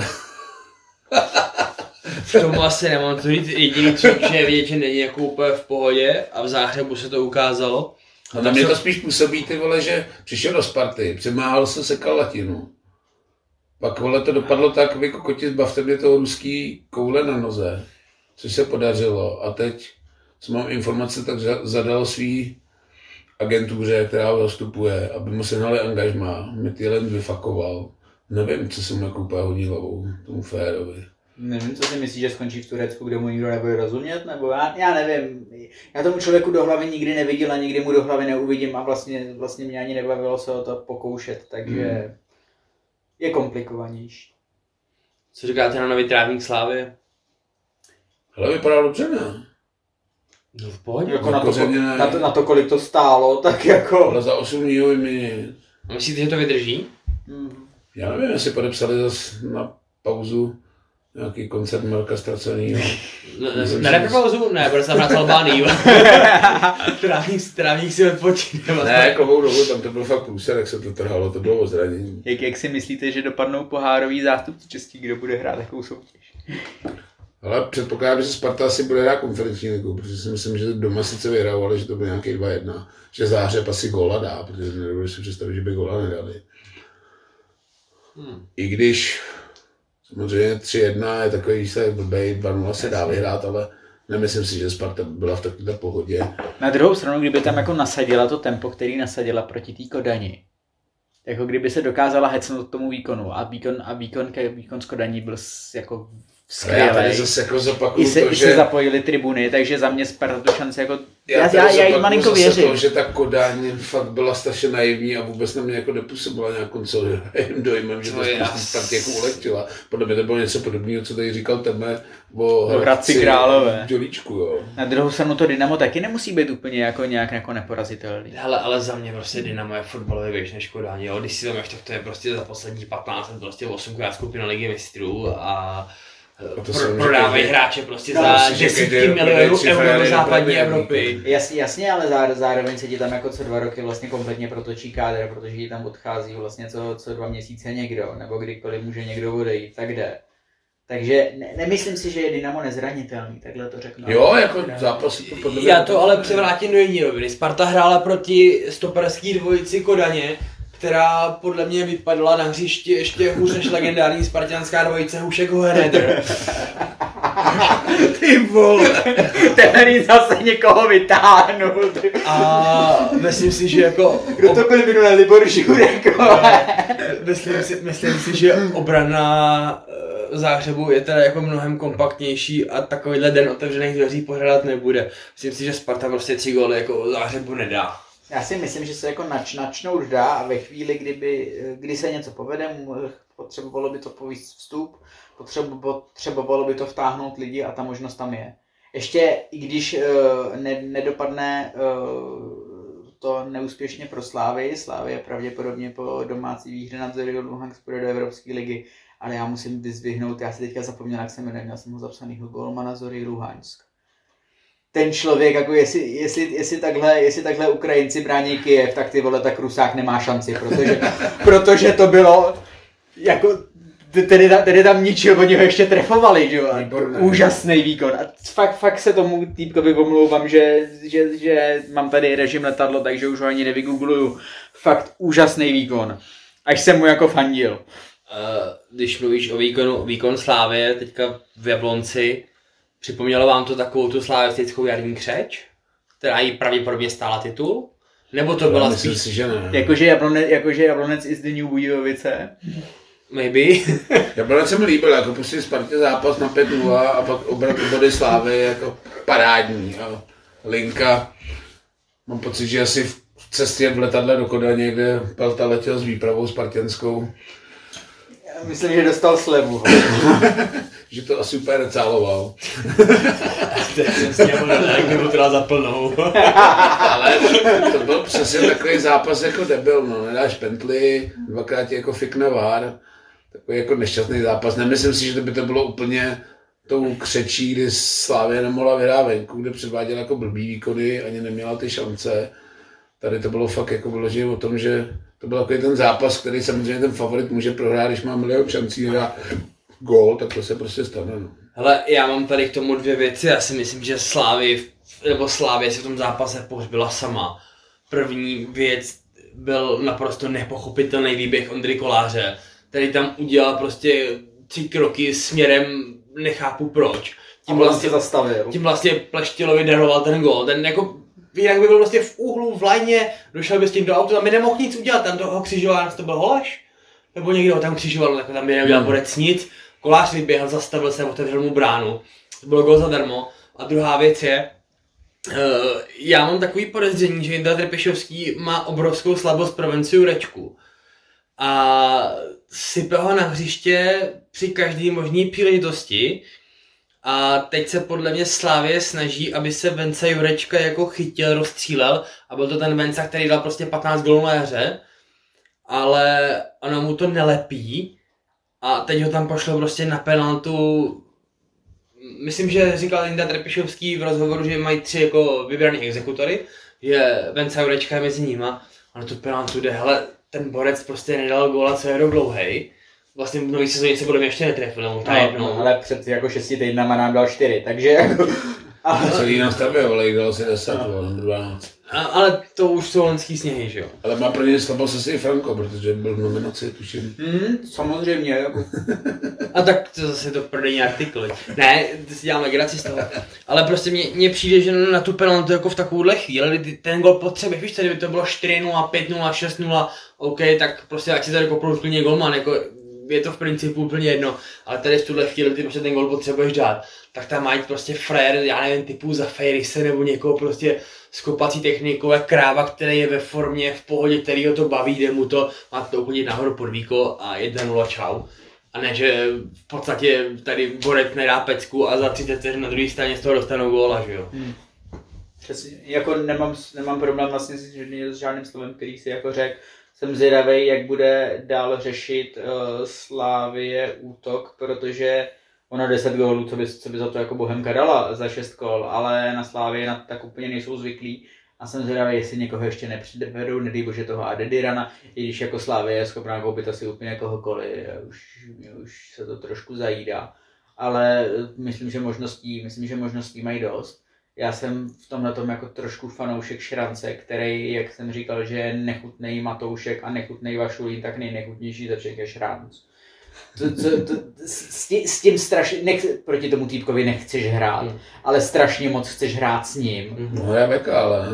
V tomu asi nemám to říct, jediný co je vidět, že není jako úplně v pohodě a v Záhřebu se to ukázalo. A na mě to spíš působí, ty vole, že přišel do Sparty, přemáhal se, sekal latinu. Pak vole to dopadlo tak, vy kokoti, zbavte mě toho ruský koule na noze, což se podařilo. A teď, co mám informace, tak zadal svý agentuře, která ho zastupuje, aby mu sehnali angažmá, Mytýlen vyfakoval. Nevím, co se mu jako úplně hodí hlavou, tomu Férovi. Nevím, co si myslíš, že skončí v Turecku, kde mu nikdo nebude rozumět, nebo já nevím. Já tomu člověku do hlavy nikdy neviděl a nikdy mu do hlavy neuvidím a vlastně mě ani nebavilo se o to pokoušet, takže je komplikovanější. Co říkáte na nový trávník Slávy? Ale vypadá dobře, ne? No v pohodě. Jako Kořeněné. na to, kolik to stálo, tak jako... Ale za 8 dní vyměnit. Myslíte, že to vydrží? Já nevím, jestli podepsali zase na pauzu nějaký koncert Marka Ztracenýho. Na repropauzu? Ne, bude se tam hrát s Albánií. Trávník si odpočíne. Ne, kovou dobu, tam to bylo fakt průser, jak se to trhalo, to bylo o zranění. Jak si myslíte, že dopadnou pohárový zástupci český, kdo bude hrát takovou soutěž? Ale předpokládám, že Sparta asi bude hrát konferenční ligu, protože si myslím, že doma sice vyhrál, ale že to bude nějaký 2-1. Že Záhřeb asi góla dá, protože nedovedu si představit, že by góla nedali. I když samozřejmě 3-1 je takový výsledek blbej, 2-0 se dá vyhrát, ale nemyslím si, že Sparta byla v takové pohodě. Na druhou stranu, kdyby tam jako nasadila to tempo, který nasadila proti té Kodani, jako kdyby se dokázala hecnout tomu výkonu a výkon z Kodaní byl jako Já tady skvělej. zase jako zopakuju I se zapojili tribuny, takže za mě Sparta tu šanci jako... Já jí malinko věřím. To, že ta Kodaň fakt byla strašně naivní a vůbec na mě jako nepůsobila nějakou celým dojmem, že to Spartě jako ulehčila. Podle mě to bylo něco podobného, co tady říkal Teme o Hradci Králové. Dělíčku, jo. Na druhou stranu to Dynamo taky nemusí být úplně jako nějak jako neporazitelný. Hele, ale za mě prostě Dynamo je fotbalově věž než Kodaň, jo. Když si to máš, tak to je prostě za poslední 15 let prostě 8krát skupina Ligy mistrů a prodávají hráče prostě za desítky milionů eur do západní Evropy. Jasně, ale zároveň se ti tam jako co 2 roky vlastně kompletně protočí kádr, protože ti tam odchází vlastně co 2 měsíce někdo, nebo kdykoliv může někdo odejít, tak jde. Takže nemyslím si, že je Dynamo nezranitelný, takhle to řeknu. Jo, jako zápas to podle mě... Já to ale převrátím do jiné roviny. Sparta hrála proti stoperský dvojici Kodaně, která podle mě vypadala na hřišti ještě hůř než legendární spartianská dvojice Hušek Hoheneder. Ty vole! Ten zase někoho vytáhnul. A myslím si, že jako... Kdo to byl minulé Libor Žurek? Myslím si, že obrana Záhřebu je teda jako mnohem kompaktnější a takovýhle den otevřených dveří pořádat nebude. Myslím si, že Sparta prostě 3 góly jako Záhřebu nedá. Já si myslím, že se jako načnout dá a ve chvíli, kdy se něco povede, potřebovalo by to povíct vstup, potřebovalo by to vtáhnout lidi a ta možnost tam je. Ještě i když nedopadne to neúspěšně pro Slávy pravděpodobně po domácí výhře nad Zorilou Luhansk půjde do Evropské ligy, ale já musím vyzdvihnout, já si teďka zapomněl, jak se jmenuje, měl jsem ho zapsanýho golmana Zory Luhansk. Ten člověk, jako jestli takhle Ukrajinci brání Kyjev, tak ty vole, tak Rusák nemá šanci, protože to bylo, jako, tedy tam ničil, oni ho ještě trefovali, že jo, úžasný výkon. A fakt se tomu týpkovi omlouvám, že mám tady režim letadlo, takže už ho ani nevygoogluju. Fakt úžasný výkon, až jsem mu jako fandil. Když mluvíš o výkon Slávie, teďka v Jablonci, připomnělo vám to takovou tu slavistickou jarní křeč, která jí pravděpodobně stála titul? Nebo to byla spíš... si, že ne. Jakože Jablonec is the new Budějovice. Maybe. Jablonec se mi líbil, jako prostě Spartě zápas na 5-0 a pak obrat body Slávy jako parádní. A linka, mám pocit, že asi v cestě v letadle do Kodaně, kde Pelta letěl s výpravou spartianskou. Myslím, že dostal slevu. Že to asi úplně necáloval. To je přesně jak by to dal za plnou. Ale to byl přesně takový zápas jako debil, no. Nedáš pentli, 2krát jako fikne vár. Takový jako nešťastný zápas. Nemyslím si, že by to bylo úplně tou křečí, kdy Slavia nemohla vyhrát venku, kde předváděla jako blbý výkony, ani neměla ty šance. Tady to bylo fakt jako vyložené o tom, že to byl takový ten zápas, který samozřejmě ten favorit může prohrát, když má milion šancí na gól, tak to se prostě stane. No. Hele, já mám tady k tomu 2 věci. Já si myslím, že Slávie se v tom zápase pohřbila sama. První věc byl naprosto nepochopitelný výběh Ondry Koláře, který tam udělal prostě 3 kroky směrem, nechápu proč. Tím vlastně Pleštilovi daroval ten gól. Ten jako jinak by byl prostě v úhlu, v lajně, došel by s tím do auta, tam by nemohl nic udělat, tam toho křižoval, to byl Holeš? Nebo někdo ho tam křižoval, jako tam by neudělal bodec nic. Kolář vyběhl, zastavil se, otevřel mu bránu, to bylo gól zadarmo. A druhá věc je, já mám takový podezření, že Jindra Trpišovský má obrovskou slabost pro Venciu Rečku. A sype ho na hřiště při každý možný příležitosti. A teď se podle mě Slavie snaží, aby se Venca Jurečka jako chytil, rozstřílel a byl to ten Venca, který dal prostě 15 gólů na jaře, ale ono mu to nelepí a teď ho tam pošlo prostě na penaltu. Myslím, že říkal Linda Trpišovský v rozhovoru, že mají 3 jako vybraný exekutory, že Venca Jurečka je mezi nima a na tu penaltu jde, hele, ten borec prostě nedal góla, co je rok dlouhej. Vlastně v nový sezóně se podle mě ještě netrefil, možná jednou. Ale před jako 6 týdnama nám dal 4, takže jako... Celý nastavil, ale jich dal si 10, 12. Ale to už jsou lenský sněhy, že jo? Ale má pro ně slabal se si i Franko, protože byl v nominaci, tuším. Samozřejmě, jako. A tak to zase to prodejní artikl. Ne, ty si dělám legraci z toho. Ale prostě mně přijde, že na tu penaltu jako v takovouhle chvíli, kdy ten gol potřebuješ, víš, tady by to bylo 4-0, 5-0, 6-0, OK, tak prostě ať si tady kopnul klidně golman, jako je to v principu úplně jedno, ale tady v tuhle chvíli, kdy prostě ten gol potřebuješ dát, tak tam mají prostě frér, já nevím, typu Zafirise nebo někoho prostě s kopací technikou, jak Kráva, který je ve formě, v pohodě, který ho to baví, jde mu to, má to uchodit nahoru pod víko a 1-0 čau. A ne, že v podstatě tady borec nedá pecku a za 30 vteřin na druhé straně z toho dostanou góla, že jo. Přesně, jako nemám problém vlastně s žádným slovem, který si jako řekl. Jsem zvědavý, jak bude dál řešit Slavie útok, protože ono 10 gólů, co by za to jako Bohemka dala za 6 gól, ale na Slavii na tak úplně nejsou zvyklí. A jsem zvědavý, jestli někoho ještě nepředvedou, nedej bože toho Adedirana, i když jako Slavie je schopná koupit asi úplně kohokoliv, už se to trošku zajídá. Ale myslím, že možností mají dost. Já jsem v tomhletom jako trošku fanoušek Šrance, který, jak jsem říkal, že je nechutnej Matoušek a nechutnej Vašulín, tak nejnechutnější ze všech je Šranc. S tím strašně, proti tomu týpkovi nechceš hrát, ale strašně moc chceš hrát s ním. No já beka, ale...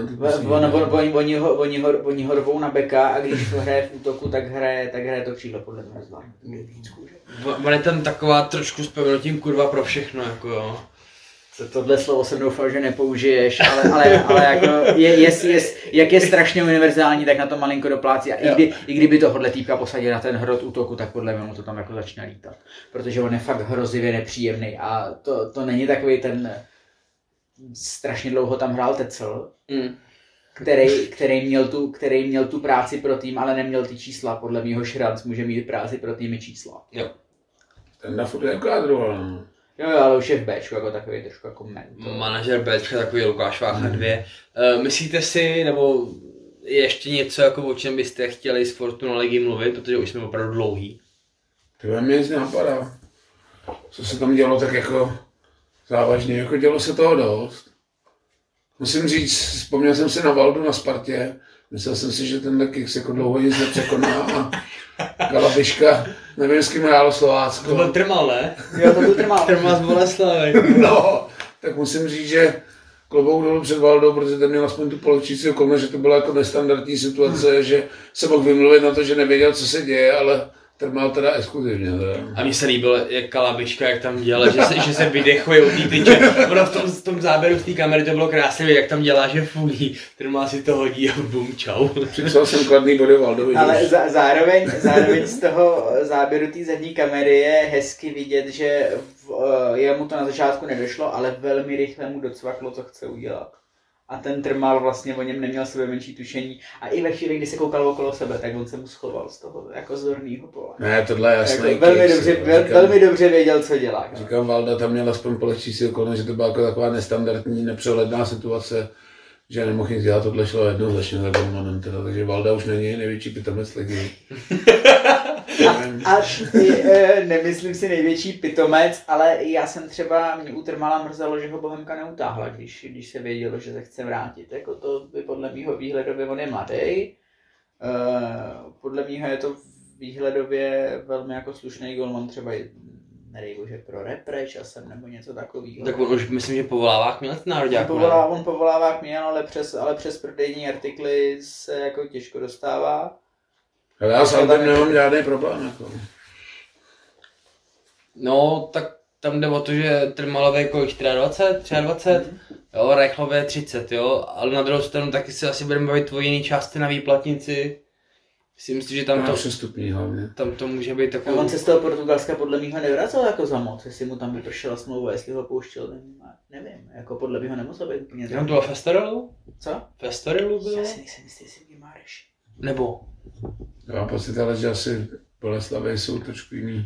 Oni ho rvou na beka a když to hraje v útoku, tak hraje to křídlo podle mě zvládne. On je tam taková trošku s pevnotím kurva pro všechno, jako jo. Tohle slovo jsem doufal, že nepoužiješ, ale jako jak je strašně univerzální, tak na to malinko doplácí. A i kdyby tohle týpka posadil na ten hrot útoku, tak podle mě mu to tam jako začne lítat. Protože on je fakt hrozivě nepříjemný a to není takový ten strašně dlouho tam hrál Tecel, který měl tu práci pro tým, ale neměl ty čísla. Podle mýho Šranc může mít práci pro týmy čísla. Jo. Ten na furt je jako jádro, Jo, ale už je v Bčku jako takový trošku jako mentor. Manažer Bčka, takový Lukáš Vácha 2. Myslíte si, nebo je ještě něco, jako o čem byste chtěli z Fortuna ligy mluvit, protože už jsme opravdu dlouhý? To mě nic nenapadá. Co se tam dělo tak jako závažně, jako dělo se toho dost. Musím říct, vzpomněl jsem si na Valdu na Spartě, myslel jsem si, že tenhle Kix jako dlouho nic nepřekoná a Galabiška, nevím, s kým hrálo Slovácko. To byl Trmal, ne? Jo, to byl Trmal. Trmal z Boleslavy. No, tak musím říct, že klobouk dolů před Valdou, protože ten měl aspoň tu polehčící okolnost, že to byla jako nestandardní situace, že se mohl vymluvit na to, že nevěděl, co se děje, ale Trmal teda exkluzivně. A mně se líbilo, jak Kalabička, jak tam dělá, že se vydechuje u té tyče. Ono v tom záběru z té kamery to bylo krásně, jak tam dělá, že fulí. Trmal si to hodí a bum, čau. Připsal jsem kladný body Valdovi. Ale zároveň z toho záběru té zadní kamery je hezky vidět, že jemu to na začátku nedošlo, ale velmi rychle mu docvaklo, co chce udělat. A ten Trmal vlastně o něm neměl sebe menší tušení. A i ve chvíli, kdy se koukal okolo sebe, tak on se mu schoval z toho jako z hornýho pole. Ne, tohle je jasný. Jako velmi dobře věděl, co dělá. Říkám, Valda tam měl aspoň polehčící okolnost, že to byla jako taková nestandardní, nepřehledná situace, že nemohl nic dělat, tohle šlo jednoznačně za golmanem teda, takže Valda už není největší pitomec ligy. Nemyslím si největší pitomec, ale já jsem třeba, mě u Trmala mrzelo, že ho Bohemka neutáhla, když se vědělo, že se chce vrátit. Jako to by podle mýho výhledově, on je mladý, podle mýho je to výhledově velmi jako slušný golman, třeba nedej bože pro repre časem nebo něco takového. Tak on už myslím, že povolávák měl ten nároďák. On povolávák měl, ale přes prodejní artikly se jako těžko dostává. Ale já sám tam nemám žádný problém. Jako. No, tak tam jde o to, že Trmalové kolik 23, jo, Rechlové 30, jo, ale na druhou stranu taky se asi budeme bavit o jiný části na výplatnici. Myslím si, že tam to, přestupní hlavně. tam to může být A takový... on se z toho Portugalska podle mého nevracel jako za moc, jestli mu tam vypršela smlouva, jestli ho pouštěl, nevím, jako podle mého nemusel být úplně Jenom to bylo Festorilu? Co? Festorilu bylo? Já si nejsem jistý, jestli Guimarães. Nebo? Já mám pocit, ale že asi Boleslavy jsou trošku jiný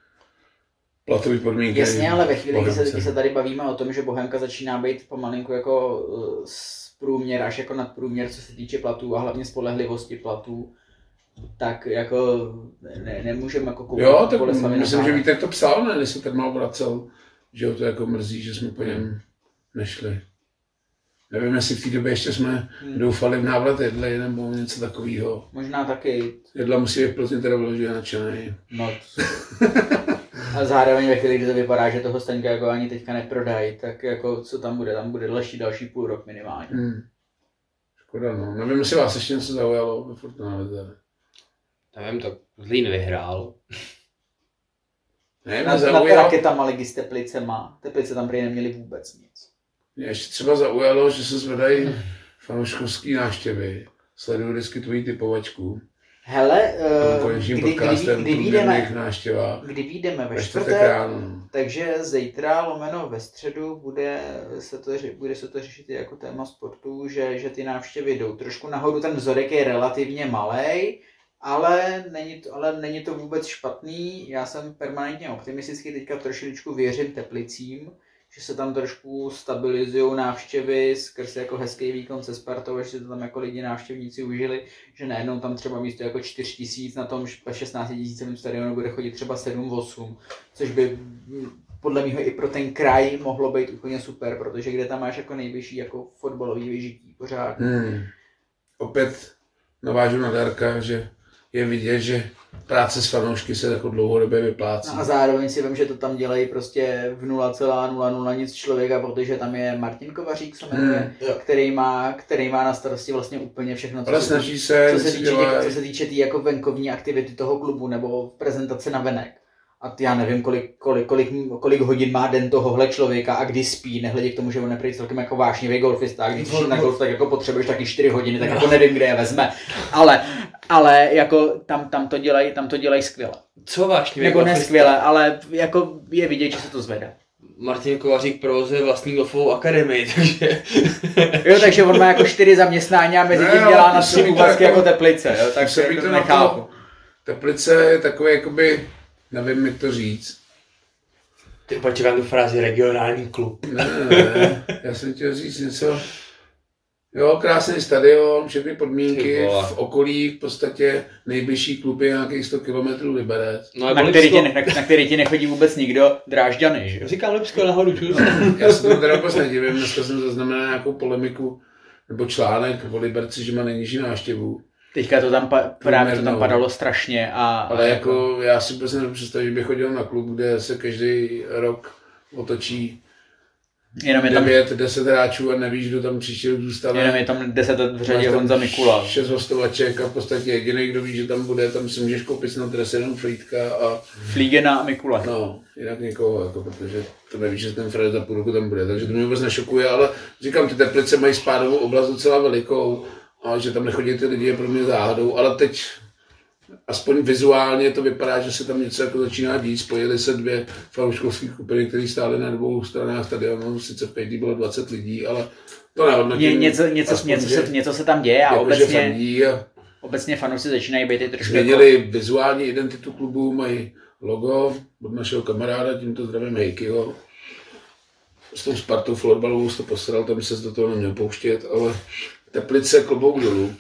platový podmínky. Jasně, ale ve chvíli, kdy Bohemce. se tady bavíme o tom, že Bohemka začíná být pomalinku jako z průměr až jako nadprůměr, co se týče platů a hlavně spolehlivosti platů, tak jako nemůžeme jako koupit Jo, tak Boleslavy na myslím, že zále. Vítek to psal, ne, když se ten mal vracel, že ho to jako mrzí, že jsme po něm nešli. Nevím, jestli v té době ještě jsme doufali v návrat Jedly nebo něco takového. Možná taky. Jedla musí být Plzně teda vyloženě nadšený. No. A zároveň ve chvíli, kdy to vypadá, že toho Staňka jako ani teďka neprodají, tak jako co tam bude další půl rok minimálně. Škoda, no. Nevím, jestli vás ještě něco zaujalo ve Fortuna Lize. Nevím, tak Zlín vyhrál. Ne, mě Nad zaujalo, raketama ligy s Teplicema. Teplice tam prý neměli vůbec nic. mě ještě třeba zaujalo, že se zvedají fanouškovský návštěvy. Sleduju vždycky tvojí typovačku. Hele, Konečným podcastem kdy průměrných návštěvách. kdy vyjdeme ve čtvrtek čtvrtek, ráno. takže zítra lomeno ve středu bude se to řešit jako téma sportu, že ty návštěvy jdou trošku nahoru, ten vzorek je relativně malej, ale není to vůbec špatný. Já jsem permanentně optimistický, teďka trošičku věřím Teplicím, že se tam trošku stabilizují návštěvy skrz jako hezký výkon se Spartou, že si to tam jako lidi návštěvníci užili, že najednou tam třeba místo jako 4 000 na tom 16 000 stadionu bude chodit třeba 7-8, což by podle mého i pro ten kraj mohlo být úplně super, protože kde tam máš jako nejvyšší jako fotbalový vyžití pořád. Opět navážu na Darka, že je vidět, že práce s fanoušky se jako dlouhodobě vyplácí. A zároveň si vím, že to tam dělají prostě v 0,00 nic člověka, protože tam je Martin Kovařík, se jmenuje, který má na starosti vlastně úplně všechno, Ale snaží se, co se týče té jako venkovní aktivity toho klubu nebo prezentace na venek. A já nevím, kolik hodin má den tohohle člověka a kdy spí, nehledě k tomu, že on neprý celkem jako vášnivý golfista, a když jsi na golf, tak jako potřebuješ taky 4 hodiny, tak jako nevím, kde je vezme. Ale jako tam to dělají skvěle. Co vášnivý Jako golfista? neskvěle, ale jako je vidět, že se to zvedá. Martin Kovařík provozuje vlastní golfovou akademii, takže... Jo, takže on má jako 4 zaměstnání a mezi tím dělá na 3 úvazky jako Teplice, jo, tak se to nechápu. Teplice je takové jakoby, nevím, jak to říct. Ty počkám tu frázi regionální klub. Ne, já jsem chtěl říct něco. Jo, krásný stadion, všechny podmínky, v okolí v podstatě nejbližší klub je nějakých 100 km Liberec. No, Na který ti nechodí vůbec nikdo, Drážďany, že? Říkám Lipsko nahoru, čus. Já se to teda vůbec nedivím, dneska jsem zaznamenal nějakou polemiku nebo článek o Liberci, že má nejnižší návštěvu. Teďka to tam právě to tam padalo strašně Ale jako já si vůbec nevím představit, že bych chodil na klub, kde se každý rok otočí jenom je tam 9-10 hráčů a nevíš, kdo tam příští rok zůstane. Jenom je tam 10 let v řadě Honza Mikula. 6 hostovaček a v podstatě jediný, kdo ví, že tam bude, tam si můžeš koupit na dres jenom Frýdka a... Flígena a Mikula. No, jinak někoho, jako, protože to nevíš, že ten Fred za půl roku tam bude, takže to mě vůbec nešokuje, ale říkám, ty Teplice mají spádovou oblast docela velikou a že tam nechodí ty lidi je pro mě záhadou, ale teď aspoň vizuálně to vypadá, že se tam něco jako začíná dít. Spojily se 2 fanouškovské skupiny, které stály na 2 stranách stadionu. Sice v Pejdi bylo 20 lidí, ale to nehodnotím. Něco se tam děje a jako, obecně fanoušci začínají být i trošku... Změnili vizuální identitu klubu, mají logo od našeho kamaráda, tímto zdravím Hejkyho. S tou Spartou florbalovou to posral, tam se do toho neměl pouštět, ale Teplice klobouk dolů.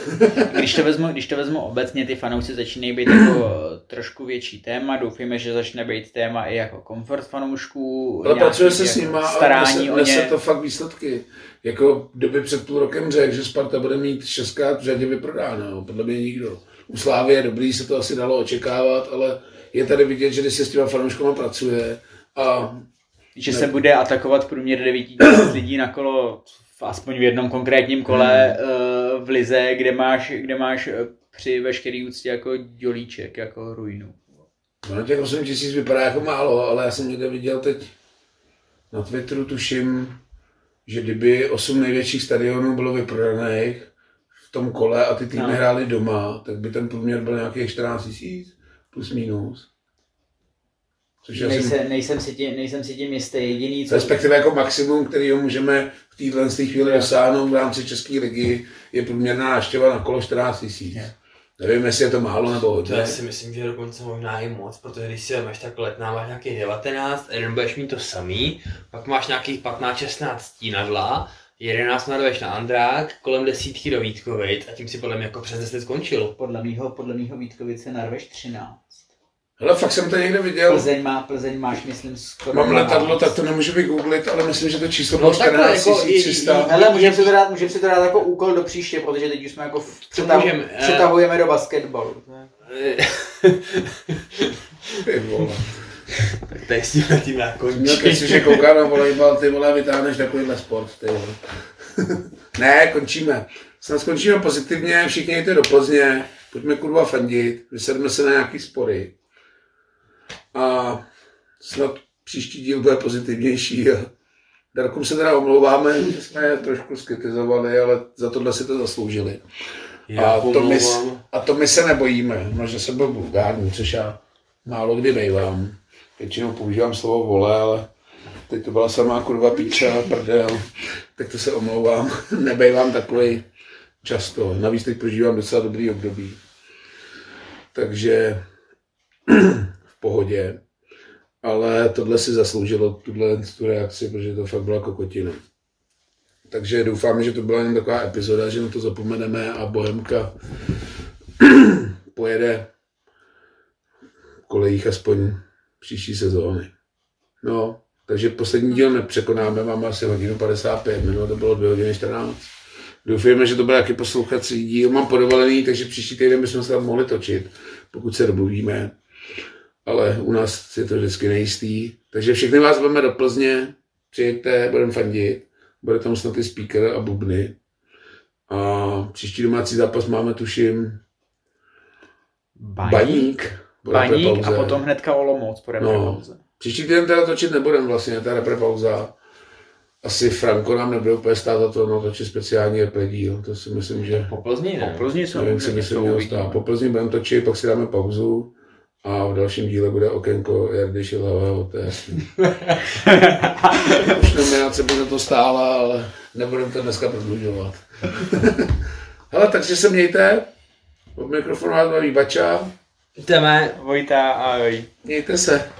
Když to vezmu obecně, ty fanoušci začínají být jako trošku větší téma. Doufejme, že začne být téma i jako komfort fanoušků. Ale pracuje se jako s nima a nese to fakt výsledky. Jako doby před půl rokem řekl, že Sparta bude mít 6krát v řadě vyprodáno. Podle mě nikdo. U Slávy je dobrý, se to asi dalo očekávat, ale je tady vidět, že když se s těma fanouškoma pracuje a... Že se bude atakovat průměr 9 000 lidí na kolo aspoň v jednom konkrétním kole v lize, kde máš při veškerý úctě jako dělíček, jako ruinu. No, těch 8 000 vypadá jako málo, ale já jsem někde viděl teď na Twitteru, tuším, že kdyby 8 největších stadionů bylo vyprodaných v tom kole a ty týmy hrály doma, tak by ten průměr byl nějakých 14 000 plus minus. Což nejsem si tím jistý, jediný co... Respektive jako maximum, který můžeme v téhle chvíli dosáhnout v rámci České ligy, je průměrná návštěva na kolo 14 000. Nevím, jestli je to málo nebo hodně. Já si myslím, že dokonce možná i moc, protože když si máš tak letná, máš nějakých 19, jeden budeš mít to samý, pak máš nějakých 15-16 stínadla, 11 nadveš na Andrák, kolem 10 do Vítkovic a tím si podle mě jako přes 10 skončil. Podle mýho Vítkovice narveš 13. Hele, fakt jsem to někde viděl. Plzeň máš, myslím, skoro... Mám letadlo, tak to nemůžu vygooglit, ale myslím, že to číslo bylo 14 300. Hele, můžeme si to dát jako úkol do příště, protože teď už jsme jako přetahujeme do basketbalu. Ty vole. Tak tady s tím nákončí. Měl si, že koukám na volejbal, ty vole, vytáhneš takovýhle sport, ty vole. Ne, končíme. Snad skončíme pozitivně, všichni jděte do Plzně, pojďme kurva fandit, vysedeme se na nějaký spory. A snad příští díl bude pozitivnější. Darkům se teda omlouváme, že jsme je trošku skritizovali, ale za tohle si to zasloužili. A to my se nebojíme, možná jsem byl vulgární, což já málo kdy bejvám. Většinou používám slovo vole, ale teď to byla samá kurva píča, prdel, tak to se omlouvám. Nebejvám takový často, navíc teď prožívám docela dobrý období. Takže v pohodě. Ale tohle si zasloužilo, tu reakci, protože to fakt byla kokotina. Takže doufám, že to byla jen taková epizoda, že na to zapomeneme a Bohemka pojede kolejích aspoň příští sezóny. No, takže poslední díl nepřekonáme, máme asi 1:55 minut, to bylo 2:14. Doufujeme, že to bude taky poslouchací díl. Mám podovolený, takže příští týden bychom se tam mohli točit, pokud se domluvíme. Ale u nás je to vždycky nejistý. Takže všechny vás veme do Plzně, přijďte, budeme fandit. Bude tam snad i speaker a bubny. A příští domácí zápas máme, tuším, Baník a potom hnedka Olomouc po reprepauze. Příští týden teda točit nebudeme vlastně, ta reprepauza. Asi Franko nám nebude úplně stát za to natočit speciální repredíl. To si myslím, že... Po Plzni ne? Po Plzni jsou Po Plzni budeme točit, pak si dáme pauzu. A v dalším díle bude okénko Jardy Šilhavého, to je jasný. Už nominace by za to stála, ale nebudeme to dneska prodlužovat. Hele, takže se mějte. Od mikrofonu vás baví Bača. Jdeme. Vojta, ahoj. Mějte se.